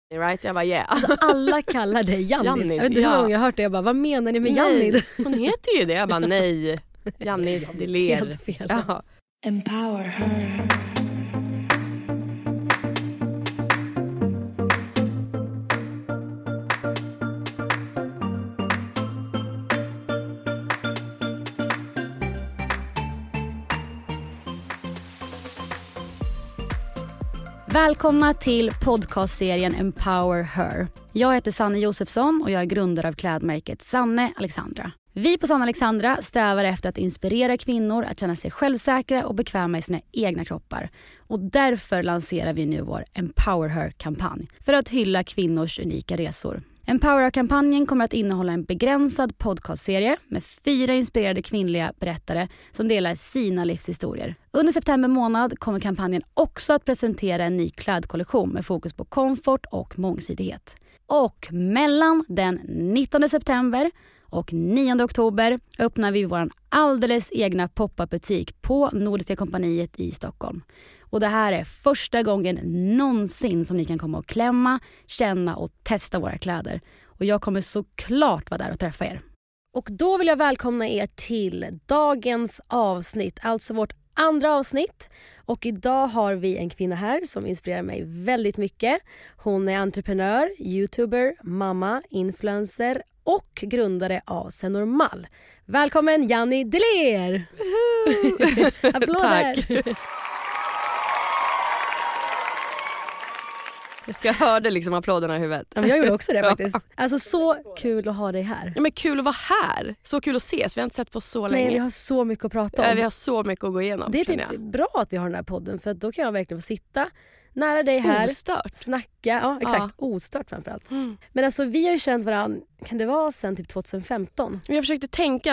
right? Jag bara yeah. Alltså, alla kallar dig Jannid. Jannid, Jag vet inte hur många jag har hört det. Jag bara, vad menar ni med Jannid? Hon heter ju det. Jag bara nej. Jannid Deler. Helt fel. Ja. Empower her. Välkomna till podcastserien Empower Her. Jag heter Sanne Josefsson och jag är grundare av klädmärket Sanne Alexandra. Vi på Sanne Alexandra strävar efter att inspirera kvinnor att känna sig självsäkra och bekväma i sina egna kroppar. Och därför lanserar vi nu vår Empower Her-kampanj för att hylla kvinnors unika resor. Empower Her-kampanjen kommer att innehålla en begränsad podcastserie med 4 inspirerade kvinnliga berättare som delar sina livshistorier. Under september månad kommer kampanjen också att presentera en ny klädkollektion med fokus på komfort och mångsidighet. Och mellan den 19 september och 9 oktober öppnar vi vår alldeles egna pop-up-butik på Nordiska kompaniet i Stockholm. Och det här är första gången någonsin som ni kan komma och klämma, känna och testa våra kläder. Och jag kommer såklart vara där och träffa er. Och då vill jag välkomna er till dagens avsnitt, alltså vårt andra avsnitt. Och idag har vi en kvinna här som inspirerar mig väldigt mycket. Hon är entreprenör, youtuber, mamma, influencer och grundare av Senormal. Välkommen Jannid Deler! Applåder! Tack. Jag hörde liksom applåderna i huvudet. Ja, men jag gjorde också det faktiskt. Alltså så kul att ha dig här. Ja, men kul att vara här. Så kul att ses. Vi har inte sett på så länge. Nej, vi har så mycket att prata om. Vi har så mycket att gå igenom. Det är typ bra att vi har den här podden. För att då kan jag verkligen få sitta nära dig här. Ostört. Snacka. Ja, exakt. Ja. Ostört framförallt. Men alltså vi har ju känt varandra, kan det vara sen typ 2015? Jag försökte tänka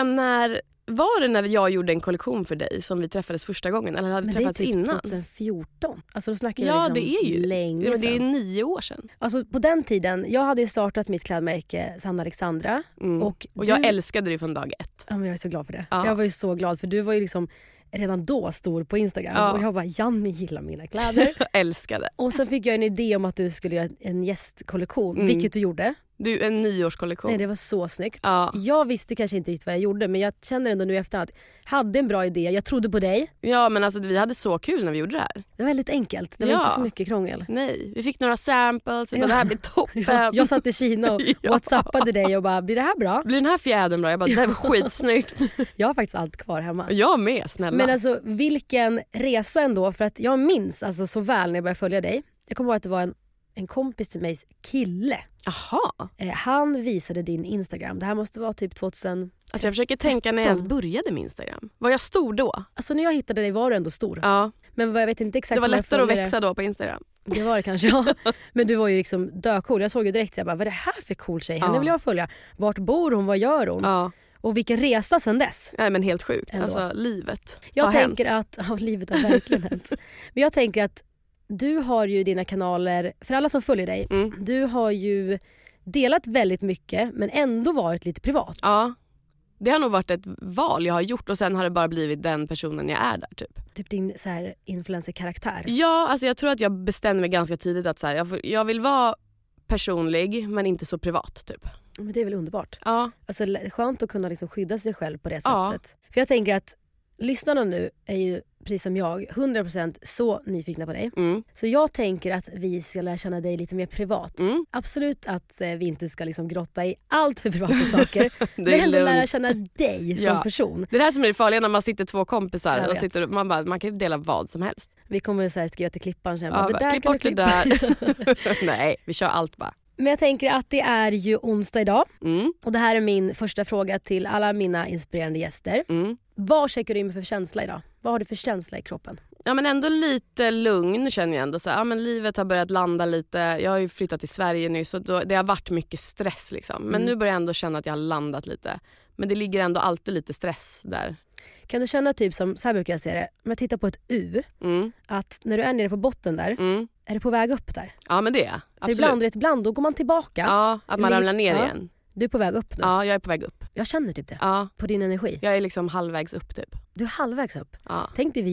var det när jag gjorde en kollektion för dig som vi träffades första gången? Eller hade vi träffats innan? innan? 2014. Alltså då snackar jag liksom det är ju länge men det är sedan. 9 år sedan. Alltså på den tiden, jag hade ju startat mitt klädmärke Sanne Alexandra. Och jag älskade det från dag 1. Ja, men jag är så glad för det. Ja. Jag var ju så glad för du var ju liksom redan då stor på Instagram. Ja. Och jag bara, Janni gillar mina kläder. Jag älskade. Och sen fick jag en idé om att du skulle göra en gästkollektion, vilket du gjorde. En 9-årskollektion. Nej, det var så snyggt. Ja. Jag visste kanske inte riktigt vad jag gjorde, men jag känner ändå nu efterhand att jag hade en bra idé. Jag trodde på dig. Ja, men alltså vi hade så kul när vi gjorde det här. Det var väldigt enkelt. Det var inte så mycket krångel. Nej, vi fick några samples. Vi bara, det här blir toppen. Jag satt i Kina och whatsappade dig och bara, blir det här bra? Blir den här fjädern bra? Jag bara, det här var skitsnyggt. Jag har faktiskt allt kvar hemma. Jag med, snälla. Men alltså, vilken resa ändå. För att jag minns alltså så väl när jag började följa dig. Jag kommer ihåg att det var en kompis till mig, kille. Aha. Han visade din Instagram. Det här måste vara typ 2000. Alltså jag försöker tänka när jag ens började med Instagram. Var jag stor då? Alltså när jag hittade dig var du ändå stor. Ja. Men jag vet inte exakt. Det var lättare att växa då på Instagram. Det var det kanske, ja. Men du var ju liksom döcool. Jag såg ju direkt så jag bara, vad är det här för cool tjej? Henne vill jag följa. Vart bor hon? Vad gör hon? Ja. Och vilken resa sen dess. Nej, men helt sjukt. Ändå. Alltså livet jag tänker hänt. Att livet har verkligen hänt. Men jag tänker att du har ju dina kanaler, för alla som följer dig, du har ju delat väldigt mycket men ändå varit lite privat. Ja, det har nog varit ett val jag har gjort och sen har det bara blivit den personen jag är där typ. Typ din så här influencer-karaktär. Ja, alltså jag tror att jag bestämde mig ganska tidigt att så här, jag vill vara personlig men inte så privat typ. Men det är väl underbart. Ja. Alltså skönt att kunna liksom skydda sig själv på det sättet. För jag tänker att lyssnarna nu är ju precis som jag 100% så nyfikna på dig. Så jag tänker att vi ska lära känna dig lite mer privat. Absolut att vi inte ska liksom grotta i allt för privata saker. Men ändå lära känna dig som person. Det är det här som är det farliga när man sitter 2 kompisar och sitter, man kan ju dela vad som helst. Vi kommer så här skriva till klippan sen. Ja, det där klipp kan bort det där. Nej, vi kör allt bara. Men jag tänker att det är ju onsdag idag. Och det här är min första fråga till alla mina inspirerande gäster. Vad checkar du in med för känsla idag? Vad har du för känsla i kroppen? Ja, men ändå lite lugn känner jag ändå. Så, ja, men livet har börjat landa lite. Jag har ju flyttat till Sverige nu så det har varit mycket stress liksom. Men nu börjar jag ändå känna att jag har landat lite. Men det ligger ändå alltid lite stress där. Kan du känna typ som, så här brukar jag se det, om jag tittar på ett U, att när du är nere på botten där, är du på väg upp där? Ja, men det är absolut. För ibland då går man tillbaka. Ja, att man ramlar ner igen. Du är på väg upp nu. Ja, jag är på väg upp. Jag känner typ det. Ja. På din energi. Jag är liksom halvvägs upp typ. Du är halvvägs upp. Ja. Tänk dig vid jul.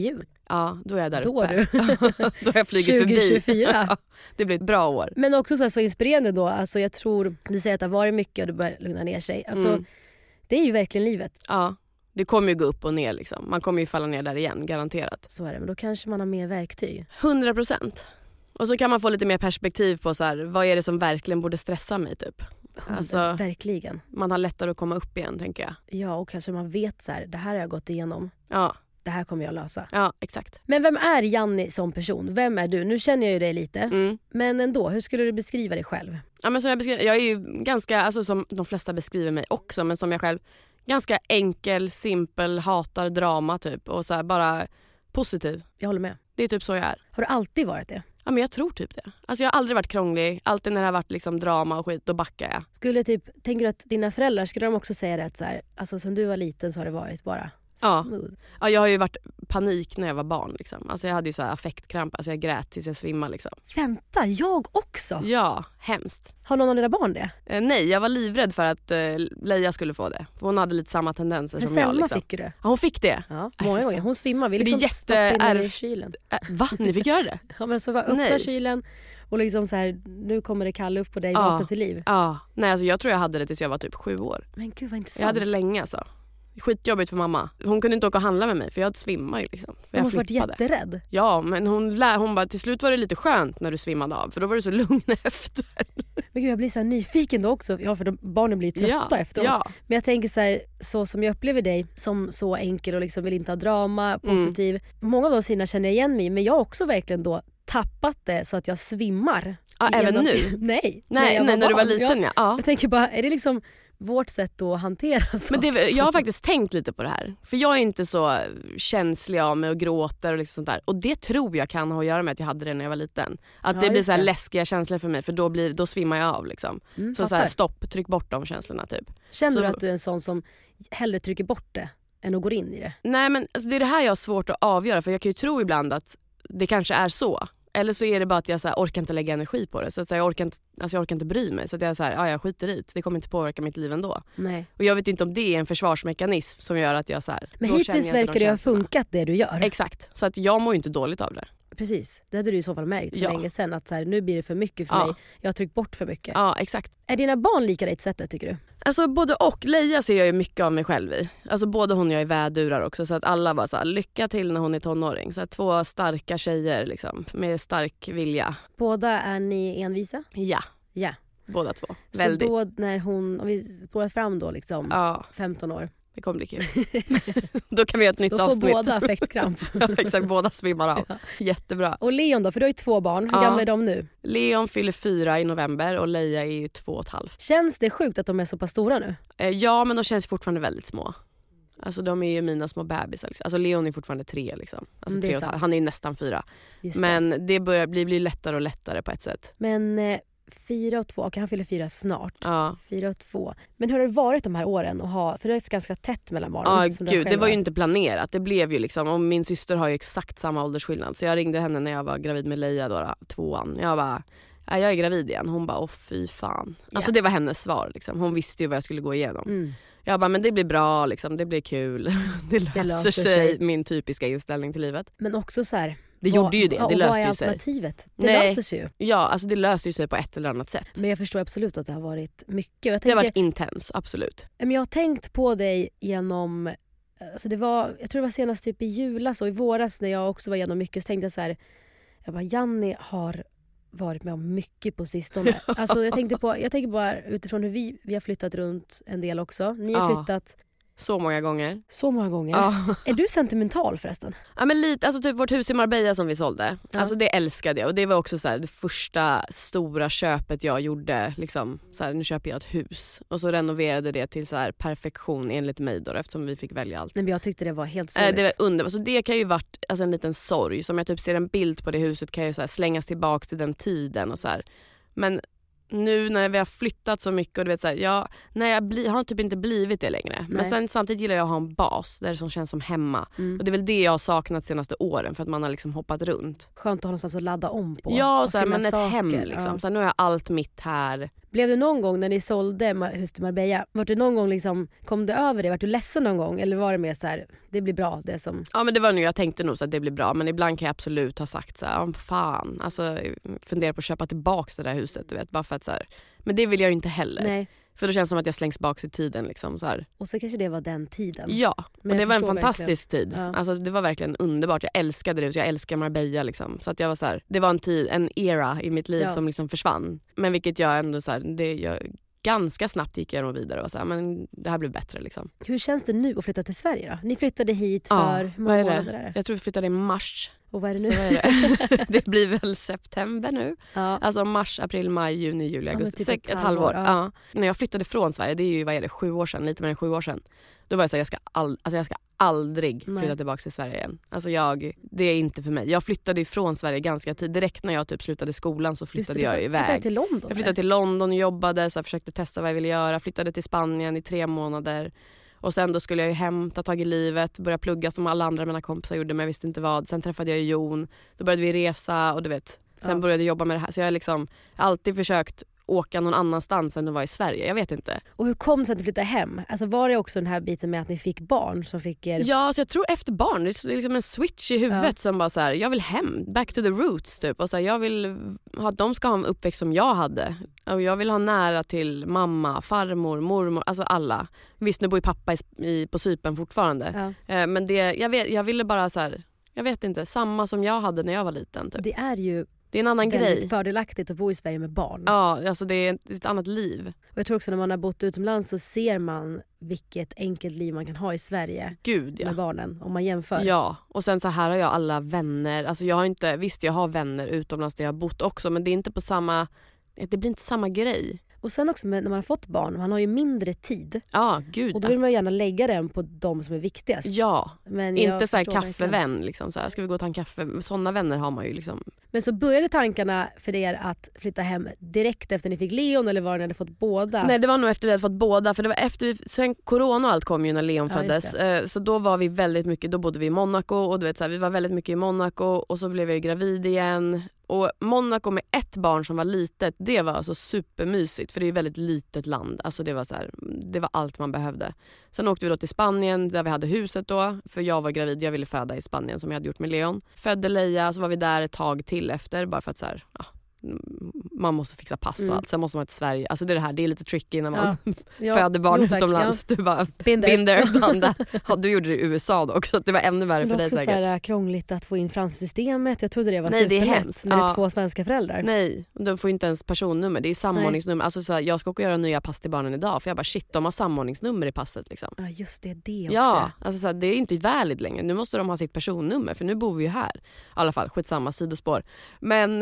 Ja, då är jag där Då uppe. du. Då har jag flugit 2024. förbi. Det blir ett bra år. Men också så inspirerande då. Alltså jag tror, du säger att det har varit mycket och du börjar lugna ner sig. Alltså det är ju verkligen livet. Ja, det kommer ju gå upp och ner liksom. Man kommer ju falla ner där igen, garanterat. Så är det, men då kanske man har mer verktyg. 100%. Och så kan man få lite mer perspektiv på så här, vad är det som verkligen borde stressa mig typ. Alltså, verkligen. Man har lättare att komma upp igen, tänker jag. Ja, och kanske man vet så här, det här har jag gått igenom. Ja. Det här kommer jag lösa. Ja, exakt. Men vem är Janni som person? Vem är du? Nu känner jag ju dig lite. Men ändå, hur skulle du beskriva dig själv? Ja, men som jag är ju ganska, alltså som de flesta beskriver mig också, men som jag själv, ganska enkel, simpel, hatar drama typ. Och så här, bara positiv. Jag håller med. Det är typ så jag är. Har du alltid varit det? Ja, men jag tror typ det. Alltså jag har aldrig varit krånglig. Alltid när det har varit liksom drama och skit, då backar jag. Tänker du att dina föräldrar, skulle de också säga det att så här, alltså sen du var liten så har det varit bara smooth? Ja, jag har ju varit panik när jag var barn liksom. Alltså jag hade ju så här affektkramp, alltså jag grät tills jag svimmade liksom. Vänta, jag också? Ja, hemskt. Har någon av dina barn det? Nej, jag var livrädd för att Leia skulle få det. Hon hade lite samma tendenser som jag liksom. Fick ju det. Ja, hon fick det. Ja, många gånger. Hon svimmar. Vi det liksom stoppade in henne i kylen. Va? Ni fick göra det? Ja, men så var öppna kylen och liksom så här, nu kommer det kall luft på dig, vakna till liv. Ja, nej alltså jag tror jag hade det tills jag var typ 7 år. Men gud vad intressant. Jag hade det länge alltså. Skitjobbigt för mamma. Hon kunde inte åka och handla med mig för jag svimmade ju liksom. Hon måste varit jätterädd. Ja, men hon bara, till slut var det lite skönt när du svimmade av. För då var du så lugn efter. Men gud, jag blir så här nyfiken då också. Ja, för barnen blir trötta efteråt. Ja. Men jag tänker så här, så som jag upplever dig som så enkel och liksom vill inte ha drama, positiv. Många av de sidorna känner jag igen mig. Men jag har också verkligen då tappat det så att jag svimmar. Ja, även nu? Nej, när du var liten ja. Jag tänker bara, är det liksom vårt sätt att hantera saker? Men jag har faktiskt tänkt lite på det här. För jag är inte så känslig av mig och gråter och liksom sånt där. Och det tror jag kan ha att göra med att jag hade det när jag var liten. Att det blir så här läskiga känslor för mig. För då svimmar jag av liksom. Så här, stopp, tryck bort de känslorna typ. Känner du att du är en sån som hellre trycker bort det än att gå in i det? Nej, men alltså, det är det här jag har svårt att avgöra. För jag kan ju tro ibland att det kanske är så. Eller så är det bara att jag så här, orkar inte lägga energi på det. Så att jag orkar inte bry mig. Så att jag så här, jag skiter i det. Det kommer inte påverka mitt liv ändå. Nej. Och jag vet inte om det är en försvarsmekanism som gör att jag så här. Men hittills verkar det ha funkat det du gör. Exakt. Så att jag mår ju inte dåligt av det. Precis. Det hade du i så fall märkt för länge sedan. Att så här, nu blir det för mycket för mig. Jag har tryckt bort för mycket. Ja, exakt. Är dina barn lika dig sättet tycker du? Alltså både och. Leia ser jag ju mycket av mig själv i. Alltså både hon och jag är vädurar också. Så att alla bara så här, lycka till när hon är tonåring. Så här, 2 starka tjejer liksom. Med stark vilja. Båda är ni envisa? Ja. Båda 2. Så väldigt. Då när hon, om vi spårar fram då liksom 15 år. Det kommer bli kul. Då kan vi göra ett nytt avsnitt. Då får båda affektkramp. Ja, exakt, båda svimmar av. Jättebra. Och Leon då, för du har ju 2 barn. Hur gamla är de nu? Leon fyller 4 i november och Leia är ju 2,5. Känns det sjukt att de är så pass stora nu? Ja, men de känns fortfarande väldigt små. Alltså de är ju mina små bebisar. Alltså Leon är fortfarande 3 liksom. Alltså 3,5. Han är ju nästan 4. Men det börjar bli lättare och lättare på ett sätt. Men 4 och 2, okej, han fyller 4 snart. Ja. 4 och 2. Men hur har det varit de här åren att ha, för det är ganska tätt mellan barnen? Ja, gud, det var ju inte planerat. Det blev ju liksom, och min syster har ju exakt samma åldersskillnad. Så jag ringde henne när jag var gravid med Leia då, 2:an. Jag bara, jag är gravid igen. Hon bara, fy fan. Alltså det var hennes svar liksom. Hon visste ju vad jag skulle gå igenom. Jag bara, men det blir bra liksom, det blir kul. Det löser sig. Min typiska inställning till livet. Men också så här, det gjorde ju det, det löste ju sig. Vad är alternativet? Det löser sig ju. Ja, alltså det löser ju sig på ett eller annat sätt. Men jag förstår absolut att det har varit mycket. Det har varit intens, absolut. Men jag har tänkt på dig genom, alltså jag tror det var senast typ i julas och i våras när jag också var igenom mycket, så tänkte jag så här, Janni har varit med om mycket på sistone. Alltså jag tänker bara utifrån hur vi har flyttat runt en del också. Ni har flyttat så många gånger. Ja. Är du sentimental förresten? Ja, men lite, alltså typ vårt hus i Marbella som vi sålde. Ja. Alltså det älskade jag. Och det var också så här, det första stora köpet jag gjorde. Liksom, så här, nu köper jag ett hus. Och så renoverade det till så här perfektion enligt mig då, eftersom vi fick välja allt. Men jag tyckte det var helt sorgligt. Det var underbart. Så det kan ju varit alltså, en liten sorg. Som jag typ ser en bild på det huset kan ju så här, slängas tillbaka till den tiden och så här. Men nu när vi har flyttat så mycket och du vet så här, har typ inte blivit det längre. Nej. Men sen samtidigt gillar jag att ha en bas där det som känns som hemma. Och det är väl det jag har saknat de senaste åren för att man har liksom hoppat runt. Skönt att ha någonstans att ladda om på. Ja, så här, men ett hem liksom. Så här, nu har jag allt mitt här. Blev det någon gång när ni sålde hus till Marbella, var det någon gång liksom, kom det över det? Var du ledsen någon gång? Eller var det mer så här, det blir bra det som... Ja men det var nu, jag tänkte nog så att det blir bra. Men ibland kan jag absolut ha sagt så här, fan. Alltså fundera på att köpa tillbaka det där huset, du vet. Bara för att så här, men det vill jag ju inte heller. Nej. För då känns det som att jag slängs bak i tiden liksom så här. Och så kanske det var den tiden. Ja, men och det var en fantastisk verkligen. tid. Ja. Alltså det var verkligen underbart. Jag älskade det, jag älskar Marbella liksom. Så att jag var så här, det var en tid, en era i mitt liv som liksom försvann. Men vilket jag ändå så här, ganska snabbt gick jag vidare och så här, men det här blev bättre liksom. Hur känns det nu att flytta till Sverige då? Ni flyttade hit för många månader. Jag tror vi flyttade i mars. Och vad är det nu? Så är det. Det blir väl september nu. Ja. Alltså mars, april, maj, juni, juli, augusti. Typ ett halvår. Ja. Ja. När jag flyttade från Sverige, det är ju vad är det, 7 år sedan, lite mer än 7 år sedan. Då var jag så här, jag ska aldrig flytta tillbaka till Sverige igen. Alltså det är inte för mig. Jag flyttade ifrån Sverige ganska tid. Direkt när jag typ slutade skolan så flyttade jag iväg. Flyttade till London? Jag flyttade till London och jobbade, så jag försökte testa vad jag ville göra. Flyttade till Spanien i 3 månader. Och sen då skulle jag ju hem, ta tag i livet, börja plugga som alla andra mina kompisar gjorde, men jag visste inte vad. Sen träffade jag Jon, då började vi resa och du vet. Sen började jag jobba med det här. Så jag har liksom alltid försökt åka någon annanstans än att vara i Sverige. Jag vet inte. Och hur kom det sig att du flyttade hem? Alltså var det också den här biten med att ni fick barn som fick er... Ja, så jag tror efter barn, det är liksom en switch i huvudet som bara så här, jag vill hem, back to the roots typ. Och så här, jag vill att de ska ha en uppväxt som jag hade. Och jag vill ha nära till mamma, farmor, mormor, alltså alla. Visst, nu bor ju pappa på Cypern fortfarande. Ja. Men jag ville bara så här, jag vet inte, samma som jag hade när jag var liten typ. Det är ju... Det är en annan väldigt grej. Fördelaktigt att bo i Sverige med barn. Ja, alltså det är ett annat liv. Och jag tror också när man har bott utomlands så ser man vilket enkelt liv man kan ha i Sverige. Gud, ja. Med barnen, om man jämför. Ja, och sen så här har jag alla vänner. Alltså jag har inte, visst jag har vänner utomlands där jag har bott också, men det är inte på samma, det blir inte samma grej. Och sen också när man har fått barn, man har ju mindre tid. Ja, gud. Och då vill man gärna lägga den på de som är viktigast. Ja, men inte så här kaffevän liksom, så här, ska vi gå och ta en kaffe? Sådana vänner har man ju liksom. Men så började tankarna för er att flytta hem direkt efter ni fick Leon, eller var det när ni hade fått båda? Nej, det var nog efter vi hade fått båda, för det var efter sen corona och allt kom ju när Leon föddes. Så då var vi väldigt mycket, då bodde vi i Monaco och du vet så här, vi var väldigt mycket i Monaco och så blev jag gravid igen. Och Monaco med ett barn som var litet, det var alltså supermysigt, för det är ett väldigt litet land. Alltså det var så här, det var allt man behövde. Sen åkte vi då till Spanien där vi hade huset då, för jag var gravid, jag ville föda i Spanien som jag hade gjort med Leon. Födde Leia, så var vi där ett tag till efter, bara för att så här, man måste fixa pass och allt. Sen måste man till Sverige. Alltså det är lite tricky när man föder barn utomlands. Du bara binder. Ja, du gjorde det i USA då också. Det var ännu värre för dig säkert. Det var också krångligt att få in fransk-systemet. Jag trodde det var superlätt. Nej, det är hemskt. När det är 2 svenska föräldrar. Nej, de får inte ens personnummer. Det är samordningsnummer. Alltså, så här, jag ska åka och göra nya pass till barnen idag. För jag bara shit, de har samordningsnummer i passet liksom. Ja, just det också. Ja, alltså, så här, det är inte valid längre. Nu måste de ha sitt personnummer. För nu bor vi ju här. I alla fall, skitsamma, sidospår. Men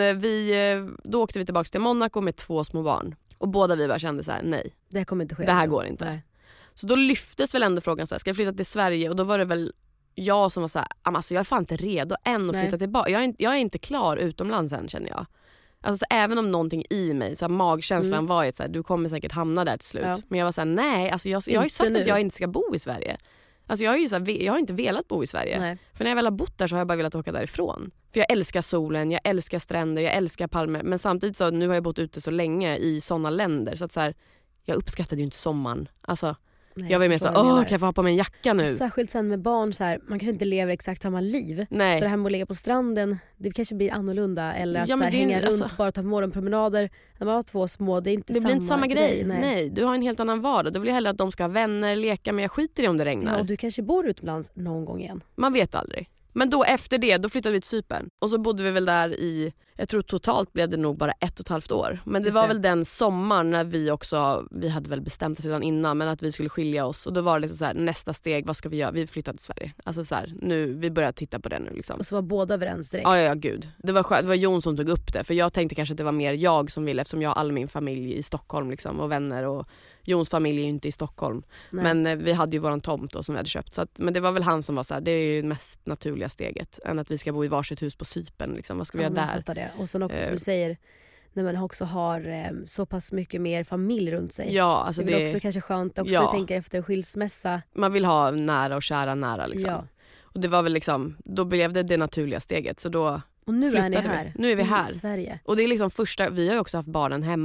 då åkte vi tillbaka till Monaco med 2 små barn. Och båda vi bara kände så här: nej. Det kommer inte ske. Det här går inte. Nej. Så då lyftes väl ändå frågan så här, ska jag flytta till Sverige? Och då var det väl jag som var så här, alltså jag är fan inte redo än att flytta tillbaka. Jag är inte klar utomlands än, känner jag. Alltså så även om någonting i mig, så här, magkänslan var ju så här, du kommer säkert hamna där till slut. Ja. Men jag var så här, nej, alltså jag har ju sagt att jag inte ska bo i Sverige. Alltså jag har inte velat bo i Sverige. Nej. För när jag väl har bott där så har jag bara velat åka därifrån. För jag älskar solen, jag älskar stränder, jag älskar palmer. Men samtidigt så nu har jag bott ute så länge i sådana länder. Så att så här, jag uppskattade ju inte sommaren. Alltså, nej, jag var mer så kan jag få ha på mig en jacka nu? Särskilt sen med barn så här, man kanske inte lever exakt samma liv. Nej. Så det här med att ligga på stranden, det kanske blir annorlunda. Eller att så här, hänga runt, bara ta morgonpromenader. När man har 2 små, det är inte blir inte samma grej. Nej, du har en helt annan vardag. Då vill jag hellre att de ska ha vänner, leka, men jag skiter i om det regnar. Ja, och du kanske bor utomlands någon gång igen. Man vet aldrig. Men då efter det, då flyttade vi till Cypern. Och så bodde vi väl där i, jag tror totalt blev det nog bara 1,5 år. Men det var väl den sommaren när vi hade väl bestämt oss redan innan, men att vi skulle skilja oss. Och då var det liksom så här, nästa steg, vad ska vi göra? Vi flyttade till Sverige. Alltså så här, nu, vi börjar titta på det nu liksom. Och så var båda överens direkt. Ja, gud. Det var Jon som tog upp det. För jag tänkte kanske att det var mer jag som ville, eftersom jag har all min familj i Stockholm liksom, och vänner, och Jons familj är ju inte i Stockholm. Nej. Men vi hade ju våran tomt då som vi hade köpt. Så att, men det var väl han som var så här, det är ju det mest naturliga steget. Än att vi ska bo i varsitt hus på Cypern. Liksom. Vad ska vi göra där? Det. Och sen också som du säger, när man också har så pass mycket mer familj runt sig. Ja, alltså det är också kanske skönt också. Jag tänker efter skilsmässa. Man vill ha nära och kära nära liksom. Ja. Och det var väl liksom, då blev det naturliga steget. Så då och nu är ni här. Nu är vi här. I Sverige. Och det är liksom vi har ju också haft barnen hemma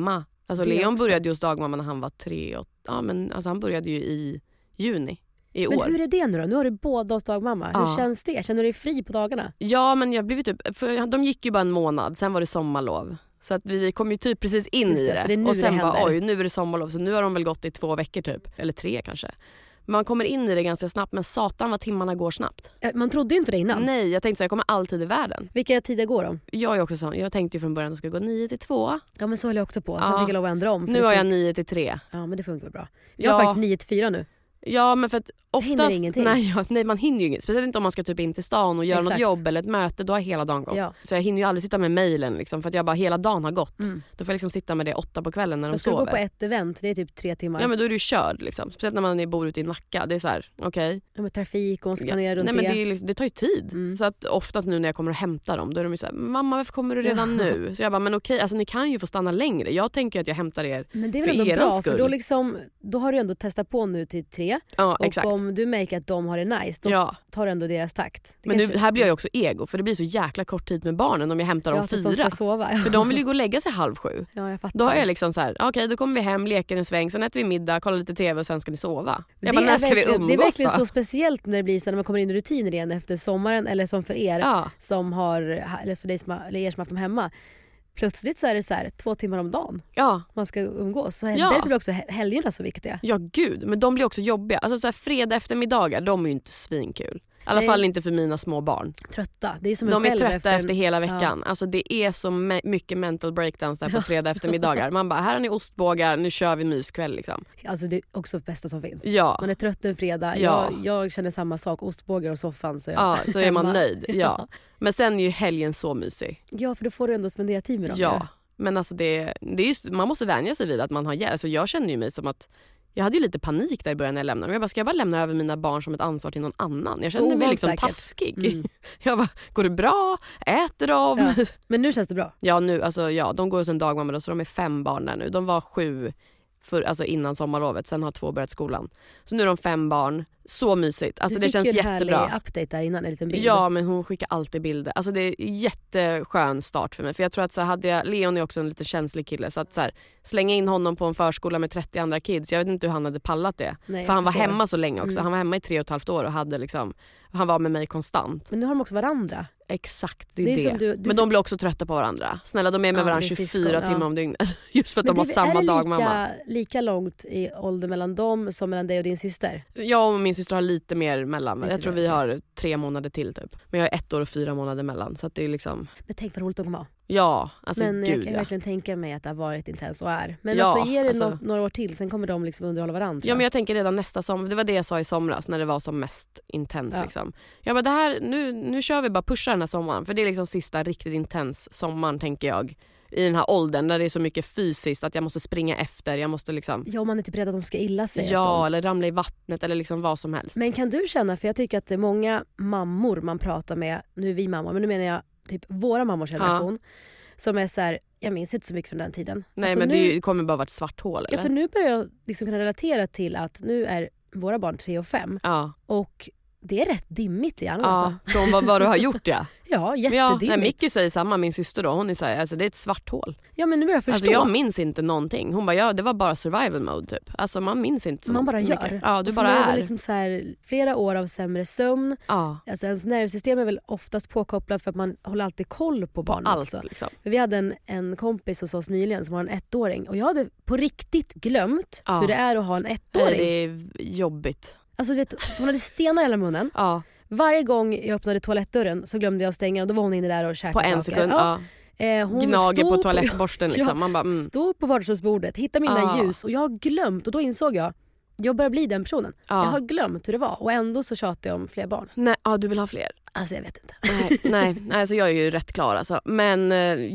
Alltså Det Leon också. började just dagmamma när han var 3 och men alltså han började ju i juni i år. Men hur är det nu då? Nu har du båda hos dagmamma. Ja. Hur känns det? Känner du dig fri på dagarna? Ja, men jag blev typ, för de gick ju bara en månad, sen var det sommarlov. Så att vi kom ju typ precis in Just i det, det. så det är nu och sen det bara händer. oj, nu är det sommarlov, så nu har de väl gått i 2 veckor typ, eller 3 kanske. Man kommer in i det ganska snabbt, men satan vad timmarna går snabbt. Man trodde ju inte det innan. Nej, jag tänkte så jag kommer alltid i världen. Vilka tider går de? Jag är också sån, jag tänkte ju från början att jag skulle gå 9 till 2. Ja, men så höll jag också på. Sen Ja. fick jag lov att ändra om. för Nu det har jag funkar- 9 till 3. Ja, men det funkar väl bra. Jag har Ja. faktiskt 9 till 4 nu. Ja, men för att Hinner oftast ingenting. nej, man hinner ju inget. Speciellt inte om man ska typ in till stan och göra Exakt. något jobb eller ett möte, då har hela dagen gått. Ja. Så jag hinner ju aldrig sitta med mejlen liksom, för att jag bara hela dagen har gått. Mm. Då får jag liksom sitta med det 8 på kvällen när de Jag ska sover. gå på ett event, det är typ 3 timmar. Ja, men då är du körd liksom. Speciellt när man bor ute i Nacka. Det är så här, okej. Ja, med trafik och man ska planera runt Nej, men det. det, är liksom, det tar ju tid. Mm. Så att oftast nu när jag kommer och hämtar dem, då är de ju så här, mamma varför kommer du redan nu? Så jag bara, men okej, alltså ni kan ju få stanna längre. Jag tänker att jag hämtar er. Men det är för väl ändå eran bra, skull. för då har du ändå testat på nu till 3. Ja, Och exakt. om du märker att de har det nice, då Ja. tar du ändå deras takt. Det Men kanske- nu, här blir jag ju också ego, för det blir så jäkla kort tid med barnen om jag hämtar dem för 4. de ska sova. För de vill ju gå och lägga sig 6:30. Ja, jag fattar. Då har jag liksom så här, okej, då kommer vi hem, leker en sväng, sen äter vi middag, kollar lite tv och sen ska ni sova. Jag bara, Det när är ska vi verkligen- umgås Det är verkligen då? så speciellt när det blir så när man kommer in i rutiner igen efter sommaren, eller som för er Ja, som har, eller för dig som har, eller er som har haft dem hemma. Plötsligt så är det så här 2 timmar om dagen ja. man ska umgås. Så Ja. därför blir också helgerna så viktiga. Ja gud, men de blir också jobbiga. Alltså så här, fredag eftermiddagar, de är ju inte svinkul. I alla Nej. fall inte för mina små barn. Trötta. Det är som en De är själv trötta efter hela veckan. Ja. Alltså det är så mycket mental breakdowns där på fredag eftermiddagar. Man bara, här har ni ostbågar, nu kör vi myskväll liksom. Alltså det är också det bästa som finns. Ja, Man är trött en fredag. Ja. Jag känner samma sak. Ostbågar och soffan. Så, ja så är man hemma. nöjd. Ja. Men sen är ju helgen så mysig. Ja, för då får du ändå spendera tid med dem. Ja, men alltså det är just, man måste vänja sig vid att man har alltså jag känner ju mig som att jag hade ju lite panik där i början när jag lämnade. Jag bara, ska jag bara lämna över mina barn som ett ansvar till någon annan? Jag Så kände mig var liksom säkert. taskig. Mm. Jag bara, går det bra? Äter de? Ja. Men nu känns det bra. Ja, nu, alltså, ja, de går hos en dagmamma då, så de är 5 barn där nu. De var 7 alltså innan sommarlovet, sen har 2 börjat skolan. Så nu är de 5 barn. Så mysigt. Alltså, Du det fick känns ju en jättebra. härlig update där innan, en liten bild. Ja, men hon skickar alltid bilder. Alltså det är jätteskön start för mig. För jag tror att så hade jag, Leon är också en lite känslig kille. Så att så här, slänga in honom på en förskola med 30 andra kids. Jag vet inte hur han hade pallat det. Nej, för han var jag förstår. hemma så länge också. Mm. Han var hemma i 3,5 år och hade liksom, han var med mig konstant. Men nu har de också varandra. Exakt, det Det är är det. som du- Men de blir också trötta på varandra. Snälla, de är med Ja, varandra det är 24 syskon, ja. timmar om dygnet. Just för att Men de har det- samma är det dagmamma. lika långt i ålder mellan dem som mellan dig och din syster? Jag och min syster har lite mer mellan. Lite Jag tror mer, vi okej. har 3 månader till typ. Men jag är 1 år och 4 månader mellan. Så att det är liksom, Men tänk vad roligt de kommer ha. ja, alltså Men jag gud kan ja. verkligen tänka mig att det har varit intens och är. Men Ja, alltså ge det alltså- några år till, sen kommer de liksom underhålla varandra. Ja, men jag tänker redan nästa sommar. Det var det jag sa i somras när det var som mest intens. Ja. Liksom. Jag bara, det här, nu kör vi bara, pusha den här sommaren. För det är liksom sista riktigt intens sommaren tänker jag. I den här åldern när det är så mycket fysiskt att jag måste springa efter. Jag måste liksom, Ja, man är typ rädd att de ska illa sig. och ja, sånt. eller ramla i vattnet eller liksom vad som helst. Men kan du känna, för jag tycker att det är många mammor man pratar med, nu är vi mammor, men nu menar jag typ våra mammors generation, som är så här, jag minns inte så mycket från den tiden. Nej, Alltså men nu, det kommer bara vara ett svart hål eller? ja, för nu börjar jag liksom kunna relatera till att nu är våra barn 3 och 5 Ja, och det är rätt dimmigt i hjärnan ja. alltså. Från vad du har gjort ja. Ja, Ja, jättedimmigt. nej, Micke säger samma, min syster då, hon är så här, alltså det är ett svart hål. Ja, men nu börjar jag förstå. Alltså jag minns inte någonting. Hon bara, ja det var bara survival mode typ. Alltså man minns inte så man bara mycket. gör. Ja, du Och så bara är det är. liksom så här, flera år av sämre sömn. Ja, Alltså ens nervsystem är väl oftast påkopplat för att man håller alltid koll på på barnen allt också. liksom. För vi hade en kompis hos oss nyligen som har en 1-åring och jag hade på riktigt glömt Ja. hur det är att ha en Nej, 1-åring. det är jobbigt. Alltså du vet, hon hade stenar i hela munnen. Ja, Varje gång jag öppnade toalettdörren så glömde jag stänga och då var hon inne där och på käkade en saker. sekund. Ja. Ja. Hon Gnager på stod toalettborsten liksom. Ja. Man bara, Stod på vardagsrumsbordet, hittade mina Ja. ljus och jag har glömt och då insåg jag börjar bli den personen. Ja. Jag har glömt hur det var och ändå så tjatar jag om fler barn. Nej, ja, du vill ha fler? Alltså jag vet inte. Nej, alltså jag är ju rätt klar alltså. Men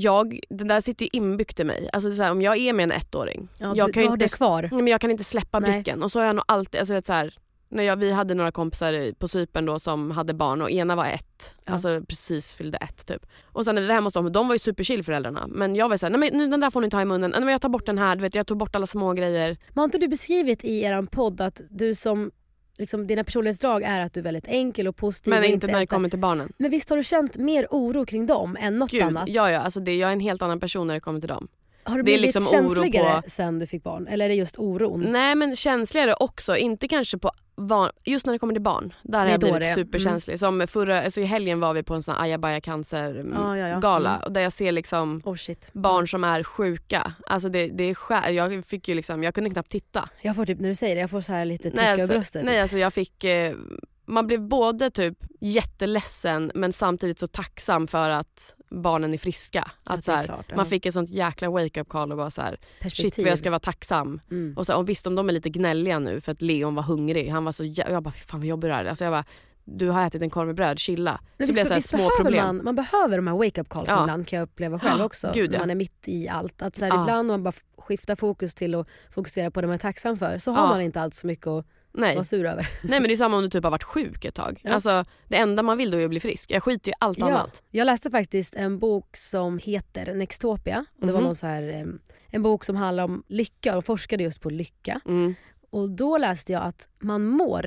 det där sitter ju inbyggt i mig. Alltså så här, om jag är med en 1-åring. Ja, jag du kan ju har inte det kvar. Men jag kan inte släppa Nej. blicken. Och så har jag nog alltid, alltså vet, så här, när vi hade några kompisar på Cypern då som hade barn och ena var 1. Ja. Alltså precis fyllde 1 typ. Och sen när vi var hemma hos dem, de var ju superchill föräldrarna. Men jag var så här, nej men nu, den där får ni ta i munnen. Nej men jag tar bort den här, du vet, jag tog bort alla små grejer. Men har inte du beskrivit i er podd att du som liksom, dina personlighetsdrag är att du är väldigt enkel och positiv. Men och inte när det kommer till barnen. Men visst har du känt mer oro kring dem än något Gud, annat? ja, alltså jag är en helt annan person när det kommer till dem. Har du Det är blivit liksom oro känsligare på... sen du fick barn? Eller är det just oron? Nej, men känsligare också. Inte kanske på just när det kommer till barn. Där har jag blivit superkänslig. Som alltså i helgen var vi på en sån här Ayabaya cancer-gala. Där jag ser liksom barn som är sjuka. Alltså det är jag fick ju liksom, jag kunde knappt titta. Jag får typ, när du säger det, jag får så här lite tryck över bröstet. Nej, alltså jag fick... man blev både typ jätteledsen men samtidigt så tacksam för att barnen är friska. Att så här, klart, man fick ett sånt jäkla wake-up call och bara så här, shit vad jag ska vara tacksam. Och, så här, och visst om de är lite gnälliga nu för att Leon var hungrig. Han var så, jag bara fan vad jobbar du här? Alltså jag bara, du har ätit en korv med bröd, chilla. Men så blir det så här små problem. Man behöver de här wake-up calls ibland, kan jag uppleva själv också. Gud, när man är mitt i allt. Att så här, ibland om man bara skiftar fokus till att fokusera på det man är tacksam för, så har man inte alls så mycket att vara sur över. Nej, men det är samma om du typ har varit sjuk ett tag. Alltså, det enda man vill då är att bli frisk. Jag skiter ju allt annat. Jag läste faktiskt en bok som heter Nextopia. Och det var någon så här, en bok som handlar om lycka och forskade just på lycka. Och då läste jag att man mår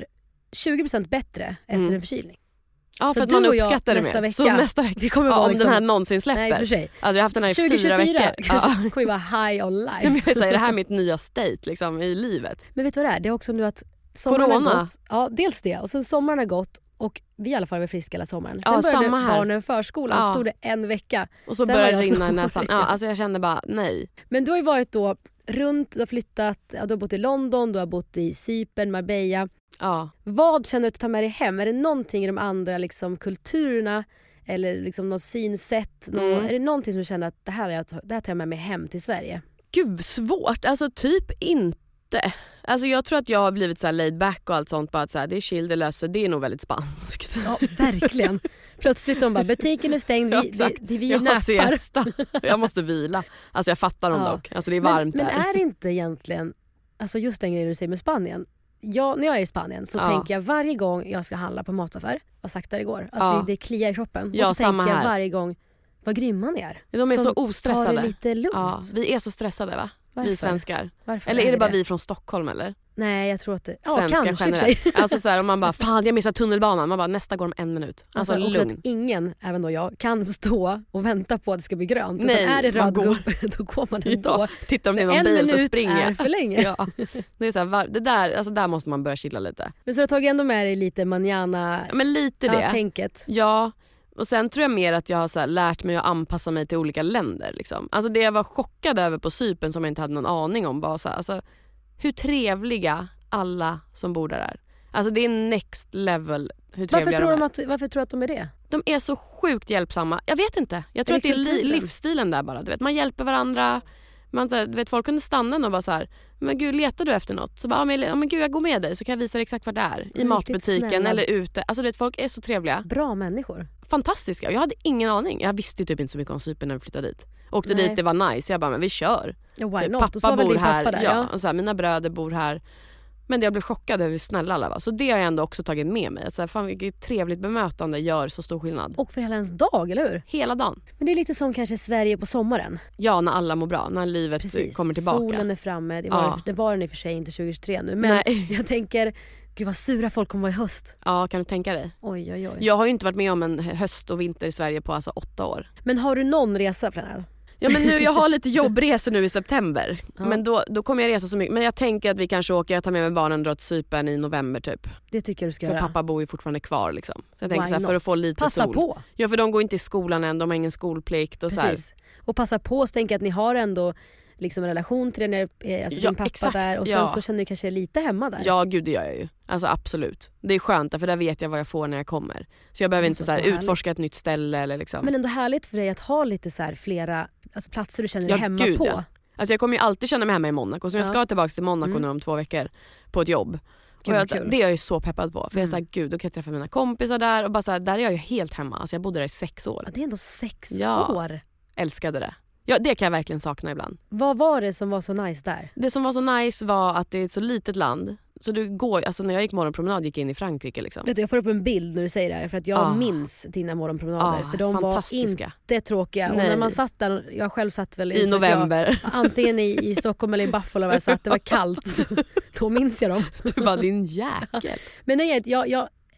20% bättre efter en förkylning. Ja, för att man uppskattar det mer. Så nästa vecka, vi kommer om liksom, den här någonsin släpper. Nej, för sig. Alltså jag har haft den här i 4 veckor. Kommer ju vara high on life. Ja, men jag säger, det här är mitt nya state liksom, i livet. Men vet du vad det är? Det är också nu att sommaren har gått. Ja, dels det. Och sen sommaren har gått och vi i alla fall var friska hela sommaren. Sen började barnen förskolan så stod det en vecka. Och så började det rinna i näsan. Ja, alltså jag kände bara nej. Men du har ju varit då runt, du har flyttat, du har bott i London, du har bott i Cypern, Marbella. Ja. Vad känner du att ta med dig hem? Är det någonting i de andra liksom, kulturerna eller liksom, något synsätt? Är det någonting som du känner att det här tar jag med mig hem till Sverige? Gud, svårt. Alltså typ inte. Alltså jag tror att jag har blivit så här laid back och allt sånt. Bara att så här, det är chill, det löser. Det är nog väldigt spanskt. Ja, verkligen. Plötsligt de bara, butiken är stängd, vi jag näppar. Siesta. Jag måste vila. Alltså jag fattar dem dock. Alltså det är varmt men där. Men är det inte egentligen, alltså just den grejen du säger med Spanien. När jag är i Spanien så tänker jag varje gång jag ska handla på mataffär, vad sagt där igår, alltså det kliar i kroppen. Och så tänker jag varje gång, vad grymma ni är. De är så ostressade. Tar det lite lugnt. Ja, vi är så stressade va? Varför? Vi svenskar. Varför eller är det bara vi från Stockholm eller? Nej, jag tror att det... Svenskar kanske generellt. Alltså så här, om man bara, fan jag missar tunnelbanan. Man bara, nästa går om 1 minut. Alltså lugn. Att ingen, även då jag, kan stå och vänta på att det ska bli grönt. Nej, utan är det röd gubbe, då går man ändå. Ja, tittar om det är någon bil så springer jag. Är för länge. Ja. Det är så här, det där, alltså där måste man börja chilla lite. Men så har du tagit ändå med dig lite manana... Ja, men lite det. Tänket. Ja. Och sen tror jag mer att jag har så här lärt mig att anpassa mig till olika länder. Liksom. Alltså det jag var chockad över på Cypern som jag inte hade någon aning om. Bara så här, alltså, hur trevliga alla som bor där är. Alltså det är next level hur trevliga Varför tror du att de är det? De är så sjukt hjälpsamma. Jag vet inte. Jag tror att det är livsstilen där bara. Du vet, man hjälper varandra. Man, du vet, folk kunde stanna och bara så här, men gud, letar du efter något? Så bara, men gud, jag går med dig så kan jag visa dig exakt vad det är. I matbutiken eller ute. Alltså du vet, folk är så trevliga. Bra människor. Fantastiska. Jag hade ingen aning. Jag visste ju typ inte så mycket om Cypern när vi flyttade dit. Åkte dit, det var nice. Jag bara, men vi kör. Ja, why typ, not? pappa bor här. Där, ja. Och så här, mina bröder bor här. Men jag blev chockad över hur snälla alla var. Så det har jag ändå också tagit med mig. Att så här, fan vilket trevligt bemötande gör så stor skillnad. Och för hela ens dag, eller hur? Hela dagen. Men det är lite som kanske Sverige på sommaren. Ja, när alla mår bra. När livet kommer tillbaka. Solen är framme. Det var den i och för sig inte 2023 nu. Men jag tänker, gud vad sura folk kommer vara i höst. Ja, kan du tänka dig? Oj, oj, oj. Jag har ju inte varit med om en höst och vinter i Sverige på 8 år. Men har du någon resa planerad? Ja, men jag har lite jobbresor nu i september. Ja. Men då kommer jag resa så mycket. Men jag tänker att vi kanske åker, jag tar med mig barnen och drar till Cypern i november typ. Det tycker jag du ska för göra. Pappa bor ju fortfarande kvar liksom. Så jag tänker så här, för att få lite passa sol. På. Ja, för de går inte i skolan än, de har ingen skolplikt och precis. Så här. Och passa på, så tänker jag att ni har ändå liksom en relation till den, alltså din pappa exakt, där. Och sen så känner du kanske lite hemma där. Ja, gud det gör jag ju. Alltså absolut. Det är skönt för där vet jag vad jag får när jag kommer. Så jag behöver inte så här, utforska ett nytt ställe eller liksom. Men ändå härligt för dig att ha lite så här flera alltså platser du känner dig hemma på. Ja. Alltså jag kommer ju alltid känna mig hemma i Monaco. Så jag ska tillbaka till Monaco nu om 2 veckor på ett jobb. Och det är jag ju så peppad på. För jag är såhär, gud då kan jag träffa mina kompisar där. Och bara så här, där är jag ju helt hemma. Alltså jag bodde där i 6 år. Ja, det är ändå 6 år. Älskade det. Ja, det kan jag verkligen sakna ibland. Vad var det som var så nice där? Det som var så nice var att det är ett så litet land. Så du går, alltså när jag gick morgonpromenad gick jag in i Frankrike liksom. Vet du, jag får upp en bild när du säger det här för att jag minns dina morgonpromenader för de var inte tråkiga. Nej. Och när man satt där, jag själv satt väl i november. Antingen i Stockholm eller i Buffalo var jag satt, det var kallt. Då minns jag dem. Du bara din jäkel. Men nej, jag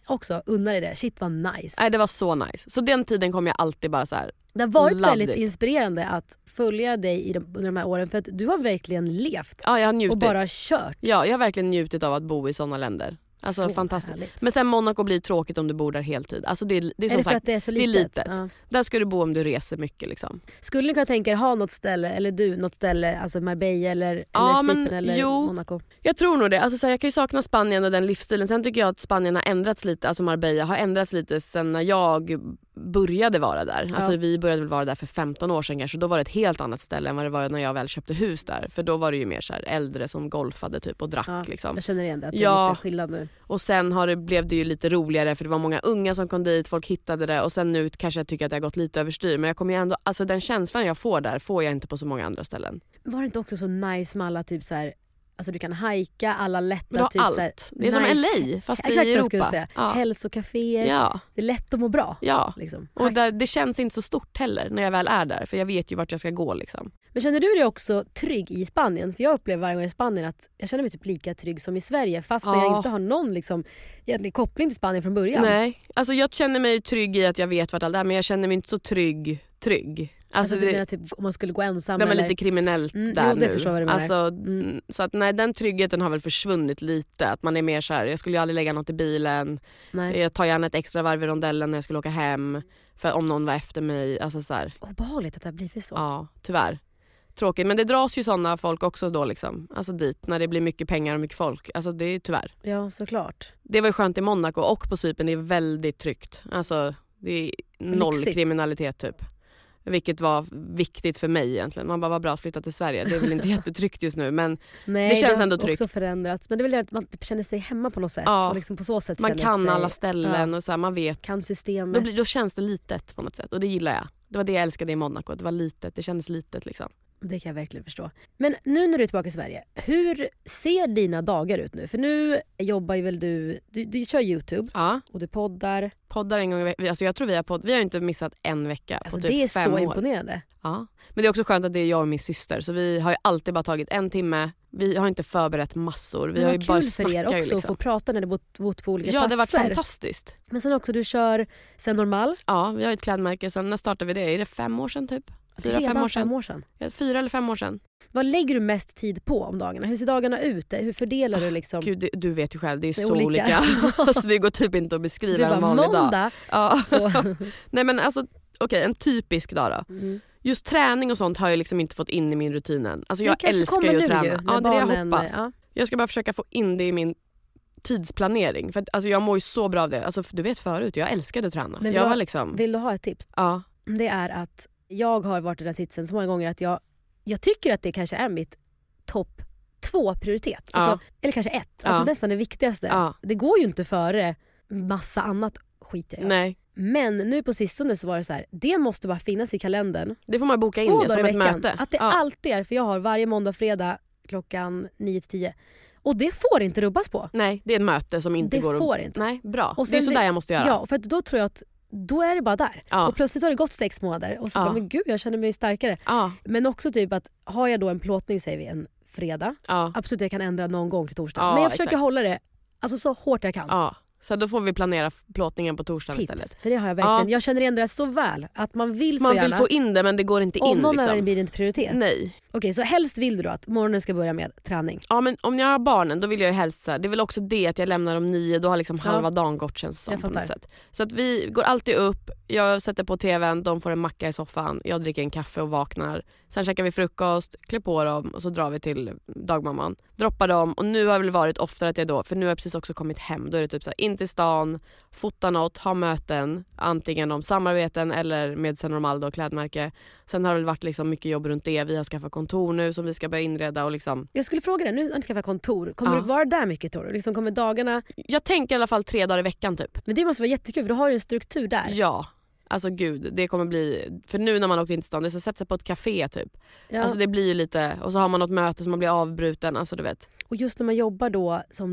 också unna dig det. Shit vad nice. Nej, det var så nice. Så den tiden kommer jag alltid bara så här. Det har varit väldigt it. Inspirerande att följa dig under de här åren för att du har verkligen levt. Ja, jag har njutit. Och bara kört. Ja, jag har verkligen njutit av att bo i sådana länder. Alltså så fantastiskt. Härligt. Men sen Monaco blir tråkigt om du bor där heltid. Alltså det är som är det för sagt, att det är så det är litet? litet. Ja. Där ska du bo om du reser mycket liksom. Skulle du kunna tänka dig ha något ställe, eller du något ställe, alltså Marbella eller Cypern eller Monaco? Jag tror nog det. Alltså, så här, jag kan ju sakna Spanien och den livsstilen. Sen tycker jag att Spanien har ändrats lite. Alltså Marbella har ändrats lite sen när jag började vara där. Alltså vi började väl vara där för 15 år sedan kanske. Då var det ett helt annat ställe än vad det var när jag väl köpte hus där. För då var det ju mer så här äldre som golfade typ och drack liksom. Jag känner igen det, att det är lite skillnad nu. Och sen blev det ju lite roligare för det var många unga som kom dit, folk hittade det och sen nu kanske jag tycker att det har gått lite överstyr. Men jag kommer ju ändå, alltså den känslan jag får där får jag inte på så många andra ställen. Var det inte också så nice med alla typ så här, alltså du kan hajka, alla lätta typ allt. Så här, det är nice. Som LA fast i Europa. Ja. Hälsokaféer. Ja. Det är lätt att må bra. Ja. Liksom. Och det känns inte så stort heller när jag väl är där för jag vet ju vart jag ska gå liksom. Men känner du dig också trygg i Spanien? För jag upplever varje gång i Spanien att jag känner mig typ lika trygg som i Sverige fast jag inte har någon liksom, egentligen koppling till Spanien från början. Nej, alltså jag känner mig trygg i att jag vet vart allt är men jag känner mig inte så trygg. Alltså du menar typ om man skulle gå ensam? Det är eller? Lite kriminellt där det nu. Förstår vad du menar. Alltså, så att nej, den tryggheten har väl försvunnit lite. Att man är mer så här, jag skulle ju aldrig lägga något i bilen. Nej. Jag tar gärna ett extra varv i rondellen när jag skulle åka hem. För om någon var efter mig. Alltså så här. Obehagligt att det har blivit så. Ja, tyvärr. Tråkigt. Men det dras ju sådana folk också då liksom. Alltså dit, när det blir mycket pengar och mycket folk. Alltså det är tyvärr. Ja, såklart. Det var ju skönt i Monaco och på Cypern. Det är väldigt tryggt. Alltså det är noll kriminalitet typ. Vilket var viktigt för mig egentligen. Man bara var bra att flytta till Sverige. Det är väl inte jättetryggt just nu. Men nej, det känns ändå tryggt. Det har också förändrats. Men det är väl att man typ känner sig hemma på något sätt. Ja. Och liksom på så sätt man kan sig, alla ställen och så här, man vet. Kan systemet. Då känns det litet på något sätt. Och det gillar jag. Det var det jag älskade i Monaco. Det var litet. Det kändes litet liksom. Det kan jag verkligen förstå. Men nu när du är tillbaka i Sverige, hur ser dina dagar ut nu? För nu jobbar ju väl du kör YouTube och du poddar. Poddar en gång i veckan. Alltså jag tror vi har ju inte missat en vecka alltså på typ det är 5 år. Så imponerande. Ja. Men det är också skönt att det är jag och min syster. Så vi har ju alltid bara tagit 1 timme. Vi har inte förberett massor. Vi har ju bara snackat. För er också liksom. att få prata när det bott på olika platser. Ja, det har varit fantastiskt. Men sen också, du kör Sen Normal. Ja, vi har ett klädmärke. Sen när startade vi det? Är det 5 år sedan typ? 4-5 år sedan. 5 år sedan. Ja, 4 eller 5 år sedan. Vad lägger du mest tid på om dagarna? Hur ser dagarna ut? Hur fördelar du liksom? Gud, du vet ju själv, det är så olika. Alltså, det går typ inte att beskriva en vanlig måndag. dag. Ja. Nej men alltså, okej, en typisk dag då. Just träning och sånt har jag liksom inte fått in i min rutinen. Alltså jag älskar ju att träna. Ja, det är det jag hoppas. Ja. Jag ska bara försöka få in det i min tidsplanering. För att, alltså, jag mår ju så bra av det. Alltså, du vet förut, jag älskade att träna. Men jag var liksom... Vill du ha ett tips? Ja. Det är att jag har varit i den sitsen så många gånger att jag tycker att det kanske är mitt topp 2 prioritet. Alltså, eller kanske 1. Alltså nästan det viktigaste. Ja. Det går ju inte före massa annat skit jag gör. Nej. Men nu på sistone så var det så här, det måste bara finnas i kalendern. Det får man boka in som ett möte. Att det alltid är, för jag har varje måndag och fredag klockan 9-10. Och det får inte rubbas på. Nej, det är ett möte som inte går. Det får inte. Nej, bra. Och det är så där jag måste göra. Ja, för att då tror jag att då är det bara där. Och plötsligt har det gått 6 månader och så bara, men gud, jag känner mig starkare. Men också typ att har jag då en plåtning, säger vi, en fredag. Absolut, jag kan ändra någon gång till torsdag. Men jag försöker hålla det alltså så hårt jag kan. Ja. Så då får vi planera plåtningen på torsdagen istället. För det har jag verkligen. Jag känner igen det så väl. Att man vill så gärna. Man vill få in det men det går inte in. Om någon liksom. blir det inte prioritet. Nej. Okej, så helst vill du då att morgonen ska börja med träning? Ja, men om jag har barnen då vill jag ju hälsa. Det är väl också det att jag lämnar om 9. Då har liksom halva dagen gått, känns som, på något sätt. Så att vi går alltid upp. Jag sätter på tvn, de får en macka i soffan. Jag dricker en kaffe och vaknar. Sen käkar vi frukost, klär på dem och så drar vi till dagmamman. Droppar dem och nu har det väl varit oftare att jag då, för nu har jag precis också kommit hem. Då är det typ så här, in till stan, fota något, ha möten. Antingen om samarbeten eller med Sen Normal och klädmärke. Sen har det varit liksom mycket jobb runt det. Vi har skaffat kontor nu som vi ska börja inreda och liksom. Jag skulle fråga dig, nu har ni skaffat kontor. Kommer du vara där mycket, tror du? Liksom kommer dagarna? Jag tänker i alla fall 3 dagar i veckan typ. Men det måste vara jättekul för du har ju en struktur där. Ja. Alltså gud, det kommer bli... För nu när man åker in till stan, det ska sätta sig på ett café typ. Ja. Alltså det blir ju lite... Och så har man något möte som man blir avbruten, alltså du vet. Och just när man jobbar då som du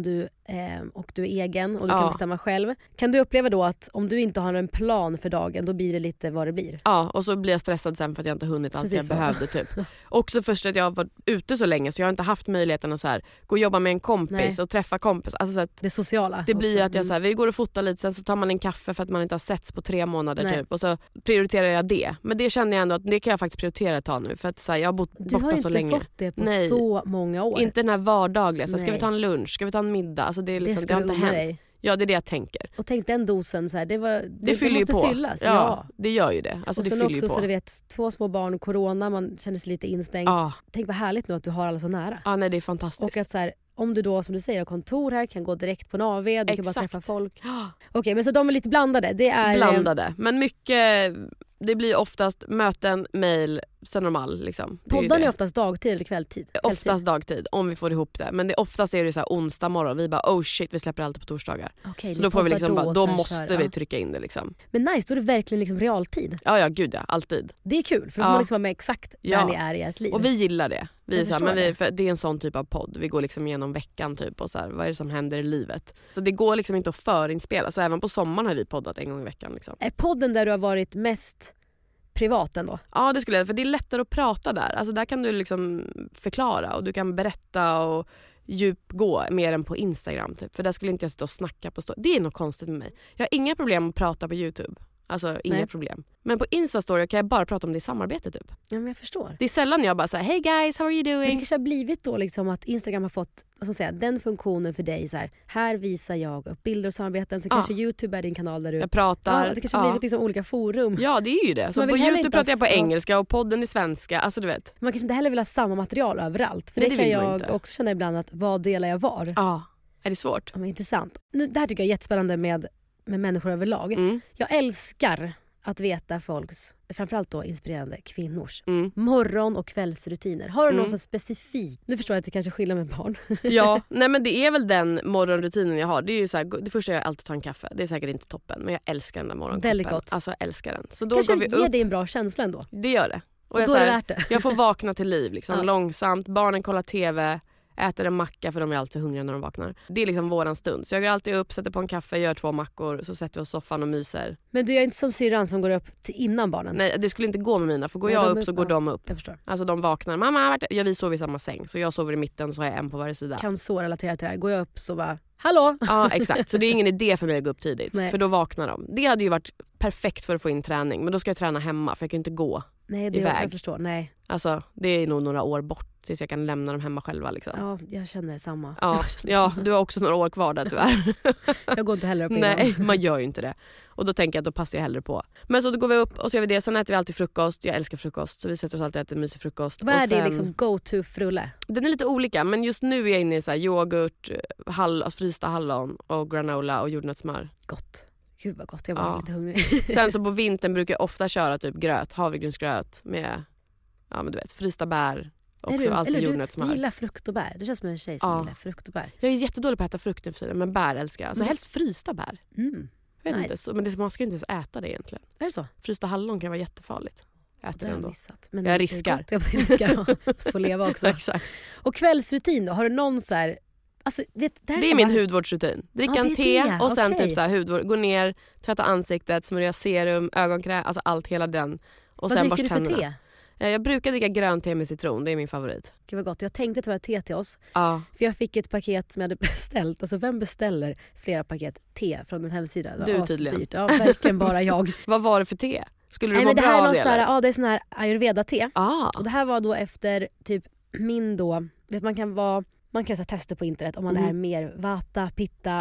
och du är egen och du kan bestämma själv. Kan du uppleva då att om du inte har en plan för dagen, då blir det lite vad det blir? Ja, och så blir jag stressad sen för att jag inte hunnit allt jag behövde typ. Också först att jag har varit ute så länge så jag har inte haft möjligheten att så här, gå och jobba med en kompis och träffa kompis. Alltså så att det sociala. Det blir att jag så här, vi går och fotar lite, sen så tar man en kaffe för att man inte har setts på 3 månader typ. Och så prioriterar jag det. Men det känner jag ändå att det kan jag faktiskt prioritera ett tag nu. För att så här, jag har bott borta så länge. Du har inte fått det på så många år. Inte den här vardagliga. Så ska vi ta en lunch? Ska vi ta en middag? Alltså det är liksom, det har inte hänt. Dig. Ja, det är det jag tänker. Och tänk den dosen så här, det fyller måste ju på. Fyllas. Ja, det gör ju det. Alltså, och sen det också ju på. Så du vet, 2 små barn, corona, man känner sig lite instängd. Tänk vad härligt nu att du har alla så nära. Ja, nej, det är fantastiskt. Och att så här, om du då som du säger har kontor här, kan gå direkt på en AV, du kan bara träffa folk. Okej, men så de är lite blandade. Det är blandade, men mycket. Det blir oftast möten, mejl, så normal liksom. Podden är oftast dagtid eller kvälltid? Oftast dagtid, om vi får ihop det. Men oftast är det så här onsdag morgon. Vi bara, oh shit, vi släpper alltid på torsdagar. Okay, så då får vi liksom då måste vi trycka in det liksom. Men nice, då är det verkligen liksom realtid. Ja, gud ja, alltid. Det är kul, för då får man liksom vara med exakt där ni är i ert liv. Och vi gillar det. Vi är så här, men för det är en sån typ av podd. Vi går liksom igenom veckan typ och så här, vad är det som händer i livet. Så det går liksom inte att förinspela. Så även på sommaren har vi poddat en gång i veckan liksom. Är podden där du har varit mest privat ändå? Ja, det skulle jag, för det är lättare att prata där. Alltså där kan du liksom förklara och du kan berätta och djupgå mer än på Instagram typ. För där skulle inte jag sitta och snacka på det är något konstigt med mig. Jag har inga problem att prata på YouTube. Alltså inga problem. Men på Instastory kan jag bara prata om det i samarbete typ. Ja, men jag förstår. Det är sällan jag bara säger hey guys, how are you doing? Det kanske har blivit då liksom att Instagram har fått, vad ska man säga, den funktionen för dig så här visar jag upp bilder och samarbeten. Så kanske YouTube är din kanal där du jag pratar. Det kanske har blivit liksom olika forum. Ja, det är ju det. Så på YouTube pratar jag på engelska och podden är svenska. Alltså du vet. Man kanske inte heller vill ha samma material överallt. För det kan jag också känna ibland att vad delar jag var? Ja, är det svårt? Ja, men intressant. Nu, det här tycker jag är jättespännande med människor överlag. Jag älskar att veta folks, framförallt då inspirerande kvinnors morgon- och kvällsrutiner. Har du någon så specifik? Nu förstår jag att det kanske skiljer med barn. Ja, nej men det är väl den morgonrutinen jag har. Det är ju så här, det första jag alltid tar en kaffe. Det är säkert inte toppen, men jag älskar den där morgonkoppen. Väldigt gott. Alltså jag älskar den. Så då kanske går vi ger upp. dig en bra känsla ändå. Det gör det. Och då är det värt det. Jag får vakna till liv liksom, långsamt. Barnen kollar TV. Äter en macka för de är alltid hungriga när de vaknar. Det är liksom våran stund. Så jag går alltid upp, sätter på en kaffe, gör 2 mackor. Så sätter vi oss i soffan och myser. Men du är inte som syrran som går upp innan barnen? Nej, det skulle inte gå med mina. För går jag upp så går de upp. Jag förstår. Alltså de vaknar. Mamma, vi sover i samma säng. Så jag sover i mitten så har jag en på varje sida. Kan så relatera till det här. Går jag upp så bara, hallå? Ja, exakt. Så det är ingen idé för mig att gå upp tidigt. Nej. För då vaknar de. Det hade ju varit perfekt för att få in träning. Men då ska jag träna hemma för jag kan inte gå. Nej, det iväg. Jag förstår. Nej. Alltså, det är nog några år bort tills jag kan lämna dem hemma själva. Liksom. Ja, jag känner samma. Ja, du har också några år kvar där tyvärr. Jag går inte heller upp innan. Nej, man gör ju inte det. Och då tänker jag att då passar jag hellre på. Men så då går vi upp och så gör vi det. Sen äter vi alltid frukost. Jag älskar frukost. Så vi sätter oss alltid och äter mysig frukost. Vad är och sen, det liksom go-to-frulle? Den är lite olika. Men just nu är jag inne i så här yoghurt, frysta hallon och granola och jordnötssmör. Gott. Gud vad gott, jag var lite hungrig. Sen så på vintern brukar jag ofta köra typ gröt, havregrynsgröt med men du vet, frysta bär och alltid jordnötssmör. Du gillar frukt och bär. Det känns som en tjej som gillar frukt och bär. Jag är jättedålig på att äta frukt nu för tiden, men bär älskar jag. Alltså helst frysta bär. Jag vet Nice. inte, men man ska ju inte ens äta det egentligen. Är det så? Frysta hallon kan vara jättefarligt. Jag äter det ändå. Men jag riskar. Jag riskar. Måste få leva också. Exakt. Och kvällsrutin då? Har du någon så här... Alltså, det är min hudvårdsrutin. Dricka en te och sen typ så här hudvård. Gå ner, tvätta ansiktet, smörja serum, ögonkräm, alltså allt, hela den. Och vad sen dricker du för te? Jag brukar dricka grönt te med citron, det är min favorit. Gud vad gott, jag tänkte ta ett te till oss. Ja. För jag fick ett paket som jag hade beställt. Alltså vem beställer flera paket te från en hemsida? Du tydligen. Ja, verkligen bara jag. Vad var det för te? Skulle du Nej, må men det bra här av var det? Ja, det är sån här ayurveda-te. Ah. Och det här var då efter typ min då, vet man kan så här testa på internet om man är mer vata, pitta.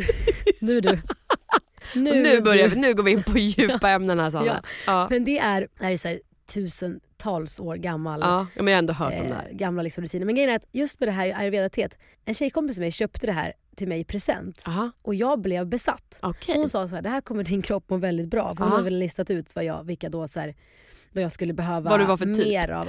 Nu du. Nu går vi in på djupa ämnen här, Sanna. Ja. Men det är så här tusentals år gammal. Ja, men jag har ändå hört om det här. Gamla liksom rutiner. Men grejen är att just med det här ayurveda-teet, en tjejkompis med mig köpte det här till mig i present. Aha. Och jag blev besatt. Okay. Hon sa så här, det här kommer din kropp må väldigt bra. För hon har väl listat ut vad jag skulle behöva vad du var för mer av.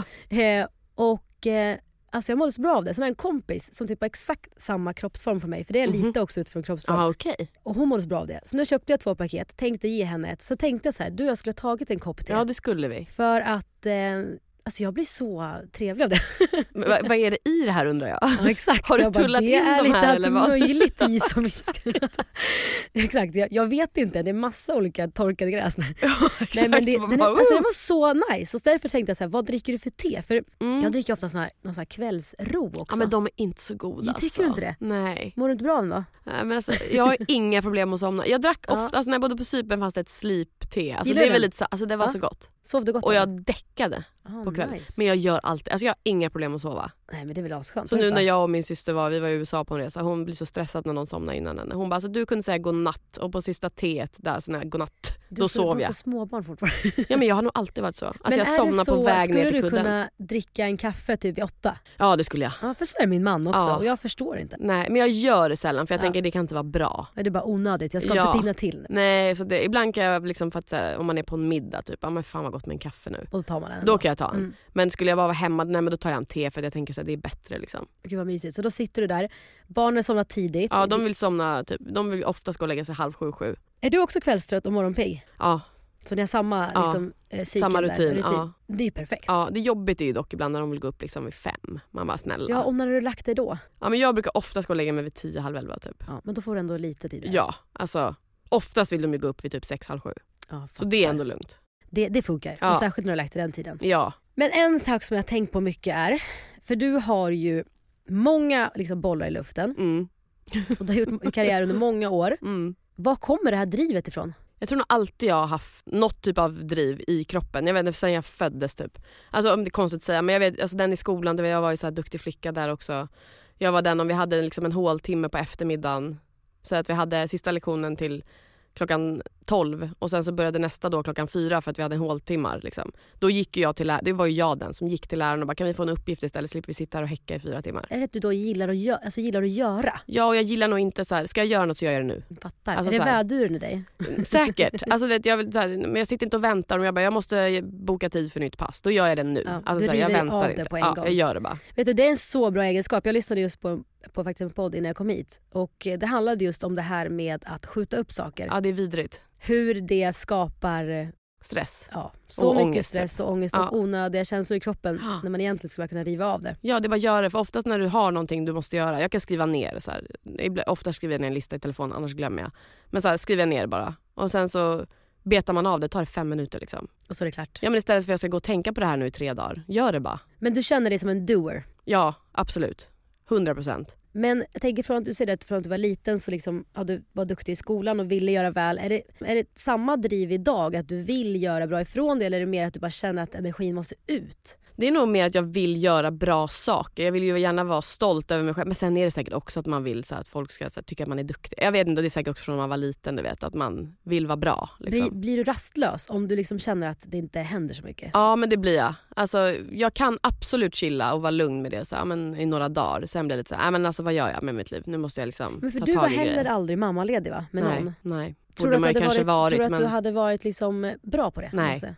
Ja. Alltså jag mådde så bra av det. Sen har jag en kompis som typ har exakt samma kroppsform för mig. För det är lite också utifrån kroppsform. Okay. Och hon mådde så bra av det. Så nu köpte jag 2 paket. Tänkte ge henne ett. Så tänkte jag så här, jag skulle ha tagit en kopp te. Ja, det skulle vi. För att Alltså jag blir så trevlig av det. Men vad är det i det här undrar jag? Ja, exakt. Har du Jag bara, tullat det in är de lite här allt eller vad? möjligt i som Exakt, jag vet inte. Det är massa olika torkade gräs. Nej, men den var så nice. Och därför tänkte jag så här, vad dricker du för te? För jag dricker ofta någon sån här kvällsro också. Ja, men de är inte så goda. Tycker du inte det? Nej. Mår du inte bra då? Nej, men alltså, jag har inga problem att somna. Jag drack ofta, alltså, när jag bodde på Cypern fanns det ett sleep-te. Alltså, det är väl lite så, alltså, det var så gott. Sov du gott? Och jag däckade på kvällen. Nice. Men jag gör alltid, alltså jag har inga problem att sova. Nej, men det är väl asskönt. Så nu när jag och min syster vi var i USA på en resa, hon blir så stressad när någon somnar innan henne. Hon bara, alltså, du kunde säga godnatt och på sista teet där, sån här godnatt, då sov jag. Du har så småbarn fortfarande. Ja, men jag har nog alltid varit så. Alltså men jag somnar på väg ner till kudden. Skulle du kunna dricka en kaffe typ i 8? Ja, det skulle jag. Ja, för så är min man också och jag förstår inte. Nej, men jag gör det sällan för jag tänker det kan inte vara bra. Det är bara onödigt, jag ska inte pigna till. Nej, så ibland kan jag liksom, för att, om man är på en middag typ, men fan vad gott med en kaffe nu. Och då tar man den. Då kan jag ta en. Men skulle jag bara vara hemma, nej men då tar jag en te för att jag tänker så att det är bättre liksom. Gud vad mysigt. Så då sitter du där, barnen somnar tidigt. Ja, de vill somna typ, de vill oftast gå och lägga sig 6:30. Är du också kvällstrött och morgonpigg? Ja. Så ni har samma liksom, samma rutin. Ja. Det är ju perfekt. Ja, det är jobbigt är ju dock ibland när de vill gå upp liksom vid 5. Man bara snälla. Ja, och när har du lagt dig då? Ja, men jag brukar oftast gå och lägga mig vid 10, halv 11 typ. Ja, men då får du ändå lite tid. Ja, alltså oftast vill de ju gå upp vid typ 6, halv 7. Ja, så det är ändå lugnt. Det funkar, och särskilt när du har lagt dig den tiden. Ja. Men en sak som jag har tänkt på mycket är, för du har ju många liksom, bollar i luften. Och du har gjort karriär under många år. Var kommer det här drivet ifrån? Jag tror nog alltid jag har haft något typ av driv i kroppen. Jag vet inte, sen jag föddes typ. Alltså om det är konstigt att säga, men jag vet, alltså den i skolan, där jag var ju så här duktig flicka där också. Jag var den, om vi hade liksom en håltimme på eftermiddagen. Så att vi hade sista lektionen till klockan 12 och sen så började nästa då klockan 4 för att vi hade en håltimmar liksom. Då gick jag till det var ju jag den som gick till läraren och bara, kan vi få en uppgift istället, slipper vi sitta här och häcka i 4 timmar. Är det att du då gillar att göra? Ja, och jag gillar nog inte så här, ska jag göra något så gör jag det nu. Fattar. Alltså, är det väduren i dig? Säkert. Alltså vet jag vill så här, men jag sitter inte och väntar, och jag måste boka tid för nytt pass. Då gör jag det nu. Ja, alltså, så här, jag väntar inte. På en gång. Jag gör det bara. Vet du, det är en så bra egenskap. Jag lyssnade just på faktiskt en podd innan jag kom hit, och det handlade just om det här med att skjuta upp saker. Ja, det är vidrigt. Hur det skapar stress. Ja, så och mycket ångest. Stress och ångest och onödiga känslor i kroppen när man egentligen skulle kunna riva av det. Ja, det är bara att göra det. För oftast när du har någonting du måste göra. Jag kan skriva ner så här. Ofta skriver jag ner en lista i telefon, annars glömmer jag. Men så här, skriver jag ner bara. Och sen så betar man av det, tar det 5 minuter liksom. Och så är det klart. Ja, men istället för att jag ska gå och tänka på det här nu i 3 dagar. Gör det bara. Men du känner dig som en doer? Ja, absolut. 100%. Men jag tänker från att du säger att från att du var liten så liksom, du var duktig i skolan och ville göra väl. Är det samma driv idag att du vill göra bra ifrån det, eller är det mer att du bara känner att energin måste ut? Det är nog mer att jag vill göra bra saker. Jag vill ju gärna vara stolt över mig själv. Men sen är det säkert också att man vill så att folk ska så tycka att man är duktig. Jag vet inte, det är säkert också från när man var liten, du vet, att man vill vara bra. Liksom. Blir du rastlös om du liksom känner att det inte händer så mycket? Ja, men det blir jag. Alltså, jag kan absolut chilla och vara lugn med det så, i några dagar. Sen blir det lite så men alltså, vad gör jag med mitt liv? Nu måste jag liksom men för ta du tag var i heller grejer. aldrig mammaledig va? Med någon? Nej. Tror du att du hade varit liksom bra på det?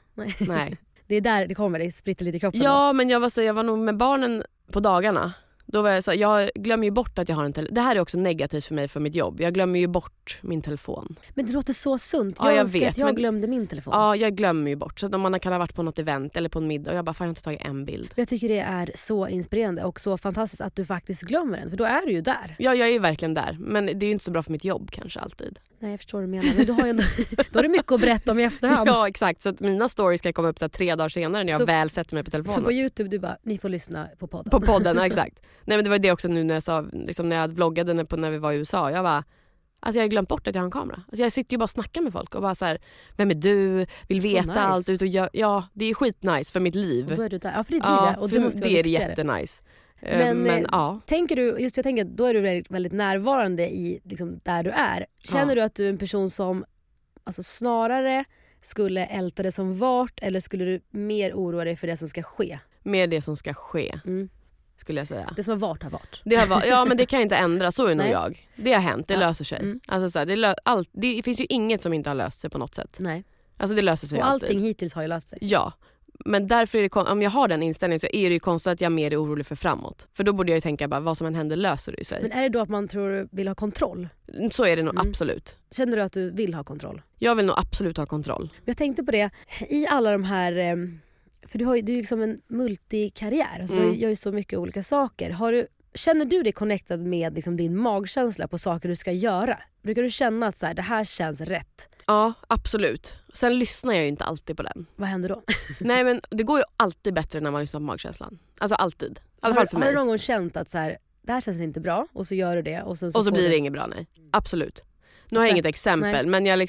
Nej. Det är där det kommer, det spritter lite i kroppen. Ja, då. men jag var nog med barnen på dagarna. Då var jag så, jag glömmer ju bort att jag har en telefon. Det här är också negativt för mig för mitt jobb. Jag glömmer ju bort min telefon. Men det låter så sunt. Ja, jag önskar vet, att jag glömde min telefon. Ja, jag glömmer ju bort. Så att om man kan ha varit på något event eller på en middag och jag bara, fan jag har inte tagit en bild. Jag tycker det är så inspirerande och så fantastiskt att du faktiskt glömmer den. För då är du ju där. Ja, jag är ju verkligen där. Men det är ju inte så bra för mitt jobb kanske alltid. Nej, jag förstår vad du menar. Men du har ju ändå, då har du mycket att berätta om i efterhand. Ja, exakt. Så att mina stories ska komma upp så 3 dagar senare när jag väl sätter mig på telefonen. Så på YouTube du bara, ni får lyssna på podden. På podden, ja, exakt. Nej, men det var det också nu när jag sa, liksom när jag vloggade när vi var i USA. Jag bara, alltså jag har glömt bort att jag har en kamera. Alltså jag sitter ju bara och snackar med folk och bara så här, vem är du? Vill veta nice. allt ut och ja, det är skitnice för mitt liv. Och då är du där. Ja, för ditt liv. Och det måste det är jättenice. Men ja. Tänker du, just jag tänker att då är du väldigt, väldigt närvarande i liksom, där du är. Känner du att du är en person som alltså, snarare skulle älta det som vart, eller skulle du mer oroa dig för det som ska ske? Mer det som ska ske. Skulle jag säga. Det som har varit har varit. Ja, men det kan jag inte ändra, så är nog jag. Det har hänt, det löser sig. Mm. Alltså, så här, det finns ju inget som inte har löst sig på något sätt. Nej. Alltså det löser sig och alltid. Allting hittills har ju löst sig. Ja, men därför är det om jag har den inställningen så är det ju konstigt att jag mer är orolig för framåt. För då borde jag ju tänka bara, vad som än händer löser det sig. Men är det då att man tror vill ha kontroll? Så är det nog absolut. Känner du att du vill ha kontroll? Jag vill nog absolut ha kontroll. Jag tänkte på det, i alla de här För du är liksom en multikarriär. Alltså du gör ju så mycket olika saker. Känner du dig connectad med liksom din magkänsla på saker du ska göra? Brukar du känna att så här, det här känns rätt? Ja, absolut. Sen lyssnar jag ju inte alltid på den. Vad händer då? Nej, men det går ju alltid bättre när man lyssnar på magkänslan. Alltså alltid. I alla fall för mig. Har du någon gång känt att så här, det här känns inte bra och så gör du det och så blir det inget bra, nej. Absolut. Nu har jag inget exempel, men jag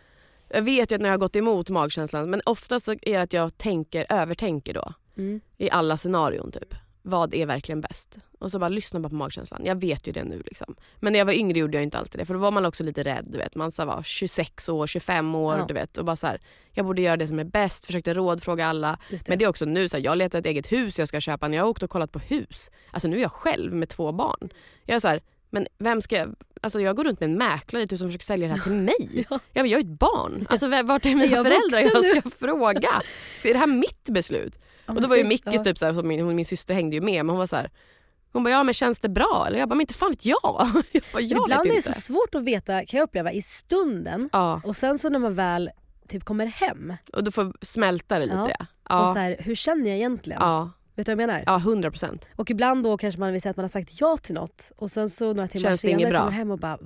vet ju att när jag har gått emot magkänslan, men oftast så är det att jag övertänker då. I alla scenarion typ. Vad är verkligen bäst? Och så bara lyssna bara på magkänslan. Jag vet ju det nu liksom. Men när jag var yngre gjorde jag inte alltid det. För då var man också lite rädd, du vet. Man så var 26 år, 25 år, du vet. Och bara så här, jag borde göra det som är bäst. Försökte rådfråga alla. Men det är också nu så här, jag letar ett eget hus jag ska köpa. När jag har åkt och kollat på hus. Alltså nu är jag själv med 2 barn. Jag är så här, men vem ska jag... Alltså jag går runt med en mäklare som försöker sälja det här till mig. Jag är ett barn. Alltså vart är mina föräldrar? Jag ska fråga. Är det här mitt beslut? Och då var ju Mickis typ så här, min syster hängde ju med, men hon var så här, hon bara, ja men känns det bra? Eller jag bara, men inte fan vet jag. Ibland är det så svårt att veta, kan jag uppleva, i stunden. Och sen så när man väl typ kommer hem. Och då får smälta det lite. Ja. Och så här, hur känner jag egentligen? Ja. Vet du vad jag menar? Ja, 100%. Och ibland då kanske man vill säga att man har sagt ja till något. Och sen så några timmar senare kommer man hem och bara,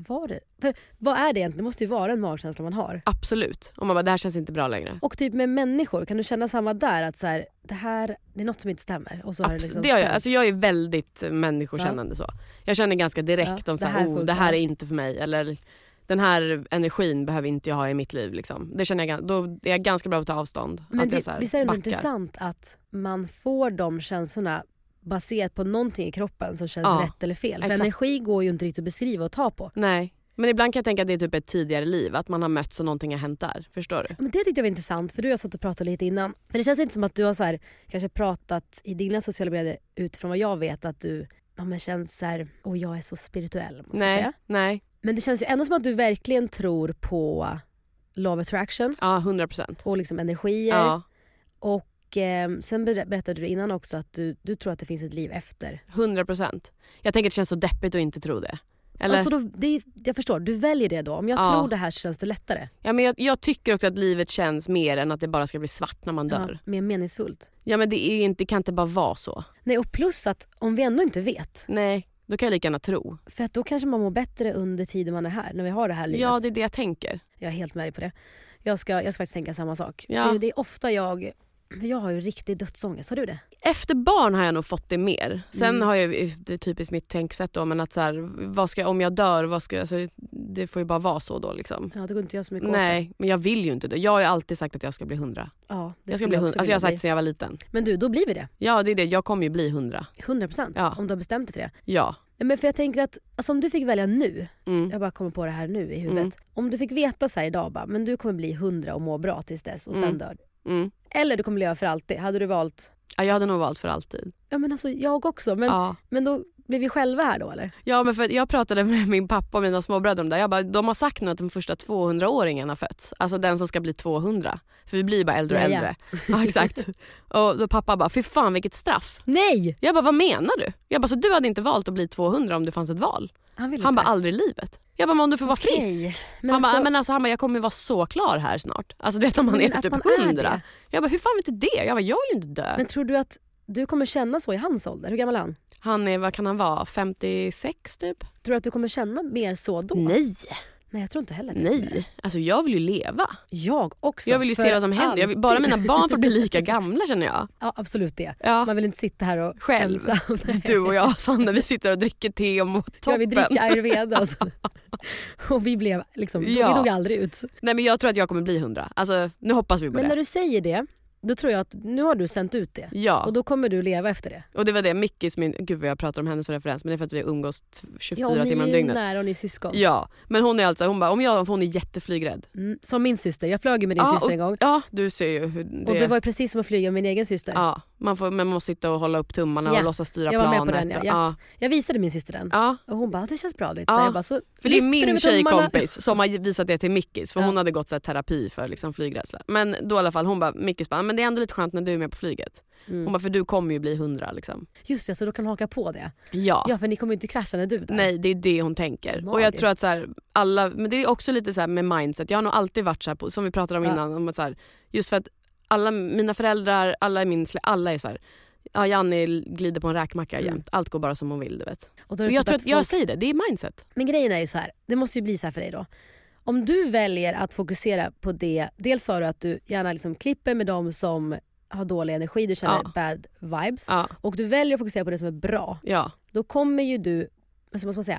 vad är det egentligen? Det måste ju vara en magkänsla man har. Absolut. Och man bara, det här känns inte bra längre. Och typ med människor, kan du känna samma där? Att så här, det är något som inte stämmer. Och så har det liksom det gör jag. Alltså jag är väldigt människokännande så. Jag känner ganska direkt om så här, det här är inte för mig. Eller den här energin behöver inte jag ha i mitt liv. Liksom. Det känner jag, då är jag ganska bra att ta avstånd. Men att visst är det intressant att man får de känslorna baserat på någonting i kroppen som känns rätt eller fel. För energi går ju inte riktigt att beskriva och ta på. Nej, men ibland kan jag tänka att det är typ ett tidigare liv. Att man har mötts och någonting har hänt där. Förstår du? Men det tyckte jag var intressant, för du har satt och pratat lite innan. För det känns inte som att du har så här, kanske pratat i dina sociala medier utifrån vad jag vet att du känns så här, jag är så spirituell. Måste jag säga. Nej. Men det känns ju ändå som att du verkligen tror på love attraction. Ja, 100%. Och liksom energier. Ja. Och sen berättade du innan också att du tror att det finns ett liv efter. 100%. Jag tänker att det känns så deppigt att inte tro det. Eller? Alltså jag förstår, du väljer det då. Om jag tror det här så känns det lättare. Ja, men jag tycker också att livet känns mer än att det bara ska bli svart när man dör. Mer meningsfullt. Ja, men det kan inte bara vara så. Nej, och plus att om vi ändå inte vet. Nej, då kan jag lika gärna tro. För att då kanske man mår bättre under tiden man är här, när vi har det här livet. Ja, det är det jag tänker. Jag är helt med dig på det. Jag ska faktiskt tänka samma sak. Ja. För det är ofta jag har ju riktig dödsångest. Har du det? Efter barn har jag nog fått det mer. Sen har jag, det är typiskt mitt tänksätt då, men att så här, om jag dör, alltså, det får ju bara vara så då liksom. Ja, det går inte jag så mycket åt. Nej, men jag vill ju inte det. Jag har ju alltid sagt att jag ska bli 100. Ja, jag ska bli 100. Alltså jag har sagt sedan jag var liten. Men du, då blir vi det. Ja, det är det. Jag kommer ju bli 100. 100%? Om du har bestämt dig för det. Ja. Men för jag tänker att alltså, om du fick välja nu, jag bara kommer på det här nu i huvudet. Om du fick veta så här idag bara, men du kommer bli 100 och må bra tills dess och sen dör. Eller du kommer leva för alltid. Hade du valt? Ja, jag hade nog valt för alltid. Ja, men alltså jag också. Men då blir vi själva här då, eller? Ja, men för jag pratade med min pappa och mina småbröder om det. Jag bara, de har sagt nu att de första 200-åringen har fötts. Alltså den som ska bli 200. För vi blir bara äldre och äldre. Ja, exakt. Och då pappa bara, fy fan vilket straff. Nej! Jag bara, vad menar du? Jag bara, så du hade inte valt att bli 200 om det fanns ett val? Han bara, aldrig i livet. Jag bara, men om du får vara frisk. Men han bara, jag kommer vara så klar här snart. Alltså det är när man är typ 100. Jag bara, hur fan vet du det? Jag bara, jag vill inte dö. Men tror du att du kommer känna så i hans ålder? Hur gammal är han? Han är, vad kan han vara? 56 typ? Tror du att du kommer känna mer så då? Nej, jag tror inte heller. Nej, alltså jag vill ju leva. Jag också. Jag vill ju se vad som händer. Bara mina barn får bli lika gamla, känner jag. Ja, absolut det. Ja. Man vill inte sitta här och själv. Du och jag, Sanna, vi sitter och dricker te och mot toppen. Ja, vi dricker ayurveda och så. Och vi blev liksom, vi dog aldrig ut. Nej, men jag tror att jag kommer bli 100. Alltså, nu hoppas vi på det. Men när du säger det, då tror jag att nu har du sänt ut det. Ja. Och då kommer du leva efter det. Och det var det, Mickis, gud vad jag pratar om henne som referens, men det är för att vi umgås 24 timmar om dygnet. Ja, nära och ni är syskon. Ja, men hon är alltså, hon är jätteflygrädd. Som min syster, jag flög med din syster en gång. Ja, du ser ju hur det... Och det var ju precis som att flyga med min egen syster. Ja, man måste sitta och hålla upp tummarna och låtsas styra planet. Jag var med på den, Jag visade min syster den. Ja. Och hon bara, det känns bra lite. Så jag bara, så för det är min tjejkompis som har visat det till Mickis. För hon hade gått så här terapi för liksom flygrädsla. Men då i alla fall, hon bara, Mickis bara, men det är ändå lite skönt när du är med på flyget. Hon bara, för du kommer ju bli 100 liksom. Just det, så då kan hon haka på det. Ja, för ni kommer ju inte krascha när du är där. Nej, det är det hon tänker. Magiskt. Och jag tror att så här, alla, men det är också lite så här med mindset. Jag har nog alltid varit så här på, som vi pratade om innan, om att så här, just för att alla mina föräldrar, alla är så här. Ja, Janne glider på en räkmacka jämt. Allt går bara som hon vill, du vet. Och jag tror att jag säger det är mindset. Men grejen är ju så här, det måste ju bli så här för dig då. Om du väljer att fokusera på det, dels sa du att du gärna liksom klipper med dem som har dålig energi, du känner bad vibes. Och du väljer att fokusera på det som är bra. Då kommer ju du, vad måste man säga,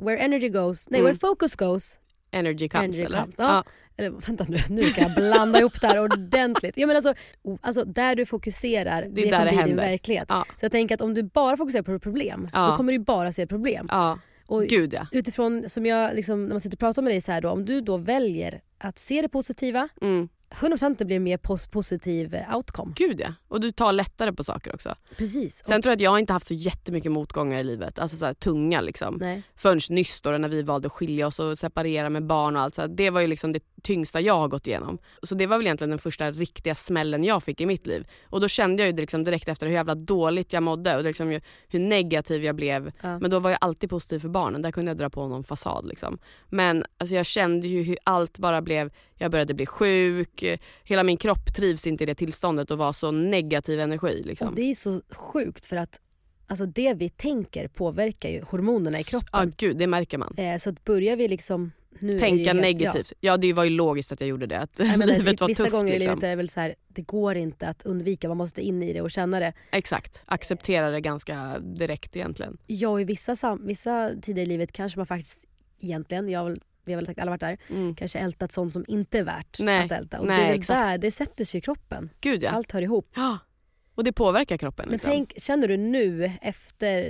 where focus goes, energy comes. Eller vänta nu kan jag blanda ihop det här ordentligt. Ja, men alltså där du fokuserar, det kommer bli din verklighet. Så jag tänker att om du bara fokuserar på problem, då kommer du bara se problem. Och utifrån som jag liksom, när man sitter och pratar med dig så här då, om du då väljer att se det positiva, 100% det blir mer positiv outcome. Gud ja. Och du tar lättare på saker också. Precis. Sen tror jag att jag inte haft så jättemycket motgångar i livet. Alltså så här tunga liksom. Nej. Förrän nyss då när vi valde att skilja oss och separera med barn och allt. Så här, det var ju liksom det tyngsta jag har gått igenom. Så det var väl egentligen den första riktiga smällen jag fick i mitt liv. Och då kände jag ju liksom direkt efter hur jävla dåligt jag mådde. Och liksom hur negativ jag blev. Men då var jag alltid positiv för barnen. Där kunde jag dra på någon fasad liksom. Men alltså, jag kände ju hur allt bara blev. Jag började bli sjuk. Hela min kropp trivs inte i det tillståndet och var så negativ energi. Liksom. Och det är så sjukt för att alltså, det vi tänker påverkar ju hormonerna i kroppen. Ja, gud, det märker man. Så att börjar vi liksom... Nu tänka negativt. Ja, det var ju logiskt att jag gjorde det. Att livet var vissa tufft. Gånger liksom. I livet är det väl så här, det går inte att undvika. Man måste in i det och känna det. Exakt. Acceptera det ganska direkt egentligen. Ja, i vissa tider i livet kanske man faktiskt egentligen... vi har väl alla varit där. Kanske ältat sånt som inte är värt att älta. Och det är väl där, det sätter sig i kroppen. Gud, ja. Allt hör ihop. Ja. Och det påverkar kroppen. Men liksom. Känner du nu efter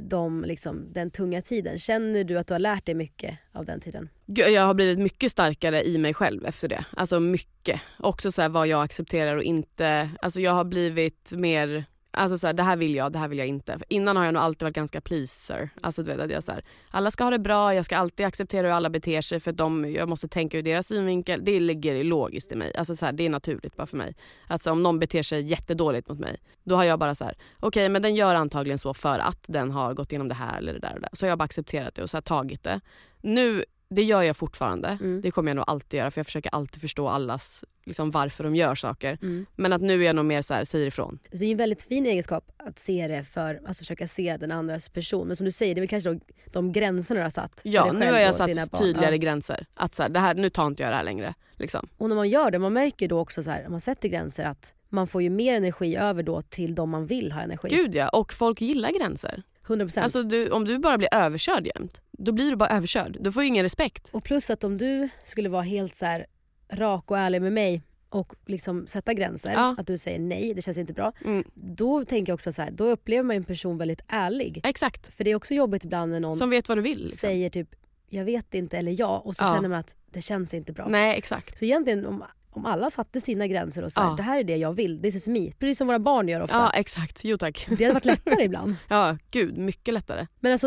den tunga tiden, känner du att du har lärt dig mycket av den tiden? Jag har blivit mycket starkare i mig själv efter det. Alltså mycket. Också så här, vad jag accepterar och inte. Alltså jag har blivit mer... Alltså så här, det här vill jag inte. För innan har jag nog alltid varit ganska pleaser. Alltså du vet att jag så här, alla ska ha det bra, jag ska alltid acceptera hur alla beter sig för att jag måste tänka ur deras synvinkel. Det ligger logiskt i mig. Alltså så här, det är naturligt bara för mig. Alltså om någon beter sig jättedåligt mot mig, då har jag bara så här, okej, men den gör antagligen så för att den har gått igenom det här eller det där och det. Så jag har bara accepterat det och så här, tagit det. Nu, det gör jag fortfarande. Det kommer jag nog alltid göra för jag försöker alltid förstå allas liksom, varför de gör saker. Men att nu är jag nog mer så här, säger ifrån. Så det är en väldigt fin egenskap att se det alltså försöka se den andras person. Men som du säger, det är väl kanske de gränserna du har satt. Ja, nu har jag satt tydligare gränser. Att så här, det här, nu tar inte jag det här längre. Liksom. Och när man gör det, man märker då också så här, om man sätter gränser att man får ju mer energi över då till de man vill ha energi. Gud ja, och folk gillar gränser. 100%. Alltså om du bara blir överkörd jämt, då blir du bara överkörd. Du får ju ingen respekt. Och plus att om du skulle vara helt så här rak och ärlig med mig och liksom sätta gränser, att du säger nej, det känns inte bra. Då tänker jag också så här, då upplever man en person väldigt ärlig. Exakt. För det är också jobbigt ibland när någon som vet vad du vill. Liksom. Säger typ, jag vet inte eller ja, och så känner man att det känns inte bra. Nej, exakt. Så egentligen om alla satte sina gränser och sa det här är det jag vill, this is me. Precis som våra barn gör ofta. Ja, exakt. Jo tack. Det hade varit lättare ibland. Ja, gud, mycket lättare. Men alltså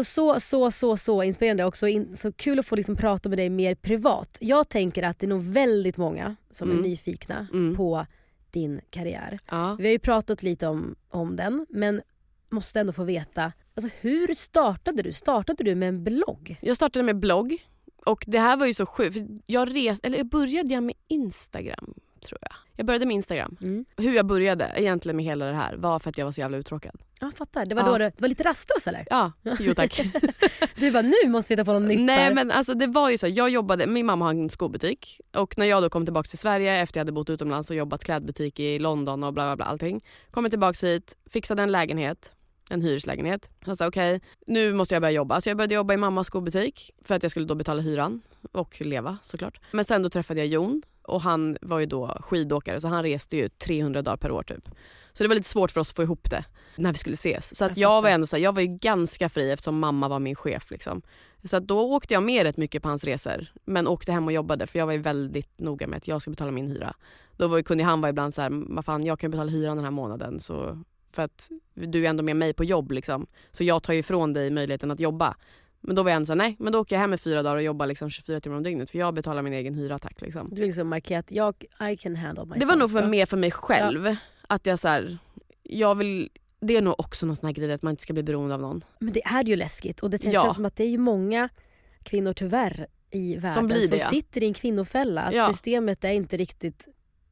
så inspirerande också. Så kul att få liksom prata med dig mer privat. Jag tänker att det är nog väldigt många som är nyfikna på din karriär. Ja. Vi har ju pratat lite om den, men måste ändå få veta, alltså hur startade du? Startade du med en blogg? Jag startade med blogg. Och det här var ju så sjukt. För började jag med Instagram, tror jag. Jag började med Instagram. Hur jag började egentligen med hela det här var för att jag var så jävla uttråkad. Ja, fattar. Det var då du var lite rastlös, eller? Ja, jo tack. Du bara, nu måste vi ta på något nytt. Nej, men alltså det var ju så. Jag jobbade, min mamma har en skobutik. Och när jag då kom tillbaka till Sverige efter jag hade bott utomlands och jobbat klädbutik i London och bla bla bla allting. Kommer tillbaka hit, fixade en lägenhet. En hyreslägenhet. Jag sa okej, nu måste jag börja jobba. Så jag började jobba i mammas skobutik för att jag skulle då betala hyran och leva såklart. Men sen då träffade jag Jon och han var ju då skidåkare så han reste ju 300 dagar per år typ. Så det var lite svårt för oss att få ihop det när vi skulle ses. Så att jag var ändå så här, jag var ju ganska fri eftersom mamma var min chef liksom. Så att då åkte jag med rätt mycket på hans resor. Men åkte hem och jobbade för jag var ju väldigt noga med att jag ska betala min hyra. Då kunde han vara ibland så här, vad fan, jag kan betala hyran den här månaden så... För att du är ändå med mig på jobb liksom. Så jag tar ju ifrån dig möjligheten att jobba. Men då var jag ändå så här, nej, men då åker jag hem i 4 dagar och jobbar liksom 24 timmar om dygnet. För jag betalar min egen hyra, tack liksom. Du liksom markerat, I can handle myself. Det var nog mer för mig själv. Att jag så här, jag vill... Det är nog också någon sån här grej att man inte ska bli beroende av någon. Men det är ju läskigt. Och det känns som att det är ju många kvinnor tyvärr i världen som sitter i en kvinnofälla. Att systemet är inte riktigt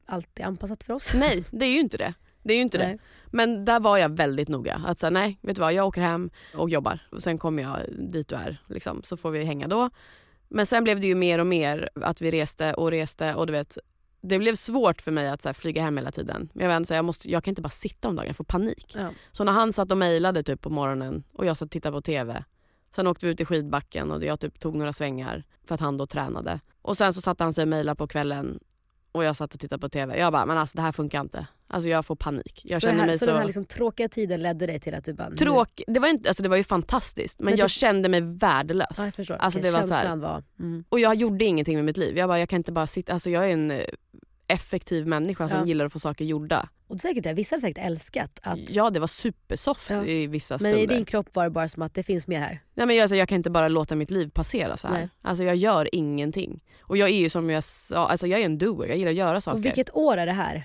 alltid anpassat för oss. Nej, det är ju inte det. Det är ju inte det. Men där var jag väldigt noga. Att säga, nej, vet du vad, jag åker hem och jobbar. Och sen kommer jag dit du är. Liksom, så får vi hänga då. Men sen blev det ju mer och mer att vi reste. Och du vet, det blev svårt för mig att så här, flyga hem hela tiden. Men jag vet, jag kan inte bara sitta om dagen, jag får panik. Ja. Så när han satt och mejlade typ på morgonen och jag satt och tittade på tv. Sen åkte vi ut i skidbacken och jag typ tog några svängar för att han då tränade. Och sen så satt han sig och mejlade på kvällen. Och jag satt och tittade på tv. Jag bara, men alltså det här funkar inte. Alltså jag får panik. Jag så, känner mig så den här liksom tråkiga tiden ledde dig till att du bara... Det var inte, alltså det var ju fantastiskt. Men jag kände mig värdelös. Ja, jag förstår. Alltså det var så här, var... Och jag gjorde ingenting med mitt liv. Jag kan inte bara sitta... Alltså jag är en effektiv människa som gillar att få saker gjorda. Och säkert vissa har säkert älskat att... Ja, det var supersoft i vissa stunder. Men i din kropp var det bara som att det finns mer här. Nej, men jag kan inte bara låta mitt liv passera så här. Nej. Alltså jag gör ingenting. Och jag är ju som jag sa, alltså jag är en doer. Jag gillar att göra saker. Och vilket år är det här?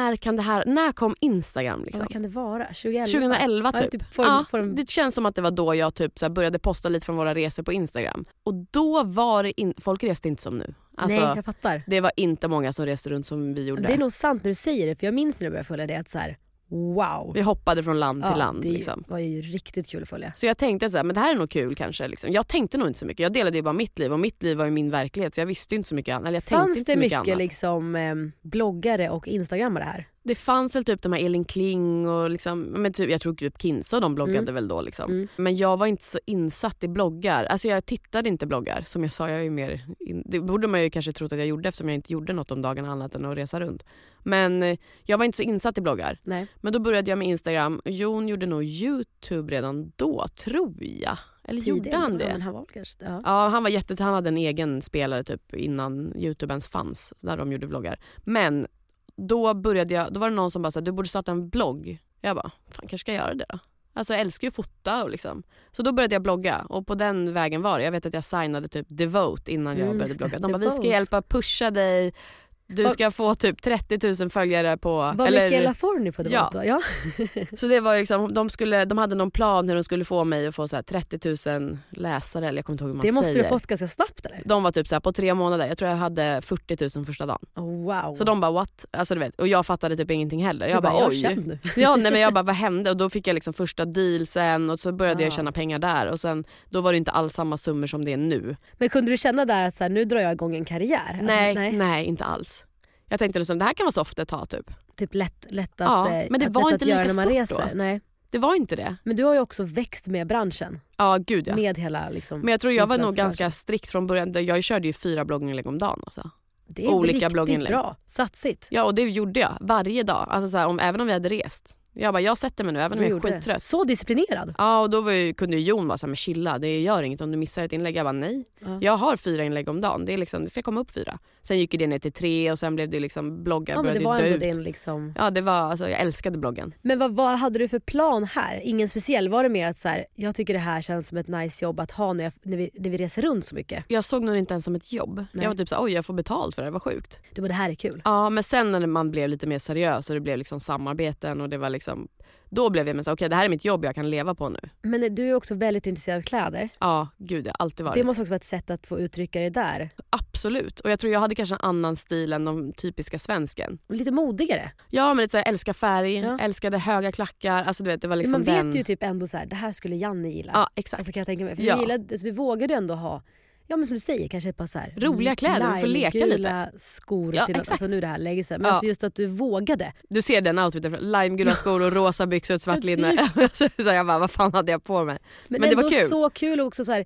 När kom Instagram liksom? Vad kan det vara? 2011 typ. Det känns som att det var då jag typ så här började posta lite från våra resor på Instagram. Och då var det folk reste inte som nu. Alltså, nej, jag fattar. Det var inte många som reste runt som vi gjorde. Det är nog sant när du säger det, för jag minns när jag började följa det att så här, wow. Vi hoppade från land till land. Det liksom. var ju riktigt kul att följa. Så jag tänkte så här, men det här är nog kul kanske. Liksom. Jag tänkte nog inte så mycket. Jag delade ju bara mitt liv och mitt liv var ju min verklighet. Så jag visste inte så mycket annat. Eller jag fanns tänkte inte det så mycket mycket annat. Liksom, bloggare och instagrammare här? Det fanns väl typ de här Elin Kling och liksom, men typ, jag tror typ Kinsa och de bloggade väl då liksom. Men jag var inte så insatt i bloggar. Alltså jag tittade inte bloggar. Som jag sa, jag är ju mer det borde man ju kanske trott att jag gjorde eftersom jag inte gjorde något om dagen annat än att resa runt. Men jag var inte så insatt i bloggar. Nej. Men då började jag med Instagram. Jon gjorde nog YouTube redan då, tror jag. Eller gjorde han det? Ja, men han var kanske, ja, han var han hade en egen spelare typ innan YouTube ens fanns. Där de gjorde vloggar. Men då var det någon som bara sa, du borde starta en blogg. Jag bara, fan kanske ska jag göra det då. Alltså jag älskar ju att fota och liksom. Så då började jag blogga och på den vägen var det. Jag vet att jag signade typ Devote innan jag började blogga. De bara, vi ska hjälpa pusha dig. Du ska få typ 30 000 följare på... Vad mycket eller får ni på det? Ja. Så det var liksom, de hade någon plan hur de skulle få mig att få så här 30 000 läsare. Eller jag kommer inte ihåg hur man säger. Det måste säger. Du fått ganska snabbt eller? De var typ så här på 3 månader. Jag tror jag hade 40 000 första dagen. Oh, wow. Så de bara, what? Alltså du vet. Och jag fattade typ ingenting heller. Jag bara, oj. Ja, nej, men jag bara, vad hände? Och då fick jag liksom första dealsen och så började jag tjäna pengar där. Och sen, då var det inte alls samma summor som det är nu. Men kunde du känna där att så här, nu drar jag igång en karriär? Nej, inte alls. Jag tänkte liksom, det här kan vara soft ett tag typ. Typ lätt att men det var inte lika när man stort reser. då. Nej. Det var inte det. Men du har ju också växt med branschen. Ja, gud ja. Med hela liksom. Men jag tror jag var nog ganska strikt från början. Jag körde ju 4 blogginlägg om dagen alltså. Det är olika riktigt bra. Satsigt. Ja, och det gjorde jag varje dag. Alltså så här, även om vi hade rest. Jag sätter mig nu även om jag är skittrött. Så disciplinerad. Ja, och då kunde ju Jon vara så här, men chilla, det gör inget om du missar ett inlägg. Jag bara nej. Ja. Jag har 4 inlägg om dagen. Det är liksom, det ska komma upp 4. Sen gick det ner till 3 och sen blev det liksom bloggar. Ja, men det var ändå din liksom. Ja, det var alltså, jag älskade bloggen. Men vad hade du för plan här? Ingen speciell, var det mer att så här, jag tycker det här känns som ett nice jobb att ha när vi reser runt så mycket? Jag såg nog inte ens som ett jobb. Nej. Jag var typ så oj, jag får betalt för det, var sjukt. Det här är kul. Ja, men sen när man blev lite mer seriös och det blev liksom samarbeten och det var liksom, då blev jag med så okej, det här är mitt jobb jag kan leva på nu. Men du är också väldigt intresserad av kläder. Ja, gud, jag har alltid varit. Det måste också vara ett sätt att få uttrycka det där. Absolut. Och jag tror jag hade kanske en annan stil än de typiska svensken. Lite modigare. Ja, men lite så här, älskar färg, älskade höga klackar. Alltså du vet, det var liksom man vet ju typ ändå så här, det här skulle Janne gilla. Ja, exakt. Alltså kan jag tänka mig. För alltså, du vågade ändå ha, ja men som du säger, kanske ett par så här roliga kläder, vi får leka lite. Skor ja, till alltså nu det här lägger sig. Men alltså just att du vågade. Du ser den outfiten, limegula skor och rosa byxor och svart linne. Så jag bara, vad fan hade jag på mig? Men det var kul. Så kul också så här,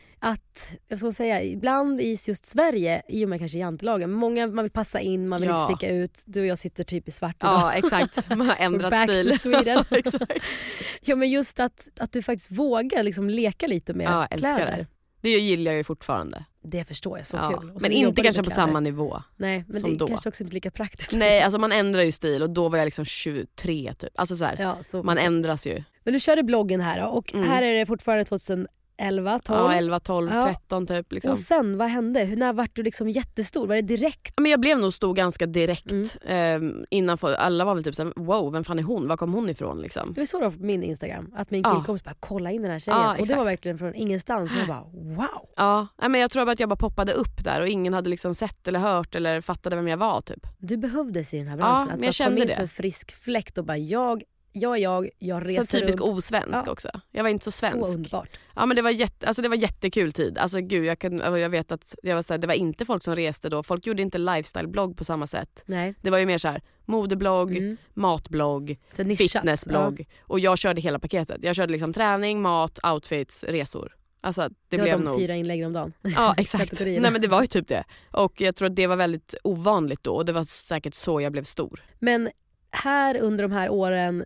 att, jag ska säga, ibland i just Sverige, i och med kanske jantelagen, många man vill passa in, man vill inte sticka ut. Du och jag sitter typ i svart idag. Ja, exakt. Man har ändrat back stil. To Sweden. Exakt. Ja, men just att du faktiskt vågar liksom leka lite med kläder. Det. Det gillar jag ju fortfarande. Det förstår jag, så kul. Men inte kanske på samma nivå. Nej, men som det då. Kanske också inte lika praktiskt. Nej, alltså man ändrar ju stil och då var jag liksom 23 typ. Alltså så här, så man ändras ju. Men du körde bloggen här då, och här är det fortfarande 2011 11, 12. Ja, 11, 12, 13 typ. Liksom. Och sen, vad hände? När var du liksom jättestor? Var det direkt? Men jag blev nog stor ganska direkt. Innan alla var väl typ såhär, wow, vem fan är hon? Var kom hon ifrån? Liksom. Det var så på min Instagram. Att min killkompis bara, kolla in den här tjejen. Och det var verkligen från ingenstans. Och jag bara, wow. Ja, men jag tror att jag bara poppade upp där. Och ingen hade liksom sett eller hört eller fattade vem jag var typ. Du behövdes i den här branschen. Ja, att men jag kände kom in det. som en frisk fläkt och bara, jag reser så typisk runt. osvensk också. Jag var inte så svensk. Så underbart. Ja, men det var jättekul tid. Alltså gud, jag vet att det var inte folk som reste då. Folk gjorde inte lifestyle-blogg på samma sätt. Nej. Det var ju mer så här modeblogg, matblogg, fitnessblogg. Och jag körde hela paketet. Jag körde liksom träning, mat, outfits, resor. Alltså det var blev de nog 4 inläggen om dagen. Ja, exakt. Nej, men det var ju typ det. Och jag tror att det var väldigt ovanligt då. Och det var säkert så jag blev stor. Men här under de här åren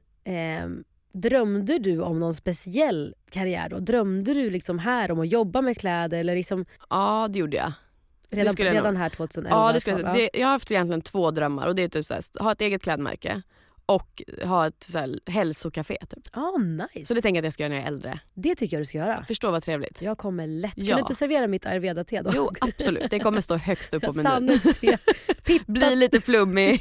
drömde du om någon speciell karriär då? Drömde du liksom här om att jobba med kläder eller liksom? Ja, det gjorde jag. Redan här 2011. Ja, det skulle jag har haft egentligen 2 drömmar och det är typ så här, ha ett eget klädmärke och ha ett så här, hälsocafé typ. Nice. Så det tänker jag att jag ska göra när jag är äldre. Det tycker jag du ska göra. Förstå vad trevligt. Jag kommer lätt. Kan du inte servera mitt Ayurveda-te då? Jo, absolut. Det kommer stå högst upp på menyn. Sannes te. Bli lite flummig.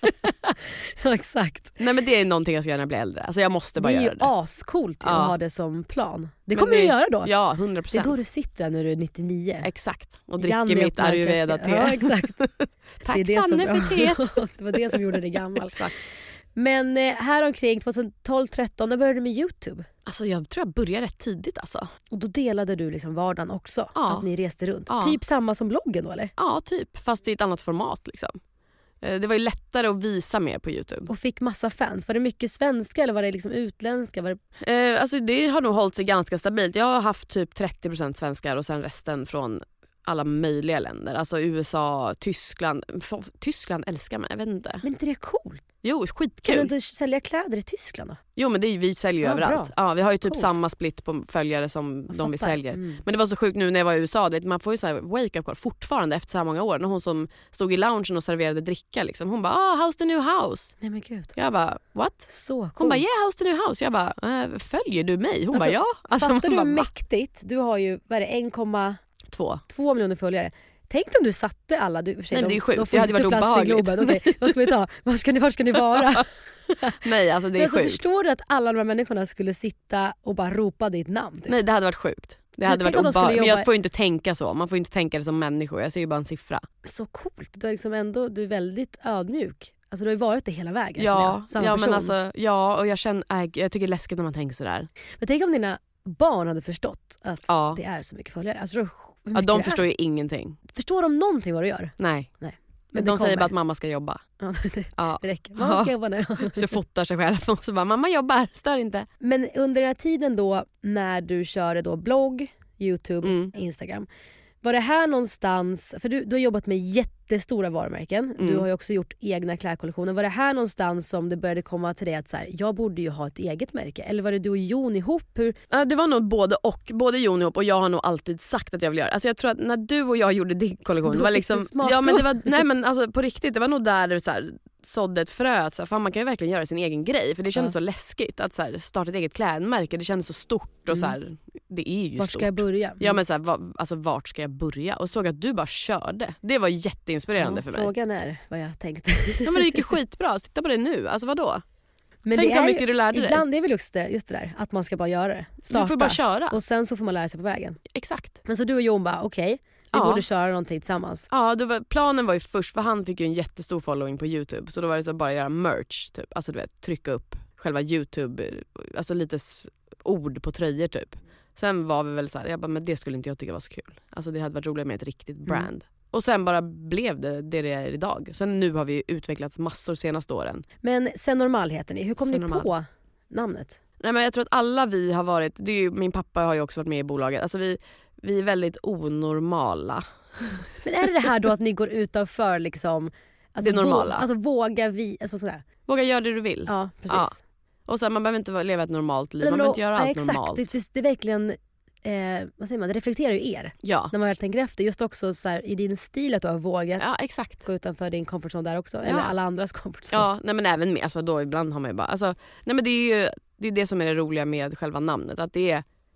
Ja, exakt. Nej, men det är någonting jag ska göra när jag blir äldre. Alltså jag måste bara göra det. Det är ju ascoolt att ha det som plan. Det kommer du göra då. Ja, 100%. Det är då du sitter när du är 99. Exakt. Och dricker mitt Ayurveda-te. Ja, exakt. Tack Sanne för teet. Det var det som gjorde det gammal. Men här omkring 2012-13, när började du med YouTube? Alltså jag tror jag började rätt tidigt alltså. Och då delade du liksom vardagen också? Ja. Att ni reste runt? Ja. Typ samma som bloggen då eller? Ja, typ. Fast i ett annat format liksom. Det var ju lättare att visa mer på YouTube. Och fick massa fans. Var det mycket svenska eller var det liksom utländska? Var det... Alltså det har nog hållit sig ganska stabilt. Jag har haft typ 30% svenskar och sen resten från alla möjliga länder. Alltså USA, Tyskland. Tyskland älskar mig, jag vet inte. Men inte det är coolt? Jo, skitkul. Kan du inte sälja kläder i Tyskland då? Jo, men vi säljer ju överallt. Ja, vi har ju typ coolt. Samma split på följare som de vi säljer. Mm. Men det var så sjukt nu när jag var i USA. Man får ju så här wake-up call fortfarande efter så här många år. När hon som stod i loungen och serverade dricka. Liksom. Hon bara, how's the new house? Nej men gud. Jag bara, what? Så cool. Hon bara, yeah, how's the new house? Jag bara, följer du mig? Hon bara, ja. Alltså, fattar du mäktigt? Du har ju, vad är det, 1,2 miljoner följare. Tänk om du satte alla. Nej, det är ju sjukt. Det hade varit obehagligt. Okay, vad ska vi ta? Var ska ni vara? Nej, alltså det är alltså, sjukt. Förstår du att alla de här människorna skulle sitta och bara ropa ditt namn? Typ? Nej, det hade varit sjukt. Det hade varit obehagligt. Men jag får ju inte tänka så. Man får ju inte tänka det som människor. Jag ser ju bara en siffra. Så coolt. Du är liksom ändå, du är väldigt ödmjuk. Alltså du har ju varit det hela vägen. Ja, men alltså, ja, och jag tycker det är läskigt när man tänker sådär. Men tänk om dina barn hade förstått att det är så mycket följare. Alltså, de förstår ju ingenting. Förstår de någonting vad du gör? Nej. Men de säger bara att mamma ska jobba. Ja, det räcker. Mamma ska jobba nu. Så fotar sig själv och så bara, mamma jobbar, stör inte. Men under den här tiden då när du körde då blogg, YouTube, Instagram. Var det här någonstans, för du har jobbat med jättestora varumärken. Du har ju också gjort egna klädkollektioner. Var det här någonstans som det började komma till det att så här, jag borde ju ha ett eget märke? Eller var det du och Jon ihop? Det var nog både Jon ihop och jag har nog alltid sagt att jag vill göra. Alltså jag tror att när du och jag gjorde din kollektion, det var liksom, ja men det var, nej men alltså på riktigt, det var nog där det så här, sådde ett frö att så här, fan, man kan ju verkligen göra sin egen grej, för det kändes så läskigt att så här, starta ett eget klädmärke. Det kändes så stort och så här, det är ju vart stort. Ska jag börja? Ja men så här, vart ska jag börja? Och såg att du bara körde. Det var jätteinspirerande för mig. Frågan är vad jag tänkte. Ja men det gick ju skitbra. Titta på det nu. Alltså vadå? Men tänk det är hur mycket du lärde dig. Ibland är väl just det där att man ska bara göra det. Starta. Du får bara köra. Och sen så får man lära sig på vägen. Exakt. Men så du och Jon bara okej, vi borde köra någonting tillsammans. Ja, planen var ju först, för han fick ju en jättestor following på YouTube. Så då var det så bara göra merch typ. Alltså du vet, trycka upp själva YouTube, alltså lite ord på tröjor typ. Sen var vi väl så här, jag bara, men det skulle inte jag tycka var så kul. Alltså det hade varit roligt med ett riktigt brand. Och sen bara blev det är idag. Sen nu har vi utvecklats massor senaste åren. Men Sen Normal heter ni. Hur kom ni på namnet? Nej, men jag tror att alla vi har varit, det är ju, min pappa har ju också varit med i bolaget. Alltså vi är väldigt onormala. Men är det här då att ni går utanför liksom, alltså det normala? Alltså våga göra det du vill. Ja, precis. Ja. Och sen man behöver inte leva ett normalt liv. Man behöver inte göra allt exakt. normalt. Det är verkligen vad säger man, det reflekterar ju er. Ja. När man väl tänker efter, just också så här, i din stil att du har vågat gå utanför din comfort zone där också, eller alla andras comfort zone. Ja, nej men även med, alltså då ibland har man ju bara, alltså, nej men det är ju det som är det roliga med själva namnet, att det är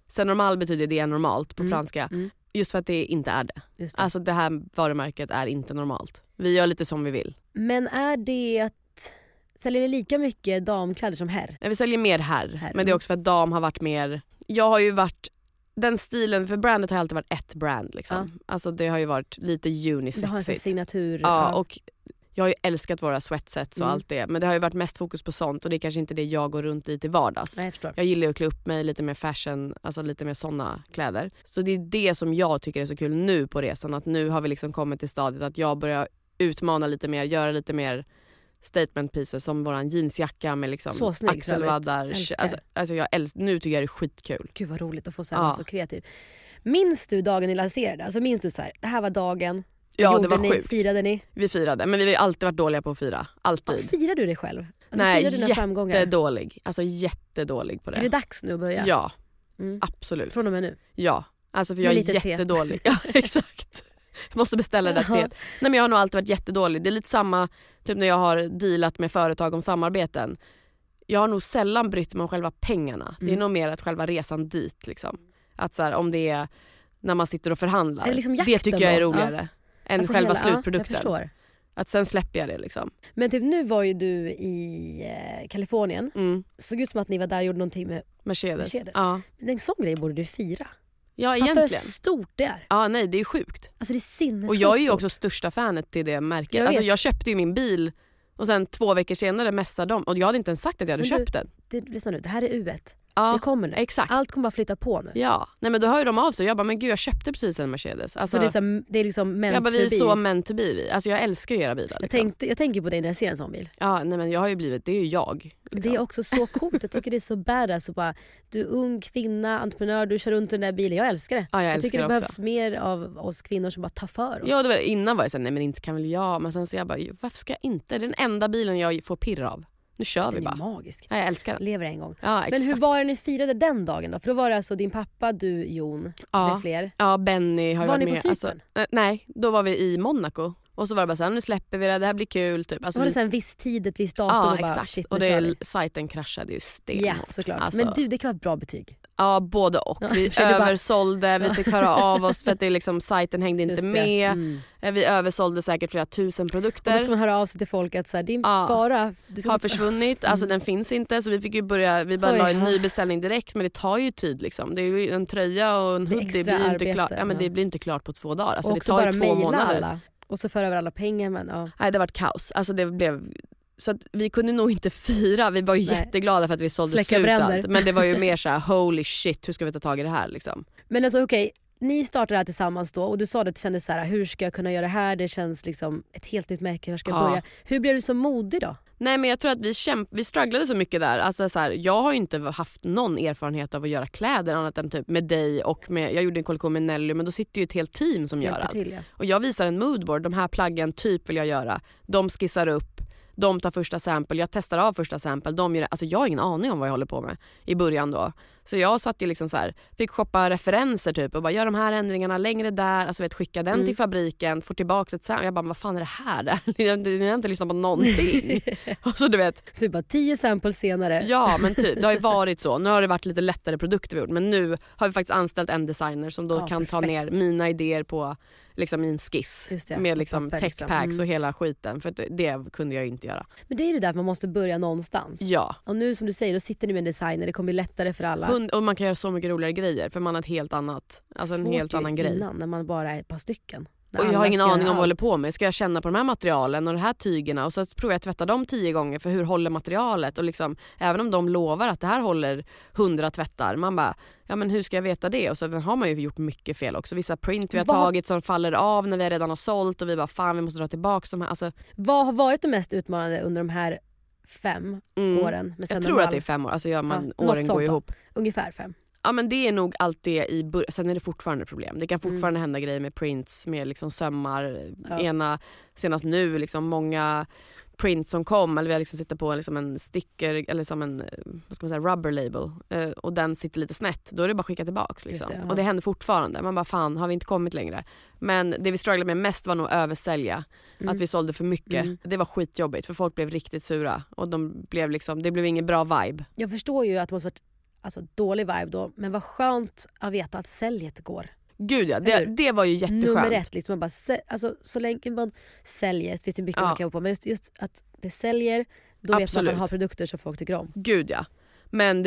Sen normal betyder det normalt på franska. Just för att det inte är det. Just det. Alltså det här varumärket är inte normalt. Vi gör lite som vi vill. Men är det att säljer det lika mycket damkläder som herr? Vi säljer mer herr. Men det är också för att dam har varit mer... Jag har ju varit... Den stilen, för brandet har alltid varit ett brand. Liksom. Alltså det har ju varit lite unisexigt. Det har en signatur. Ja, och jag har ju älskat våra sweatsets och allt det. Men det har ju varit mest fokus på sånt. Och det är kanske inte det jag går runt i till vardags. Nej, jag förstår. Jag gillar att klä upp mig lite mer fashion. Alltså lite mer såna kläder. Så det är det som jag tycker är så kul nu på resan. Att nu har vi liksom kommit till stadiet att jag börjar utmana lite mer. Göra lite mer statement pieces som våran jeansjacka med liksom axelvaddar. Alltså jag älskar, nu tycker jag det är skitkul. Gud vad roligt att få säga så kreativ. Minns du dagen ni lanserade? Alltså minns du så här, det här var dagen. Ja, det var sjukt. Firade ni? Vi firade, men vi har ju alltid varit dåliga på att fira. Alltid. Ja, firade du det själv? Alltså, nej, jättedålig. Alltså jättedålig på det. Är det dags nu att börja? Ja, absolut. Från och med nu? Ja, alltså för jag är jättedålig. Ja, exakt. Jag måste beställa det där teet. Nej, men jag har nog alltid varit jättedålig. Det är lite samma typ när jag har dealat med företag om samarbeten. Jag har nog sällan brytt mig om själva pengarna. Det är nog mer att själva resan dit. Liksom. Att så här, om det är när man sitter och förhandlar. Är det liksom det tycker jag är roligare än alltså själva hela, slutprodukten. Jag förstår. Att sen släpper jag det liksom. Men typ nu var ju du i Kalifornien. Såg ut som att ni var där och gjorde någonting med Mercedes. Ja. Men en sån grej borde du fira. Ja, fattar egentligen. Hur stort det är. Ja, nej, det är sjukt. Alltså det är sinnessjukt. Och jag är ju också största fanet till det märket. Jag köpte ju min bil och sen 2 veckor senare mässade de. Och jag hade inte ens sagt att jag hade köpt den. Lyssna nu, det här är U1. Ja, det kommer nu. Exakt. Allt kommer bara flytta på nu. Ja, nej men då hör ju de av sig. Jag bara, men gud jag köpte precis en Mercedes. Alltså, så det är liksom meant jag bara, to vi är be. så meant to be. Alltså jag älskar ju era bilar. Liksom. Jag tänker på dig när jag ser en sån bil. Ja, nej men jag har ju blivit, det är ju jag. Liksom. Det är också så coolt. Jag tycker det är så badass. Så bara, du är ung kvinna, entreprenör, du kör runt i den där bilen. Jag älskar det. Ja, jag tycker det också. behövs mer av oss kvinnor som bara tar för oss. Ja, det var, innan var jag så här, nej men inte kan väl jag. Men sen så jag bara, varför ska jag inte? Det är den enda bilen jag får pirr av. Nu kör vi bara. Den är magisk. Ja, jag älskar den. Lever en gång. Ja, men hur var det ni firade den dagen då? För då var det alltså din pappa, du, Jon med fler. Ja, Benny har ju varit med. Var ni på Cypern? Alltså, nej, då var vi i Monaco. Och så var det bara så här, nu släpper vi det här blir kul. Typ. Alltså, var det så en viss tid, ett visst datum? Ja, och bara, exakt. Shit, och det sajten kraschade ju stenhårt. Ja, såklart. Alltså, men du, det kan vara ett bra betyg. Ja, både och. Vi översålde, vi fick höra av oss för att det liksom, sajten hängde inte med. Vi översålde säkert flera tusen produkter. Och då ska man höra av sig till folk att så här, din bara har försvunnit, alltså den finns inte. Så vi fick ju börja, la en ny beställning direkt. Men det tar ju tid liksom. Det är ju en tröja och en hoodie, det blir inte klart. Ja, men det blir inte klart på 2 dagar. Alltså, och det tar ju 2 månader. Alla. Och så för över alla pengar. Men, nej, det var kaos. Alltså det blev... Så att vi kunde nog inte fira. Vi var ju jätteglada för att vi sålde slut allt. Men det var ju mer så här, holy shit, hur ska vi ta tag i det här liksom? Men alltså okej, ni startade det här tillsammans då. Och du sa att det kändes så här, hur ska jag kunna göra det här? Det känns liksom ett helt nytt märke, hur ska jag börja? Hur blev du så modig då? Nej, men jag tror att vi strugglade så mycket där. Alltså så här, jag har ju inte haft någon erfarenhet av att göra kläder annat än typ med dig och med, jag gjorde en kollektion med Nelly, men då sitter ju ett helt team som gör allt. Och jag visar en moodboard, de här plaggen typ vill jag göra. De skissar upp, de tar första sample, jag testar av första sample, de gör, alltså jag har ingen aning om vad jag håller på med i början då. Så jag satt ju liksom så här, fick shoppa referenser typ och bara gör de här ändringarna längre där, alltså vet, skicka den till fabriken, får tillbaka ett sample. Jag bara, vad fan är det här där? Ni har inte lyssnat på någonting. Och så du vet. Typ bara 10 sample senare. Ja, men typ, det har ju varit så. Nu har det varit lite lättare produkter vi gjort, men nu har vi faktiskt anställt en designer som då kan ta ner mina idéer på liksom min skiss med liksom techpacks och hela skiten, för det kunde jag ju inte göra. Men det är ju där man måste börja någonstans. Ja. Och nu som du säger, då sitter ni med en designer, det kommer bli lättare för alla. Och man kan göra så mycket roligare grejer för man har ett helt annat, alltså en helt annan grej. Innan, när man bara är ett par stycken. Och jag har ingen aning om vad jag håller på med. Ska jag känna på de här materialen och de här tygerna och så provar jag att tvätta dem 10 gånger för hur håller materialet och liksom, även om de lovar att det här håller 100 tvättar, man bara, ja men hur ska jag veta det? Och så har man ju gjort mycket fel också. Vissa print vi har tagit som faller av när vi redan har sålt och vi bara, fan vi måste dra tillbaka de här. Alltså, vad har varit det mest utmanande under de här 5 åren? Jag tror att det är 5 år, alltså åren går ihop. Ungefär 5. Ja, men det är nog allt det i början. Sen är det fortfarande problem. Det kan fortfarande hända grejer med prints, med liksom sömmar. Senast nu liksom många prints som kom, eller vi har liksom sitter på liksom en sticker eller som en, vad ska man säga, rubber label och den sitter lite snett, då är det bara att skicka tillbaks liksom. Och det händer fortfarande. Man bara, fan, har vi inte kommit längre? Men det vi strugglade med mest var nog översälja. Att vi sålde för mycket. Det var skitjobbigt för folk blev riktigt sura och de blev liksom, det blev ingen bra vibe. Jag förstår ju att det måste varit alltså dålig vibe då, men vad skönt att veta att säljet går. Gud ja, det var ju jätteskönt. Nummer 1, liksom, man bara, alltså, så länge man säljer, så finns det mycket man kan jobba på, men just att det säljer, då vet man att man har produkter som folk tycker om. Gud ja. Men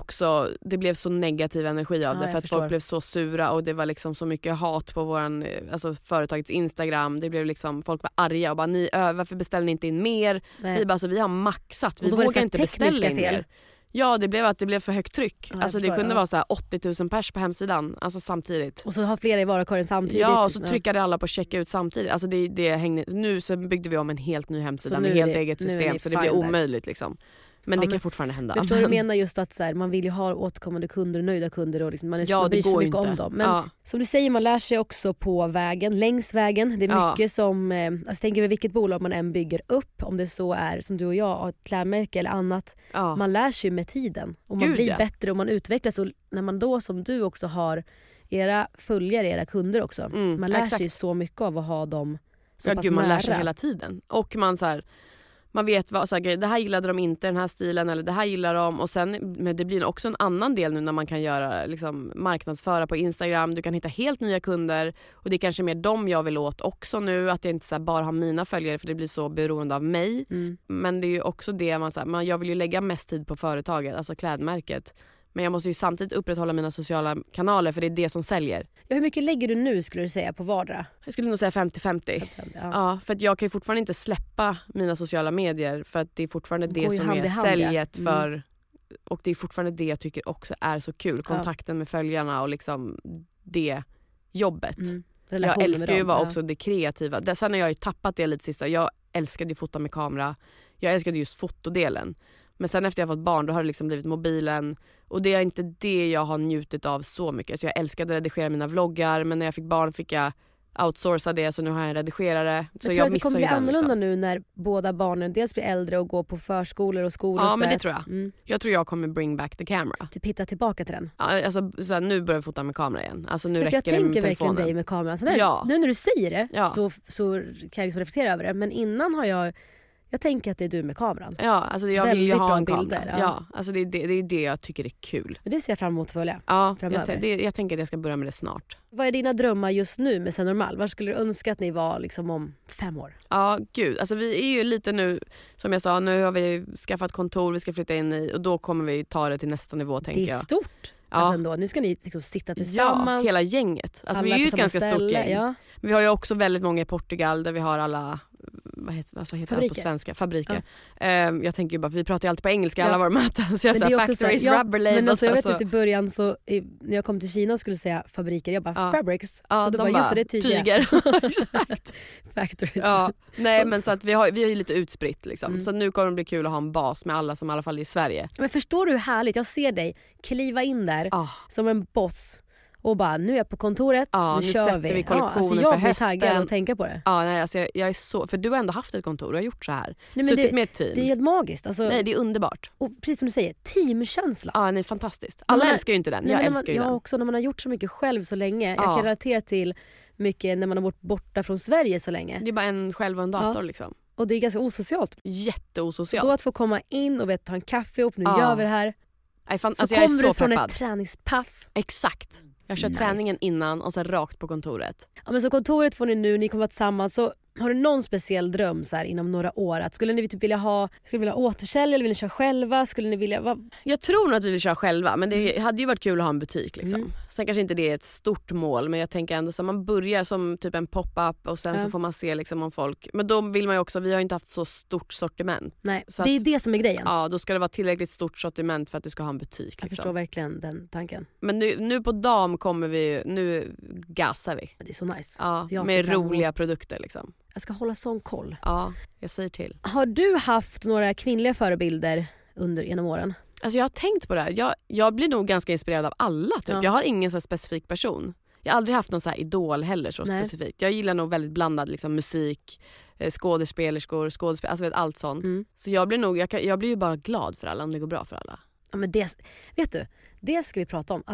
det blev så negativ energi av det för att folk blev så sura och det var liksom så mycket hat på alltså företagets Instagram. Det blev liksom, folk var arga och bara varför beställer ni inte in mer? Vi bara, alltså, vi har maxat, vi vågar inte beställa in mer. Ja, det blev för högt tryck. Alltså det kunde vara så här 80 000 pers på hemsidan, alltså samtidigt. Och så har flera i varukorgen samtidigt. Ja, och så tryckade alla på att checka ut samtidigt. Alltså det hängde. Nu så byggde vi om en helt ny hemsida med helt eget system, så det blir omöjligt liksom. Men det kan fortfarande hända. Jag förstår du menar, just att så här, man vill ju ha återkommande kunder och nöjda kunder och liksom, man bryr sig mycket om dem. Men som du säger, man lär sig också på vägen, längs vägen. Det är mycket som, alltså tänker vi vilket bolag man än bygger upp, om det så är som du och jag, ett klädmärke eller annat. Man lär sig med tiden och man blir bättre och man utvecklas, och när man då som du också har era följare, era kunder också. Man lär sig så mycket av att ha dem så pass nära. Man lär sig hela tiden. Och man så här, man vet vad, så här, det här gillade de inte, den här stilen, eller det här gillar de. Och sen, men det blir också en annan del nu när man kan göra liksom, marknadsföra på Instagram. Du kan hitta helt nya kunder, och det är kanske mer dem jag vill åt också nu, att jag inte så här, bara har mina följare, för det blir så beroende av mig. Men det är ju också det jag vill ju lägga mest tid på företaget, alltså klädmärket. Men jag måste ju samtidigt upprätthålla mina sociala kanaler, för det är det som säljer. Ja, hur mycket lägger du nu, skulle du säga, på vardera? Jag skulle nog säga 50-50. Ja, för att jag kan ju fortfarande inte släppa mina sociala medier, för att det är fortfarande det som är säljet för. Och det är fortfarande det jag tycker också är så kul. Kontakten med följarna och liksom det jobbet. Jag älskar ju också det kreativa. Sen har jag ju tappat det lite sista. Jag älskade ju fota med kamera. Jag älskade just fotodelen. Men sen efter jag fått barn, då har det liksom blivit mobilen. Och det är inte det jag har njutit av så mycket. Så jag älskade att redigera mina vloggar. Men när jag fick barn fick jag outsourca det. Så nu har jag en redigerare. Så jag missar ju den. Det kommer bli annorlunda nu när båda barnen dels blir äldre och går på förskolor och skolor. Ja, men det tror jag. Jag tror jag kommer bring back the camera. Typ hitta tillbaka till den. Ja, alltså, så här, nu börjar jag fota med kamera igen. Alltså, nu räcker jag det med tänker telefonen. verkligen dig med kameran. Så nu när du säger det så kan jag liksom reflektera över det. Men innan har jag tänker att det är du med kameran. Ja, alltså jag vill ju ha en kamera. Bilder, ja, alltså det är det jag tycker är kul. Det ser jag fram emot att följa. Ja, jag tänker att jag ska börja med det snart. Vad är dina drömmar just nu med Sen Normal? Var skulle du önska att ni var liksom om 5 år? Ja, gud. Alltså vi är ju lite nu, som jag sa, nu har vi skaffat kontor vi ska flytta in i, och då kommer vi ta det till nästa nivå, tänker jag. Det är stort. Ja. Alltså ändå, nu ska ni liksom sitta tillsammans. Ja, hela gänget. Alltså vi är ju ett ganska stort gäng. Ja. Vi har ju också väldigt många i Portugal där vi har alla, vad heter det på svenska? Fabriker. Ja. Jag tänker ju bara, för vi pratar ju alltid på engelska alla våra möten. Så jag säger factories, rubber labels. Men alltså, jag vet att i början så, när jag kom till Kina och skulle säga fabriker, jag bara fabrics. Ja, och de bara, det är tyger. Exakt. Factories. Ja. Nej, men så att vi har ju lite utspritt liksom. Så nu kommer det bli kul att ha en bas med alla som i alla fall är i Sverige. Men förstår du hur härligt? Jag ser dig kliva in där som en boss. Och bara, nu är jag på kontoret, nu kör vi kollektionen alltså för jag hösten. blir taggad och tänka på det. Ja, nej, alltså jag är så, för du har ändå haft ett kontor, du har gjort så här. Nej, suttit med ett team. Det är helt magiskt. Alltså, nej, det är underbart. Och precis som du säger, teamkänsla. Ja, nej, fantastiskt. Alla älskar ju inte den, jag älskar ju den. Jag också, när man har gjort så mycket själv så länge. Jag kan relatera till mycket när man har varit borta från Sverige så länge. Det är bara en själv och en dator liksom. Och det är ganska osocialt. Jätteosocialt. Då att få komma in och ta en kaffe upp, nu gör vi det här. Så alltså, kommer du från ett träningspass. Exakt. Jag kör träningen innan och sen rakt på kontoret. Ja, men så kontoret får ni kommer vara tillsammans. Så har du någon speciell dröm så här, inom några år? Att skulle ni typ vilja återsälja eller vill ni köra själva? Skulle ni vilja, Jag tror nog att vi vill köra själva, men det hade ju varit kul att ha en butik liksom. Sen kanske inte det är ett stort mål, men jag tänker ändå så man börjar som typ en pop-up och sen så får man se liksom om folk, men då vill man ju också, vi har inte haft så stort sortiment. Nej, så det är det som är grejen. Ja, då ska det vara tillräckligt stort sortiment för att du ska ha en butik liksom. Jag förstår verkligen den tanken. Men nu på dam kommer nu gasar vi. Det är så nice. Ja, med roliga produkter liksom. Jag ska hålla sån koll. Ja, jag säger till. Har du haft några kvinnliga förebilder genom åren? Alltså jag har tänkt på det här. Jag blir nog ganska inspirerad av alla. Typ. Jag har ingen så här specifik person. Jag har aldrig haft någon så här idol heller så specifikt. Jag gillar nog väldigt blandad liksom, musik, skådespelerskor, alltså allt sånt. Så jag blir ju bara glad för alla om det går bra för alla. Ja, men det, vet du, det ska vi prata om. Alltså,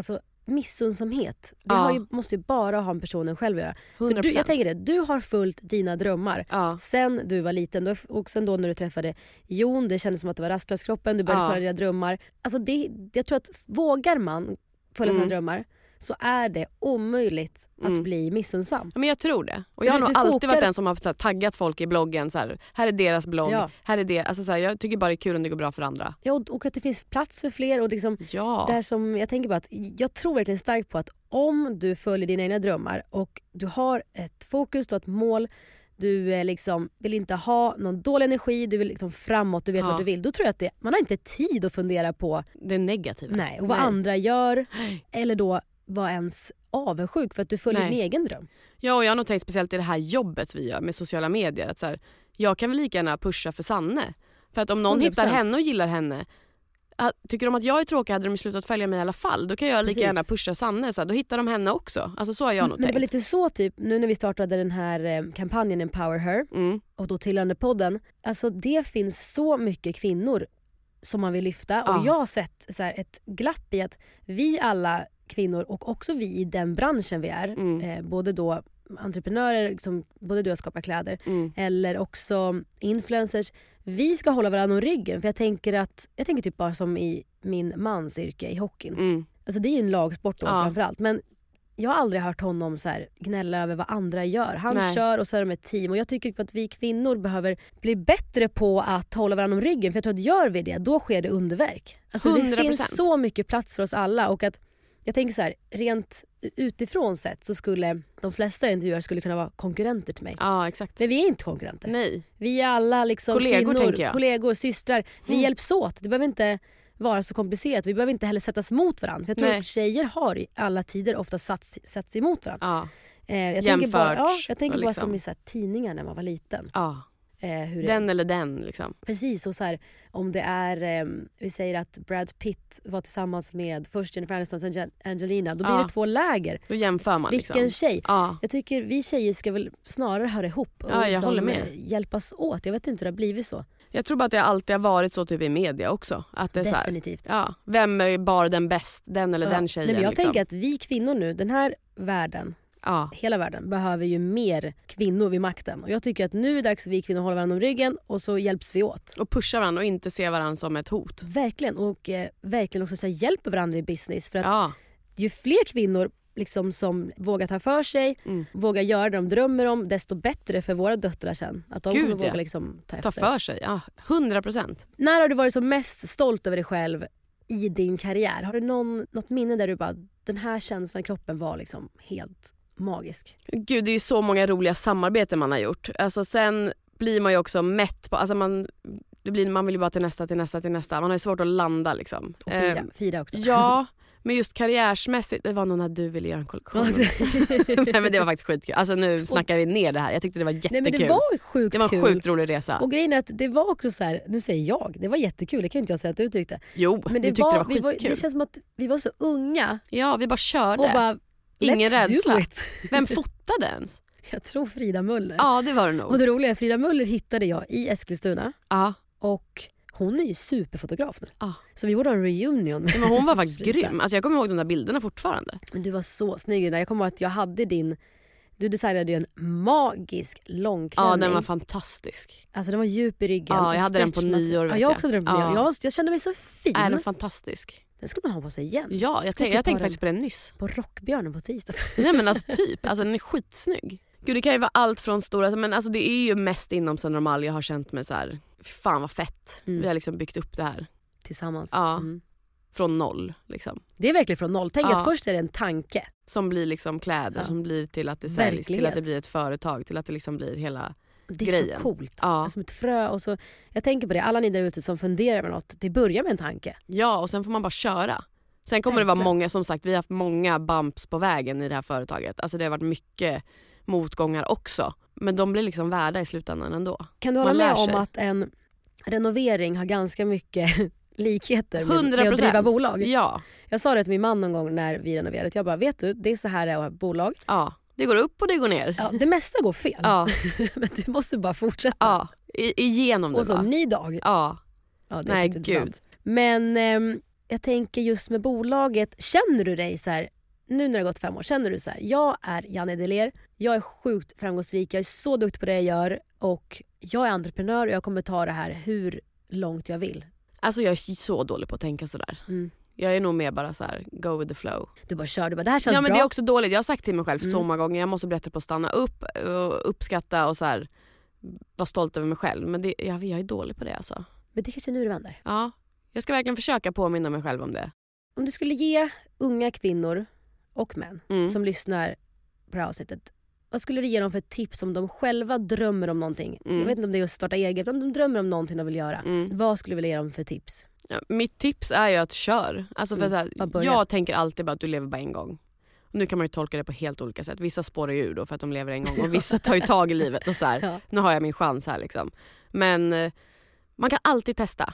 missunnsamhet. Det måste ju bara ha en personen själv göra. 100%. Jag tänker det, du har följt dina drömmar sen du var liten. Och sen då när du träffade Jon, det kändes som att det var rastlöskroppen. Du började följa dina drömmar. Alltså jag tror att vågar man följa sina drömmar så är det omöjligt att bli missunnsam. Men jag tror det. Och jag har nog alltid varit den som har taggat folk i bloggen. Så här är deras blogg. Ja. Här är det. Alltså, så här, jag tycker bara det är kul om det går bra för andra. Ja, och att det finns plats för fler. Och liksom, där som jag tänker på att jag tror verkligen starkt på att om du följer dina egna drömmar och du har ett fokus och ett mål, du liksom vill inte ha någon dålig energi, du vill liksom framåt, du vet vad du vill. Då tror jag att man har inte tid att fundera på det negativa. Nej, och vad andra gör. Eller då var ens avundsjuk för att du följer din egen dröm. Ja, och jag har nog tänkt speciellt i det här jobbet vi gör med sociala medier. Att så här, jag kan väl lika gärna pusha för Sanne. För att om någon 100%. Hittar henne och gillar henne, tycker de att jag är tråkig hade de slutat följa mig i alla fall. Då kan jag lika gärna pusha Sanne. Så här, då hittar de henne också. Alltså så har jag nog tänkt. Men det var lite så typ, nu när vi startade den här kampanjen Empower Her och då tillhörande podden. Alltså det finns så mycket kvinnor som man vill lyfta. Och jag har sett så här, ett glapp i att vi alla kvinnor och också vi i den branschen vi är, både då entreprenörer, liksom, både du och skapar kläder eller också influencers, vi ska hålla varandra om ryggen. För jag tänker typ bara som i min mans yrke i hockeyn. Alltså det är ju en lagsport då framförallt, men jag har aldrig hört honom så här gnälla över vad andra gör. Han kör och så är de ett team. Och jag tycker att vi kvinnor behöver bli bättre på att hålla varandra om ryggen. För jag tror att gör vi det, då sker det underverk. Alltså 100%. Det finns så mycket plats för oss alla. Och att jag tänker så här, rent utifrån sett så skulle de flesta intervjuer skulle kunna vara konkurrenter till mig. Ja, exakt. Men vi är inte konkurrenter. Nej. Vi är alla liksom kollegor, kollegor, systrar. Vi hjälps åt. Det behöver inte vara så komplicerat. Vi behöver inte heller sättas mot varandra. För jag tror att tjejer har i alla tider ofta satts emot varandra. Ja. Jag tänker bara som i så här, tidningar när man var liten. Ja. Den eller den liksom. Precis, och så här, om det är vi säger att Brad Pitt var tillsammans med först Jennifer Aniston och sen Angelina, då blir det två läger. Då jämför man vilken liksom. Tjej. Jag tycker vi tjejer ska väl snarare höra ihop och jag håller med. Hjälpas åt. Jag vet inte hur det har blivit så. Jag tror bara att det alltid har varit så typ i media också. Att det är definitivt. Så här, vem är bara den bäst? Den eller den tjejen? Nej, men jag liksom. tänker att vi kvinnor nu, den här världen, hela världen behöver ju mer kvinnor vid makten. Och jag tycker att nu är det dags att vi kvinnor håller varandra om ryggen och så hjälps vi åt. Och pushar varandra och inte ser varandra som ett hot. Verkligen, och verkligen också så här, hjälper varandra i business. För att ju fler kvinnor liksom som vågar ta för sig, vågar göra det de drömmer om, desto bättre för våra döttrar sen. Att de kommer våga liksom ta efter. Ta för sig, 100%. När har du varit som mest stolt över dig själv i din karriär? Har du något minne där du bara, den här känslan i kroppen var liksom helt magisk? Gud, det är ju så många roliga samarbeten man har gjort. Alltså sen blir man ju också mätt på, alltså man vill ju bara till nästa. Man har ju svårt att landa liksom. Och fira också. Ja, men just karriärsmässigt, det var nog när du ville göra en kollektion. Nej, men det var faktiskt skitkul. Alltså nu snackar vi ner det här. Jag tyckte det var jättekul. Nej, men det var sjukt kul. Det var en sjukt rolig resa. Och grejen är att det var också så här, nu säger jag, det var jättekul. Det kan inte jag säga att du tyckte. Jo, men det var skitkul. Det känns som att vi var så unga. Ja, vi bara körde. Och bara, ingen rädsla. Vem fotade ens? Jag tror Frida Möller. Ja, det var det nog. Och det roliga är, Frida Möller hittade jag i Eskilstuna. Ja. Och hon är ju superfotograf nu. Så vi borde ha en reunion. Men hon var faktiskt grym. Alltså jag kommer ihåg de där bilderna fortfarande. Men du var så snygg. Jag kommer ihåg att jag hade du designade ju en magisk långklänning. Ja, den var fantastisk. Alltså den var djup i ryggen. Ja, jag hade den på nyår. Ja, jag också hade den på nyår. Jag kände mig så fin. Den är fantastisk. Den skulle man ha på sig igen. Ja, jag tänkte faktiskt på den nyss. På Rockbjörnen på tisdag. Nej men alltså typ, alltså den är skitsnygg. Gud, det kan ju vara allt från stora, men alltså det är ju mest inom Sen Normal jag har känt mig så här, fan vad fett. Vi har liksom byggt upp det här tillsammans. Ja. Från noll liksom. Det är verkligen från noll. Tänk att först är det en tanke som blir liksom kläder, som blir till att det säljs, till att det blir ett företag, till att det liksom blir hela det är grejen. Så coolt. Som ett frö. Och så, jag tänker på det, alla ni där ute som funderar på något, det börjar med en tanke. Ja, och sen får man bara köra. Sen kommer det vara många, som sagt, vi har haft många bumps på vägen i det här företaget. Alltså det har varit mycket motgångar också. Men de blir liksom värda i slutändan ändå. Kan du hålla med om att en renovering har ganska mycket likheter med att driva bolag? Ja. Jag sa det till min man någon gång när vi renoverade. Jag bara, vet du, det är så här det är att ha bolag. Ja, det går upp och det går ner. Ja, det mesta går fel. Ja. Men du måste bara fortsätta. Ja, igenom det. Och så ny dag. Ja, det är nej gud. Men jag tänker just med bolaget, känner du dig så här nu när det har gått 5 år, känner du så här, jag är Janne Deler, jag är sjukt framgångsrik, jag är så duktig på det jag gör och jag är entreprenör och jag kommer ta det här hur långt jag vill. Alltså jag är så dålig på att tänka sådär. Jag är nog mer bara så här, go with the flow. Du bara kör, du bara, det här känns bra. Ja, men det är också dåligt. Jag har sagt till mig själv så många gånger, jag måste bli bättre på att stanna upp och uppskatta och så här, vara stolt över mig själv. Men jag är dålig på det alltså. Men det kanske nu det vänder. Ja, jag ska verkligen försöka påminna mig själv om det. Om du skulle ge unga kvinnor och män som lyssnar på det här avsnittet, vad skulle du ge dem för tips om de själva drömmer om någonting? Jag vet inte om det är att starta eget, men om de drömmer om någonting de vill göra. Vad skulle du vilja ge dem för tips? Ja, mitt tips är ju att kör. Alltså för så här, jag tänker alltid bara att du lever bara en gång. Och nu kan man ju tolka det på helt olika sätt. Vissa spårar ju ur då för att de lever en gång och vissa tar ju tag i livet och så här, nu har jag min chans här liksom. Men man kan alltid testa.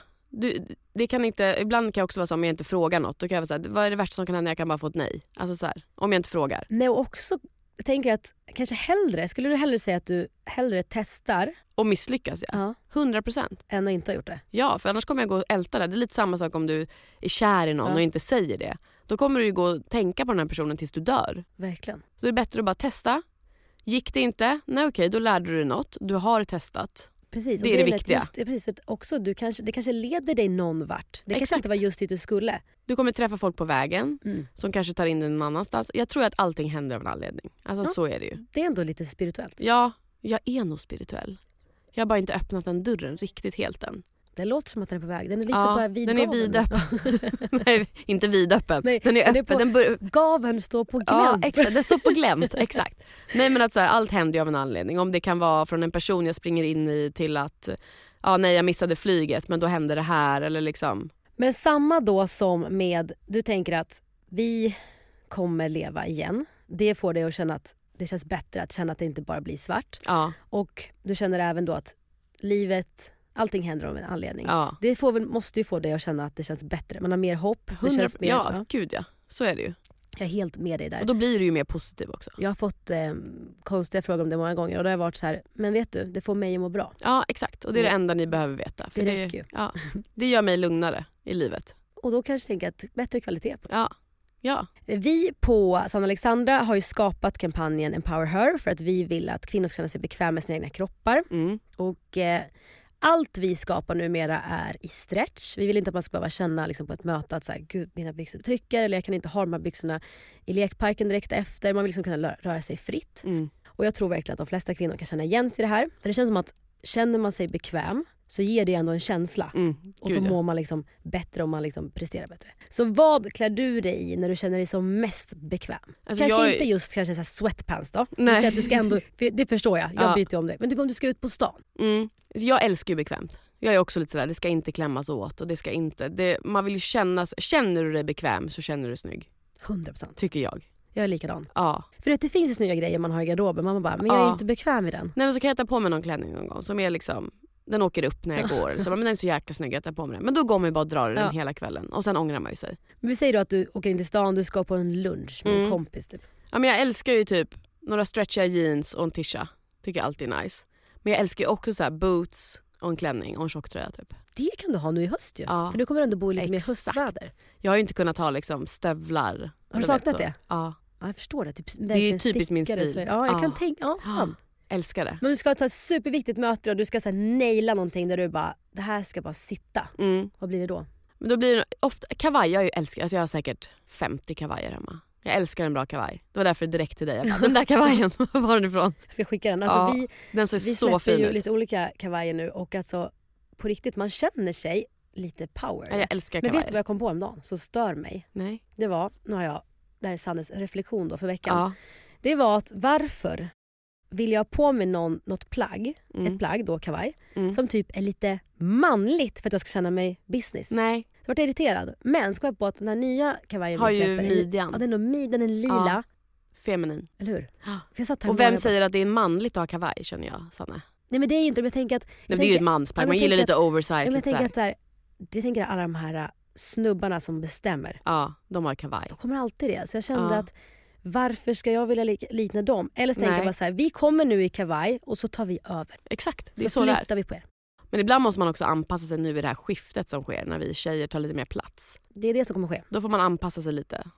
Det kan inte, ibland kan jag också vara så om jag inte frågar något. Då kan jag vara så här, vad är det värsta som kan hända? Jag kan bara få ett nej. Alltså så här, om jag inte frågar. Nej, och också jag tänker att kanske skulle du hellre säga att du hellre testar och misslyckas, ja. 100%. Än att inte ha gjort det. Ja, för annars kommer jag gå och älta det. Det är lite samma sak om du är kär i någon och inte säger det. Då kommer du ju gå och tänka på den här personen tills du dör. Verkligen. Så det är bättre att bara testa. Gick det inte? Nej, okej, då lärde du dig något. Du har testat. Precis, det är det viktiga. Precis, för att också det kanske leder dig någon vart. Det kanske inte var just dit du skulle. Du kommer träffa folk på vägen som kanske tar in dig någon annanstans. Jag tror att allting händer av en anledning. Alltså så är det ju. Det är ändå lite spirituellt. Ja, jag är nog spirituell. Jag har bara inte öppnat den dörren riktigt helt än. Det låter som att den är på väg. Den är liksom bara vidgaven. Den är vidöppen. Nej, inte vidöppen. Nej, den är öppen. Gaven står på glänt. Ja, exakt. Den står på glänt, exakt. Nej, men att så här, allt händer ju av en anledning. Om det kan vara från en person jag springer in i till att jag missade flyget men då hände det här eller liksom. Men samma då som med, du tänker att vi kommer leva igen. Det får dig att känna att det känns bättre att känna att det inte bara blir svart. Ja. Och du känner även då att livet, allting händer av en anledning. Ja. Det måste ju få dig att känna att det känns bättre. Man har mer hopp. Det känns mer, ja, gud ja. Så är det ju. Jag är helt med dig där. Och då blir du ju mer positiv också. Jag har fått konstiga frågor om det många gånger och det har varit så här, men vet du, det får mig att må bra. Ja, exakt. Och det är det enda ni behöver veta. För det räcker ju. Ja, det gör mig lugnare i livet. Och då kanske tänka att bättre kvalitet på det. Ja. Vi på Sanna Alexandra har ju skapat kampanjen Empower Her för att vi vill att kvinnor ska känna sig bekväma med sina egna kroppar. Och allt vi skapar numera är i stretch. Vi vill inte att man ska behöva känna liksom, på ett möte att så här, gud, mina byxor trycker eller jag kan inte ha de här byxorna i lekparken direkt efter. Man vill liksom kunna röra sig fritt. Och jag tror verkligen att de flesta kvinnor kan känna igen sig i det här. För det känns som att känner man sig bekväm så ger det ändå en känsla. Och så mår man liksom bättre om man liksom presterar bättre. Så vad klär du dig i när du känner dig som mest bekväm? Alltså kanske inte just så här sweatpants då. Nej. Att du ska ändå, det förstår jag byter om det. Men typ om du ska ut på stan. Jag älskar ju bekvämt. Jag är också lite sådär, det ska inte klämmas åt. Och det ska inte, man vill ju känner du dig bekväm så känner du dig snygg. 100%. Tycker jag. Jag är likadan. Ja. För det finns ju snygga grejer man har i garderoben. Man bara, men jag är inte bekväm i den. Nej, men så kan jag ta på mig någon klänning någon gång som är liksom, den åker upp när jag går. Så, men den är så jäkla snygg att jag tar på mig den. Men då går man ju bara och drar den hela kvällen. Och sen ångrar man ju sig. Men vi säger då att du åker in till stan, du ska på en lunch med en kompis typ. Ja, men jag älskar ju typ några stretchiga jeans och en tisha. Tycker jag alltid är nice. Men jag älskar ju också så här boots och en klänning och en tjocktröja typ. Det kan du ha nu i höst ju. Ja. För du kommer ändå bo i lite mer höstväder. Jag har ju inte kunnat ha liksom stövlar. Har du saknat det? Ja. Ja, jag förstår det. Typ, det är ju typiskt min stil. Ja, jag kan tänka. Ja, sant. Älskar det. Men du ska ta ett superviktigt möte och du ska så här naila någonting där du bara, det här ska bara sitta. Vad blir det då? Men då blir det ofta kavaj. Jag älskar, alltså jag har säkert 50 kavajer hemma. Jag älskar en bra kavaj. Det var därför direkt till dig. Jag bara, den där kavajen, var den ifrån? Jag ska skicka den. Alltså den ser vi så fin ut. Vi ju lite olika kavajer nu och alltså på riktigt, man känner sig lite power. Ja, jag älskar kavajer. Men vet du vad jag kom på en dag som stör mig? Nej. Det var, det här är Sannes reflektion då för veckan. Ja. Det var att varför vill jag ha på mig något plagg, ett plagg då, kavaj, som typ är lite manligt för att jag ska känna mig business. Nej. Jag var irriterad. Men ska jag på att den här nya kavajen har ju midjan. Ja, den är lila. Ja. Feminin. Eller hur? För jag satt här och vem säger att det är manligt att ha kavaj, känner jag, Sanne? Nej, men det är ju inte, jag tänker att... det är ju ett mansplagg, man gillar lite oversized. Jag tänker att alla de här snubbarna som bestämmer. Ja, de har kavaj. De kommer alltid det. Så jag kände att varför ska jag vilja likna dem? Eller så tänker jag bara så här, vi kommer nu i kavaj och så tar vi över. Exakt, det är så flyttar vi på er. Men ibland måste man också anpassa sig nu i det här skiftet som sker när vi tjejer tar lite mer plats. Det är det som kommer ske. Då får man anpassa sig lite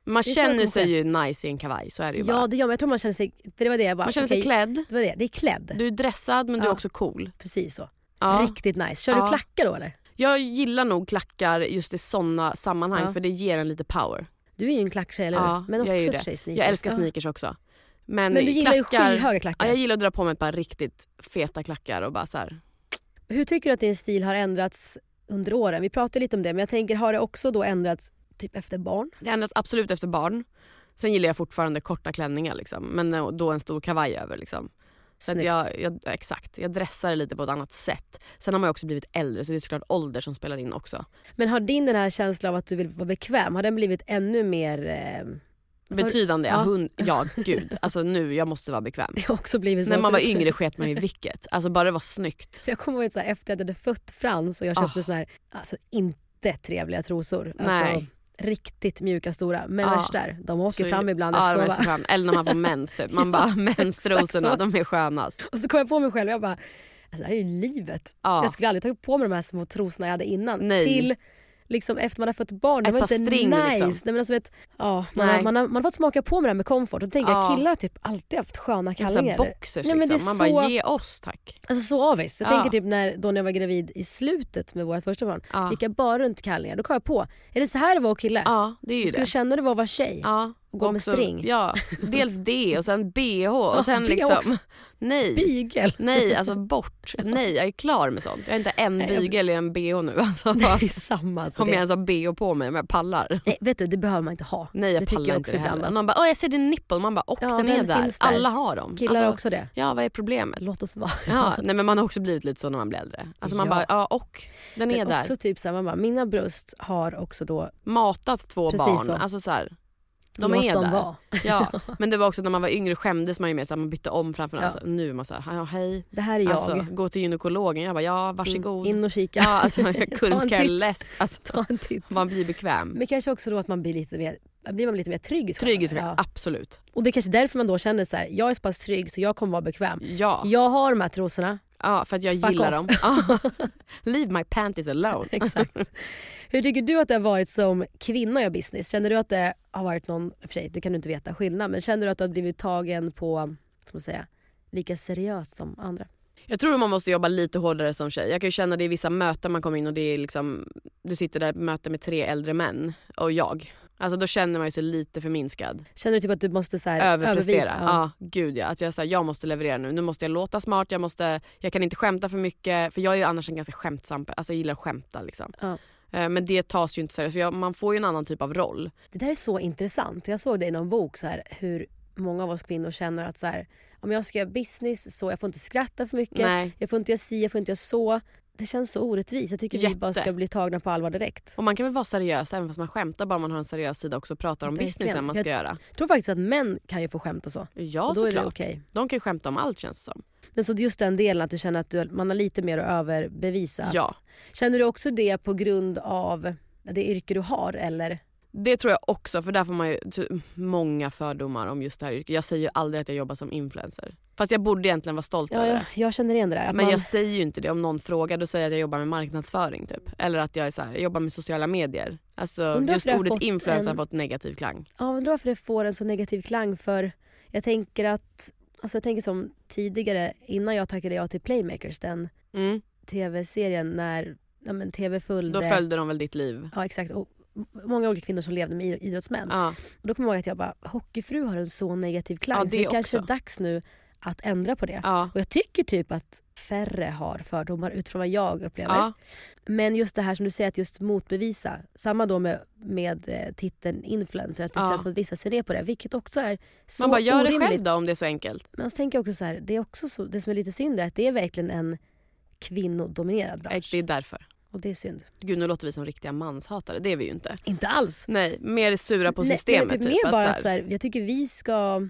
Man Det är så känner det sig kommer ju nice i en kavaj, så är det ju bara. Ja, det gör man. Jag tror man känner sig... För det var det jag bara... Man känner sig klädd. Det var det är klädd. Du är dressad men du är också cool. Precis så. Ja. Riktigt nice. Kör du klackar då eller? Jag gillar nog klackar just i såna sammanhang för det ger en lite power. Du är ju en klacktjej, eller hur? Ja, Men också jag är ju för det. sig sneakers. Jag älskar sneakers också. Men du gillar ju klackar, skyhöga klackar. Ja, jag gillar att dra på mig ett par riktigt feta klackar och bara så här. Hur tycker du att din stil har ändrats under åren? Vi pratade lite om det, men jag tänker, har det också då ändrats typ efter barn? Det ändras absolut efter barn. Sen gillar jag fortfarande korta klänningar liksom. Men då en stor kavaj över liksom. Så att exakt, jag dressar lite på ett annat sätt. Sen har man ju också blivit äldre, så det är såklart ålder som spelar in också. Men har den här känslan av att du vill vara bekväm, har den blivit ännu mer... Betydande, ja gud. Alltså nu, jag måste vara bekväm. Det har också blivit så. När man var yngre sket man ju vilket. Alltså bara det var snyggt. För jag kommer ihåg så här, efter att jag hade fött Frans och jag köpte såna här, alltså inte trevliga trosor. Alltså, riktigt mjuka stora. Men värst där, de åker fram ibland. Eller när man får mens typ. Man bara, menstrosorna, de är skönast. Och så kom jag på mig själv, jag bara, alltså det här är ju livet. Jag skulle aldrig tagit på mig de här små trosorna jag hade innan. Nej. Till liksom efter man har fått barn, det ett var par inte string, nice. liksom. Nej, men alltså, man har fått smaka på med det här med komfort. Och då tänker jag, killar har typ alltid haft sköna kallingar. Boxers ja, men liksom. Man bara, ge oss tack. Alltså så avis. Jag tänker typ när jag var gravid i slutet med vårt första barn, gick jag bara runt kallingar. Då kom jag på, är det så här det var att killa? Ja, det är ju skulle det. känna det var att vara tjej. Ja. Och gå med string. Ja, dels det och sen BH och sen liksom också. nej. Bygel. Nej, alltså bort. Nej, jag är klar med sånt. Jag är inte en bygel i en BH nu alltså. Nej, samma alltså. Om jag ens har BH på mig, om jag pallar. Nej, vet du, det behöver man inte ha. Nej, jag det pallar tycker jag inte också det heller. ibland. Någon bara, jag ser din nipple. Man bara, den är där. Alla har dem. Killar alltså, också det. Ja, vad är problemet? Låt oss vara. Ja, nej, men man har också blivit lite så när man blir äldre. Alltså man bara, den är men där. Också typ så här, man bara, mina bröst har också då matat 2 barn. Så. Alltså så här. De är där. Var. Ja, men det var också när man var yngre skämdes man ju med så man bytte om framför alltså, nu är man så här, hej. Det här är jag. Alltså, gå till gynekologen. Jag bara, varsågod. In och kika. Ja, alltså jag couldn't care less. Alltså, ta en titt. Man blir bekväm. Men kanske också då att man blir lite mer trygg i trygg i sig, absolut. Och det är kanske därför man då känner så här, jag är så pass trygg så jag kommer vara bekväm. Ja. Jag har de här trosorna. Ja, för att jag gillar dem. Leave my panties alone. Exakt. Hur tycker du att det har varit som kvinna i business? Känner du att det har varit någon, för sig, det kan du inte veta skillnad, men känner du att du har blivit tagen på, ska man säga, lika seriöst som andra? Jag tror man måste jobba lite hårdare som tjej. Jag kan ju känna det i vissa möten man kommer in och det är liksom, du sitter där i möte med 3 äldre män och jag. Alltså då känner man ju sig lite förminskad. Känner du typ att du måste så här överprestera? Ja, gud ja. Alltså jag måste leverera nu. Nu måste jag låta smart. Jag kan inte skämta för mycket. För jag är ju annars en ganska skämtsam. Alltså jag gillar att skämta liksom. Ja. Men det tas ju inte seriöst. För man får ju en annan typ av roll. Det där är så intressant. Jag såg det i någon bok så här, hur många av oss kvinnor känner att så här, om jag ska göra business så jag får inte skratta för mycket. Nej. Jag får inte göra si, jag får inte göra så. Det känns så orättvist. Jag tycker vi bara ska bli tagna på allvar direkt. Och man kan väl vara seriös även fast man skämtar. Bara man har en seriös sida också och pratar om businessen man ska göra. Jag tror faktiskt att män kan ju få skämta så. Ja, och då såklart. är det okay. De kan ju skämta om allt känns som. Men så just den delen att du känner att man har lite mer att överbevisa. Ja. Känner du också det på grund av det yrke du har eller? Det tror jag också, för där får man ju många fördomar om just det här yrket. Jag säger ju aldrig att jag jobbar som influencer. Fast jag borde egentligen vara stolt över det. Jag känner igen det där. Men jag säger ju inte det. Om någon frågar då säger jag att jag jobbar med marknadsföring typ. Eller att jag är så här, jag jobbar med sociala medier. Alltså just ordet influencer har fått negativ klang. Ja, men varför det får en så negativ klang? För jag tänker som tidigare, innan jag tackade ja till Playmakers, den tv-serien när tv följde. Då följde de väl ditt liv. Ja, exakt. Och många olika kvinnor som levde med idrottsmän. Ja. Och då kommer jag ihåg att jag bara, hockeyfru har en så negativ klang. Ja, det så kanske är dags nu att ändra på det. Ja. Och jag tycker typ att färre har fördomar utifrån vad jag upplever. Ja. Men just det här som du säger, att just motbevisa. Samma då med titeln influencer. Att det känns som att vissa ser ner på det. Vilket också är så man bara gör orimligt. Det själv då om det är så enkelt. Men så tänker jag också så här, det är också så, det som är lite synd är att det är verkligen en kvinnodominerad bransch. Det är därför. Och det är synd. Gud, nu låter vi som riktiga manshatare. Det är vi ju inte. Inte alls. Nej, mer sura på systemet. Typ mer bara att så här, jag tycker vi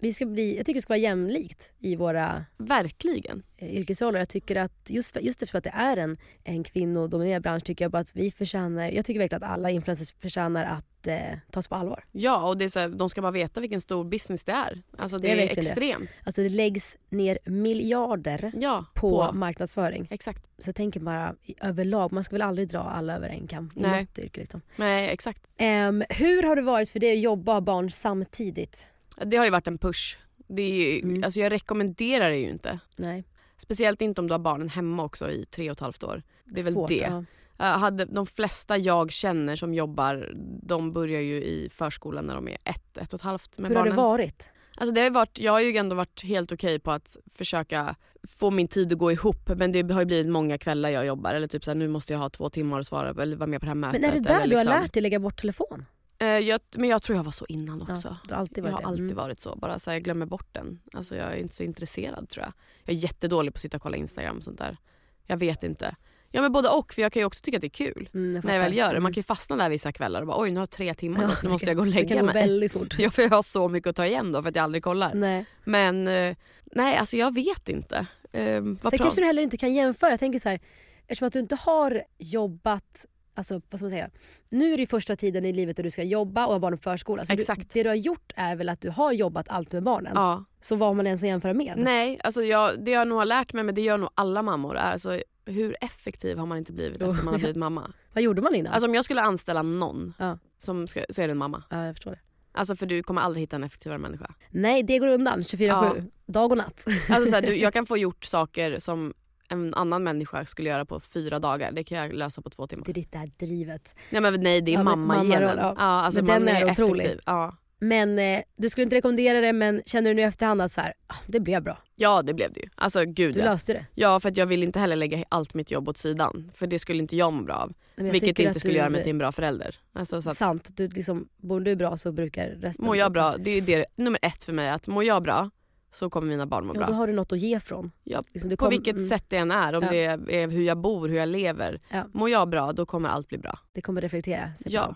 jag tycker det ska vara jämlikt i våra Verkligen. yrkesroller. Jag tycker att just eftersom att det är en kvinnodominerad bransch tycker jag bara att jag tycker verkligen att alla influencers förtjänar att tas på allvar. Ja, och det är så här, de ska bara veta vilken stor business det är. Alltså det är extremt. Alltså det läggs ner miljarder på marknadsföring. Exakt. Så jag tänker bara överlag, man ska väl aldrig dra alla över en kam i något yrke liksom. Nej, exakt. Hur har det varit för dig att jobba och ha barn samtidigt? Det har ju varit en push. Det är ju, alltså jag rekommenderar det ju inte. Nej. Speciellt inte om du har barnen hemma också i 3,5 år. Det är Svårt, väl det. Ja. De flesta jag känner som jobbar, de börjar ju i förskolan när de är 1,5 med Hur barnen. har det varit? Alltså jag har ju ändå varit helt okej på att försöka få min tid att gå ihop. Men det har ju blivit många kvällar jag jobbar. Eller typ så här, nu måste jag ha 2 timmar att svara eller vara med på det här mötet. Men är det där eller du har liksom lärt dig lägga bort telefon? Men jag tror jag var så innan också. Ja, jag har alltid varit så. Bara så här, jag glömmer bort den. Alltså jag är inte så intresserad tror jag. Jag är jättedålig på att sitta och kolla Instagram och sånt där. Jag vet inte. Ja men både och, för jag kan ju också tycka att det är kul när jag väl gör det. Man kan ju fastna där vissa kvällar och bara oj nu har jag 3 timmar, nu måste jag gå och lägga mig. Väldigt fort. Ja, för jag har så mycket att ta igen då för att jag aldrig kollar. Nej. Men nej, alltså jag vet inte. Sen kanske du heller inte kan jämföra. Jag tänker så här, eftersom att du inte har jobbat, alltså vad ska man säga, nu är det första tiden i livet där du ska jobba och ha barn på förskola. Så exakt. Det du har gjort är väl att du har jobbat allt med barnen. Ja. Så vad man ens att jämföra med. Nej, alltså det jag nog har lärt mig, men det gör nog alla mammor, är alltså hur effektiv har man inte blivit efter man har blivit mamma. Vad gjorde man innan? Alltså om jag skulle anställa någon så är det en mamma. Ja, jag förstår det. Alltså för du kommer aldrig hitta en effektivare människa. Nej, det går undan 24/7, dag och natt. Alltså så här, jag kan få gjort saker som en annan människa skulle göra på 4 dagar. Det kan jag lösa på 2 timmar. Det är ditt där drivet. Nej, det är mamma-genen. Ja, alltså men den är otrolig. Effektiv. Ja. Men du skulle inte rekommendera det, men känner du nu i efterhand att så här, det blev bra? Ja, det blev det ju. Alltså gud. Du löste det? Ja, för att jag vill inte heller lägga allt mitt jobb åt sidan. För det skulle inte jag må bra av. Vilket inte skulle göra mig till en bra förälder. Alltså, så att, sant. Du liksom, mår du bra så brukar resten... Mår jag bra, det är det nummer 1 för mig. Att mår jag bra så kommer mina barn må bra. Då har du något att ge från. Ja, liksom, på vilket sätt det än är. Om det är hur jag bor, hur jag lever. Ja. Mår jag bra, då kommer allt bli bra. Det kommer reflektera sig på Ja. dem.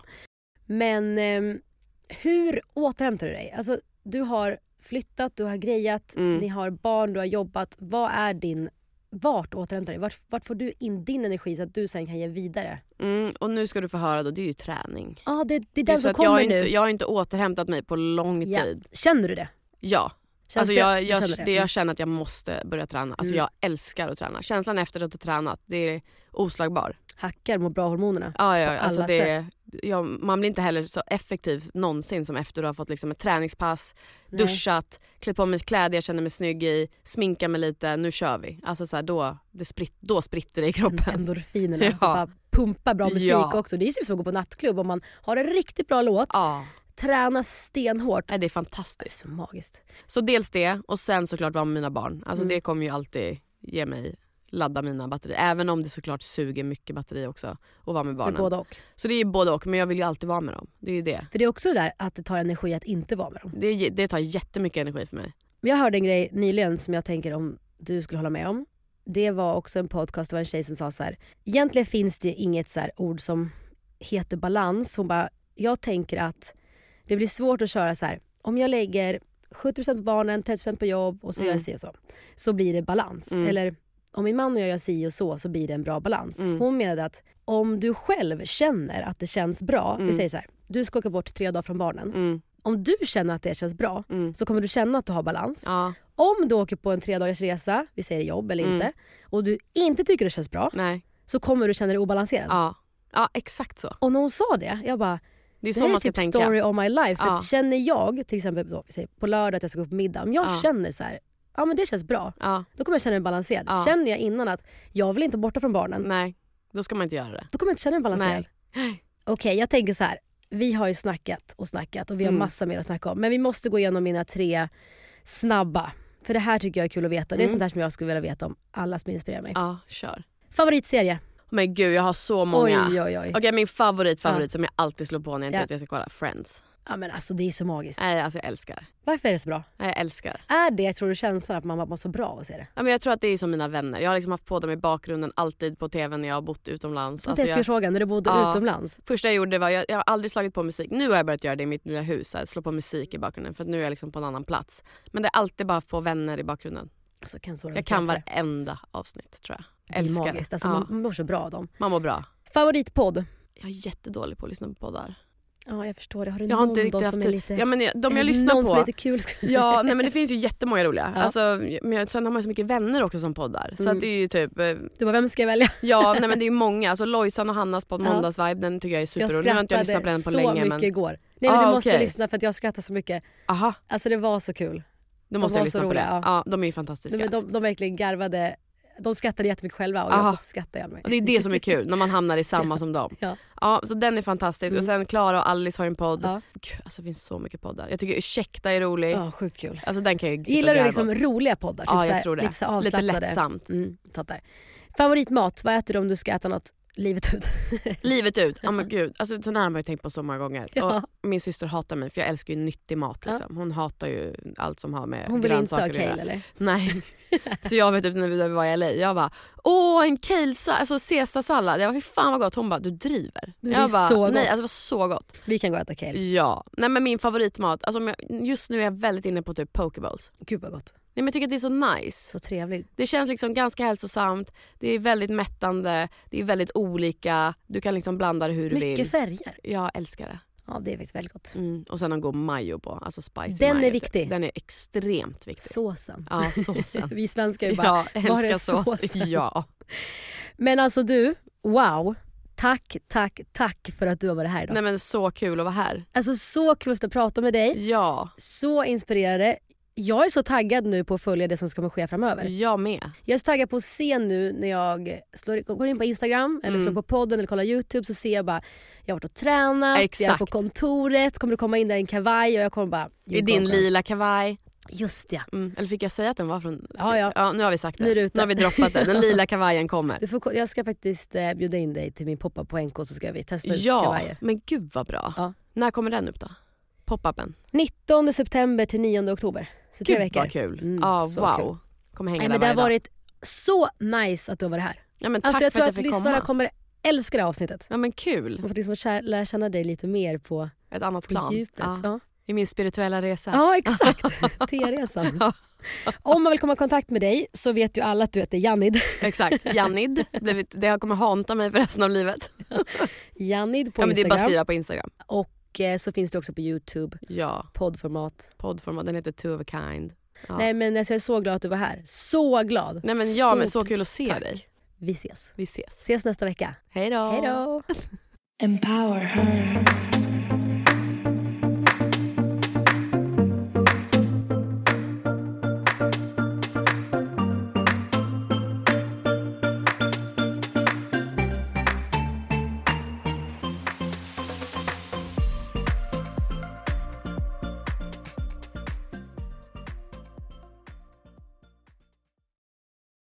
Men hur återhämtar du dig? Alltså, du har flyttat, du har grejat, ni har barn, du har jobbat. Vart återhämtar dig? Vart får du in din energi så att du sen kan ge vidare? Och nu ska du få höra då, det är ju träning. Ja, det är den som kommer nu. Jag har inte återhämtat mig på lång tid. Känner du det? Ja. Alltså jag känner att jag måste börja träna. Alltså jag älskar att träna. Känslan efter att ha tränat, det är oslagbar. Hackar mot bra hormonerna. Ja, alltså man blir inte heller så effektiv någonsin som efter att ha fått liksom ett träningspass, duschat, klätt på mig kläder jag känner mig snygg i, sminka mig lite, nu kör vi. Alltså så här, då spritter det i kroppen. Endorfinerna, bara pumpa bra musik också. Det är ju som att gå på nattklubb om man har en riktigt bra låt. Ja. Träna stenhårt. Det är fantastiskt. Det är så magiskt. Så dels det, och sen såklart vara med mina barn. Alltså det kommer ju alltid ge mig, ladda mina batterier. Även om det såklart suger mycket batteri också att vara med barnen. Så både och. Så det är både och, men jag vill ju alltid vara med dem. Det är ju det. För det är också där att det tar energi att inte vara med dem. Det tar jättemycket energi för mig. Jag hörde en grej nyligen som jag tänker om du skulle hålla med om. Det var också en podcast, det var en tjej som sa så här: egentligen finns det inget så här ord som heter balans. Hon bara, jag tänker att det blir svårt att köra så här. Om jag lägger 70% på barnen, 30% på jobb och så gör jag si och så blir det balans. Eller om min man och jag gör si och så blir det en bra balans. Hon menade att om du själv känner att det känns bra, vi säger så här, du ska åka bort 3 dagar från barnen. Om du känner att det känns bra så kommer du känna att du har balans. Ja. Om du åker på en 3 dagars resa, vi säger jobb eller inte, och du inte tycker det känns bra, så kommer du känna dig obalanserad. Ja, exakt så. Och när hon sa det, jag bara, det är så man ska typ tänka. Story of my life. För att känner jag till exempel då, på lördag att jag ska gå på middag, om jag känner så här, ja men det känns bra, då kommer jag känna mig balanserad. Känner jag innan att jag vill inte borta från barnen, nej, då ska man inte göra det. Då kommer jag inte känna mig balanserad. Okej, jag tänker så här, vi har ju snackat och vi har massa mer att snacka om, men vi måste gå igenom mina 3 snabba, för det här tycker jag är kul att veta. Det är sånt här som jag skulle vilja veta om alla som inspirerar mig. Ja, kör. Favoritserie? Men gud, jag har så många. Oj. Okej, min favorit som jag alltid slår på när jag inte vet att jag ska kolla, Friends. Ja, men alltså det är så magiskt. Nej, alltså jag älskar. Varför är det så bra? Jag älskar. Är det, jag tror du känslan att man var så bra att se det? Ja, men jag tror att det är som mina vänner. Jag har liksom haft på dem i bakgrunden alltid på tv när jag har bott utomlands. Alltså, jag fråga, när du bodde utomlands? Första jag gjorde var, jag har aldrig slagit på musik. Nu har jag börjat göra det i mitt nya hus. Slå på musik i bakgrunden för att nu är jag liksom på en annan plats. Men det är alltid bara på vänner i bakgrunden. Alltså, jag kan varenda avsnitt tror jag. Älskar det. Magiskt. Alltså, man mår så bra av dem. Man mår bra. Favoritpodd? Jag är jättedålig på att lyssna på poddar. Ja, jag förstår det. Har du jag har någon inte riktigt som är lite... Ja, men de jag lyssnar någon på. Som är lite kul. Ja, nej, men det finns ju jättemånga roliga. Ja. Alltså, men sen har man så mycket vänner också som poddar. Så att det är ju typ... Du var vem ska jag välja? Ja, nej, men det är ju många. Alltså Lojsan och Hannas på Måndagsvibe, den tycker jag är superrolig. Nu har inte jag lyssnat på den på länge. Jag skrattade så mycket igår. Nej, men du måste lyssna för att jag skrattar så mycket. Aha. Alltså det var så kul. Då måste jag lyssna på det. Ja, de är ju fantastiska. De verkligen garvade. De skrattade jättemycket själva och jag skrattade jag mig. Och det är det som är kul, när man hamnar i samma som dem. Ja, så den är fantastisk. Och sen Klara och Alice har en podd. Alltså det finns så mycket poddar. Jag tycker Ursäkta är rolig. Ja, sjukt kul. Alltså den kan jag sitta gillar och du liksom roliga poddar? Typ ja, jag tror det. Lite så avslappnade. Lite lättsamt. Fattar. Favoritmat, vad äter du om du ska äta något livet ut? Livet ut, ja men gud. Alltså, sådär har man ju tänkt på så många gånger. Ja. Och min syster hatar mig för jag älskar ju nyttig mat. Liksom. Hon hatar ju allt som har med hon vill grönsaker inte ha kale eller? Nej. Så jag vet typ när vi var i LA, jag bara en kale, alltså caesarsallad. Jag bara, fy fan vad gott. Hon bara, du driver. Jag bara, så nej, gott. alltså det var så gott. Vi kan gå och äta kale. Ja, nej men min favoritmat, alltså just nu är jag väldigt inne på typ pokeballs. Gud vad gott. Nej, men jag tycker att det är så nice. Så trevligt. Det känns liksom ganska hälsosamt. Det är väldigt mättande. Det är väldigt olika. Du kan liksom blanda det hur du vill. Mycket färger. Jag älskar det. Ja, det är faktiskt väldigt gott. Och sen en god mayo på. Alltså spicy den mayo. är viktig. Typ. Den är extremt viktig. Såsen. Ja, såsen. Vi svenskar är bara, jag älskar sås. Ja. Men alltså du, wow. Tack för att du har varit här idag. Nej men så kul att vara här. Alltså så kul att prata med dig. Ja. Så inspirerande. Jag är så taggad nu på att följa det som ska ske framöver. Jag med. Jag är så taggad på att se nu när jag går in på Instagram eller slår på podden eller kollar YouTube, så ser jag bara, jag har varit och tränat, jag är på kontoret, kommer du komma in där i en kavaj och jag kommer bara... I din lila kavaj. Just ja. Eller fick jag säga att den var från... Ja, nu har vi sagt det. Nu har vi droppat det. Den lila kavajen kommer. Jag ska faktiskt bjuda in dig till min pop-up på NK, så ska vi testa ut Ja, kavajer. men gud vad bra. Ja. När kommer den upp då? Pop-upen? 19 september till 9 oktober. Så 3 veckor. Vad kul. Så wow. Kul. Kommer hänga där men det har varje dag. varit så nice att du var här. Ja, men tack alltså, jag för tror att jag fick lyssnarna komma. kommer älska det här avsnittet. Ja men kul. Man får liksom lära känna dig lite mer på ett annat plan. Djupet. Ja. I min spirituella resa. Ja exakt, T-resan. Ja. Om man vill komma i kontakt med dig så vet ju alla att du heter Jannid. Exakt, Jannid. Det kommer hanta mig för resten av livet. Jannid på men Instagram. det är bara att skriva på Instagram. Och så finns det också på YouTube. Ja. Poddformat. Den heter Two of a Kind. Ja. Nej men alltså, jag är så glad att du var här. Så glad. Nej men ja, men så kul att se dig. Vi ses. Vi ses. Ses nästa vecka. Hej då. Hej då. Empower her.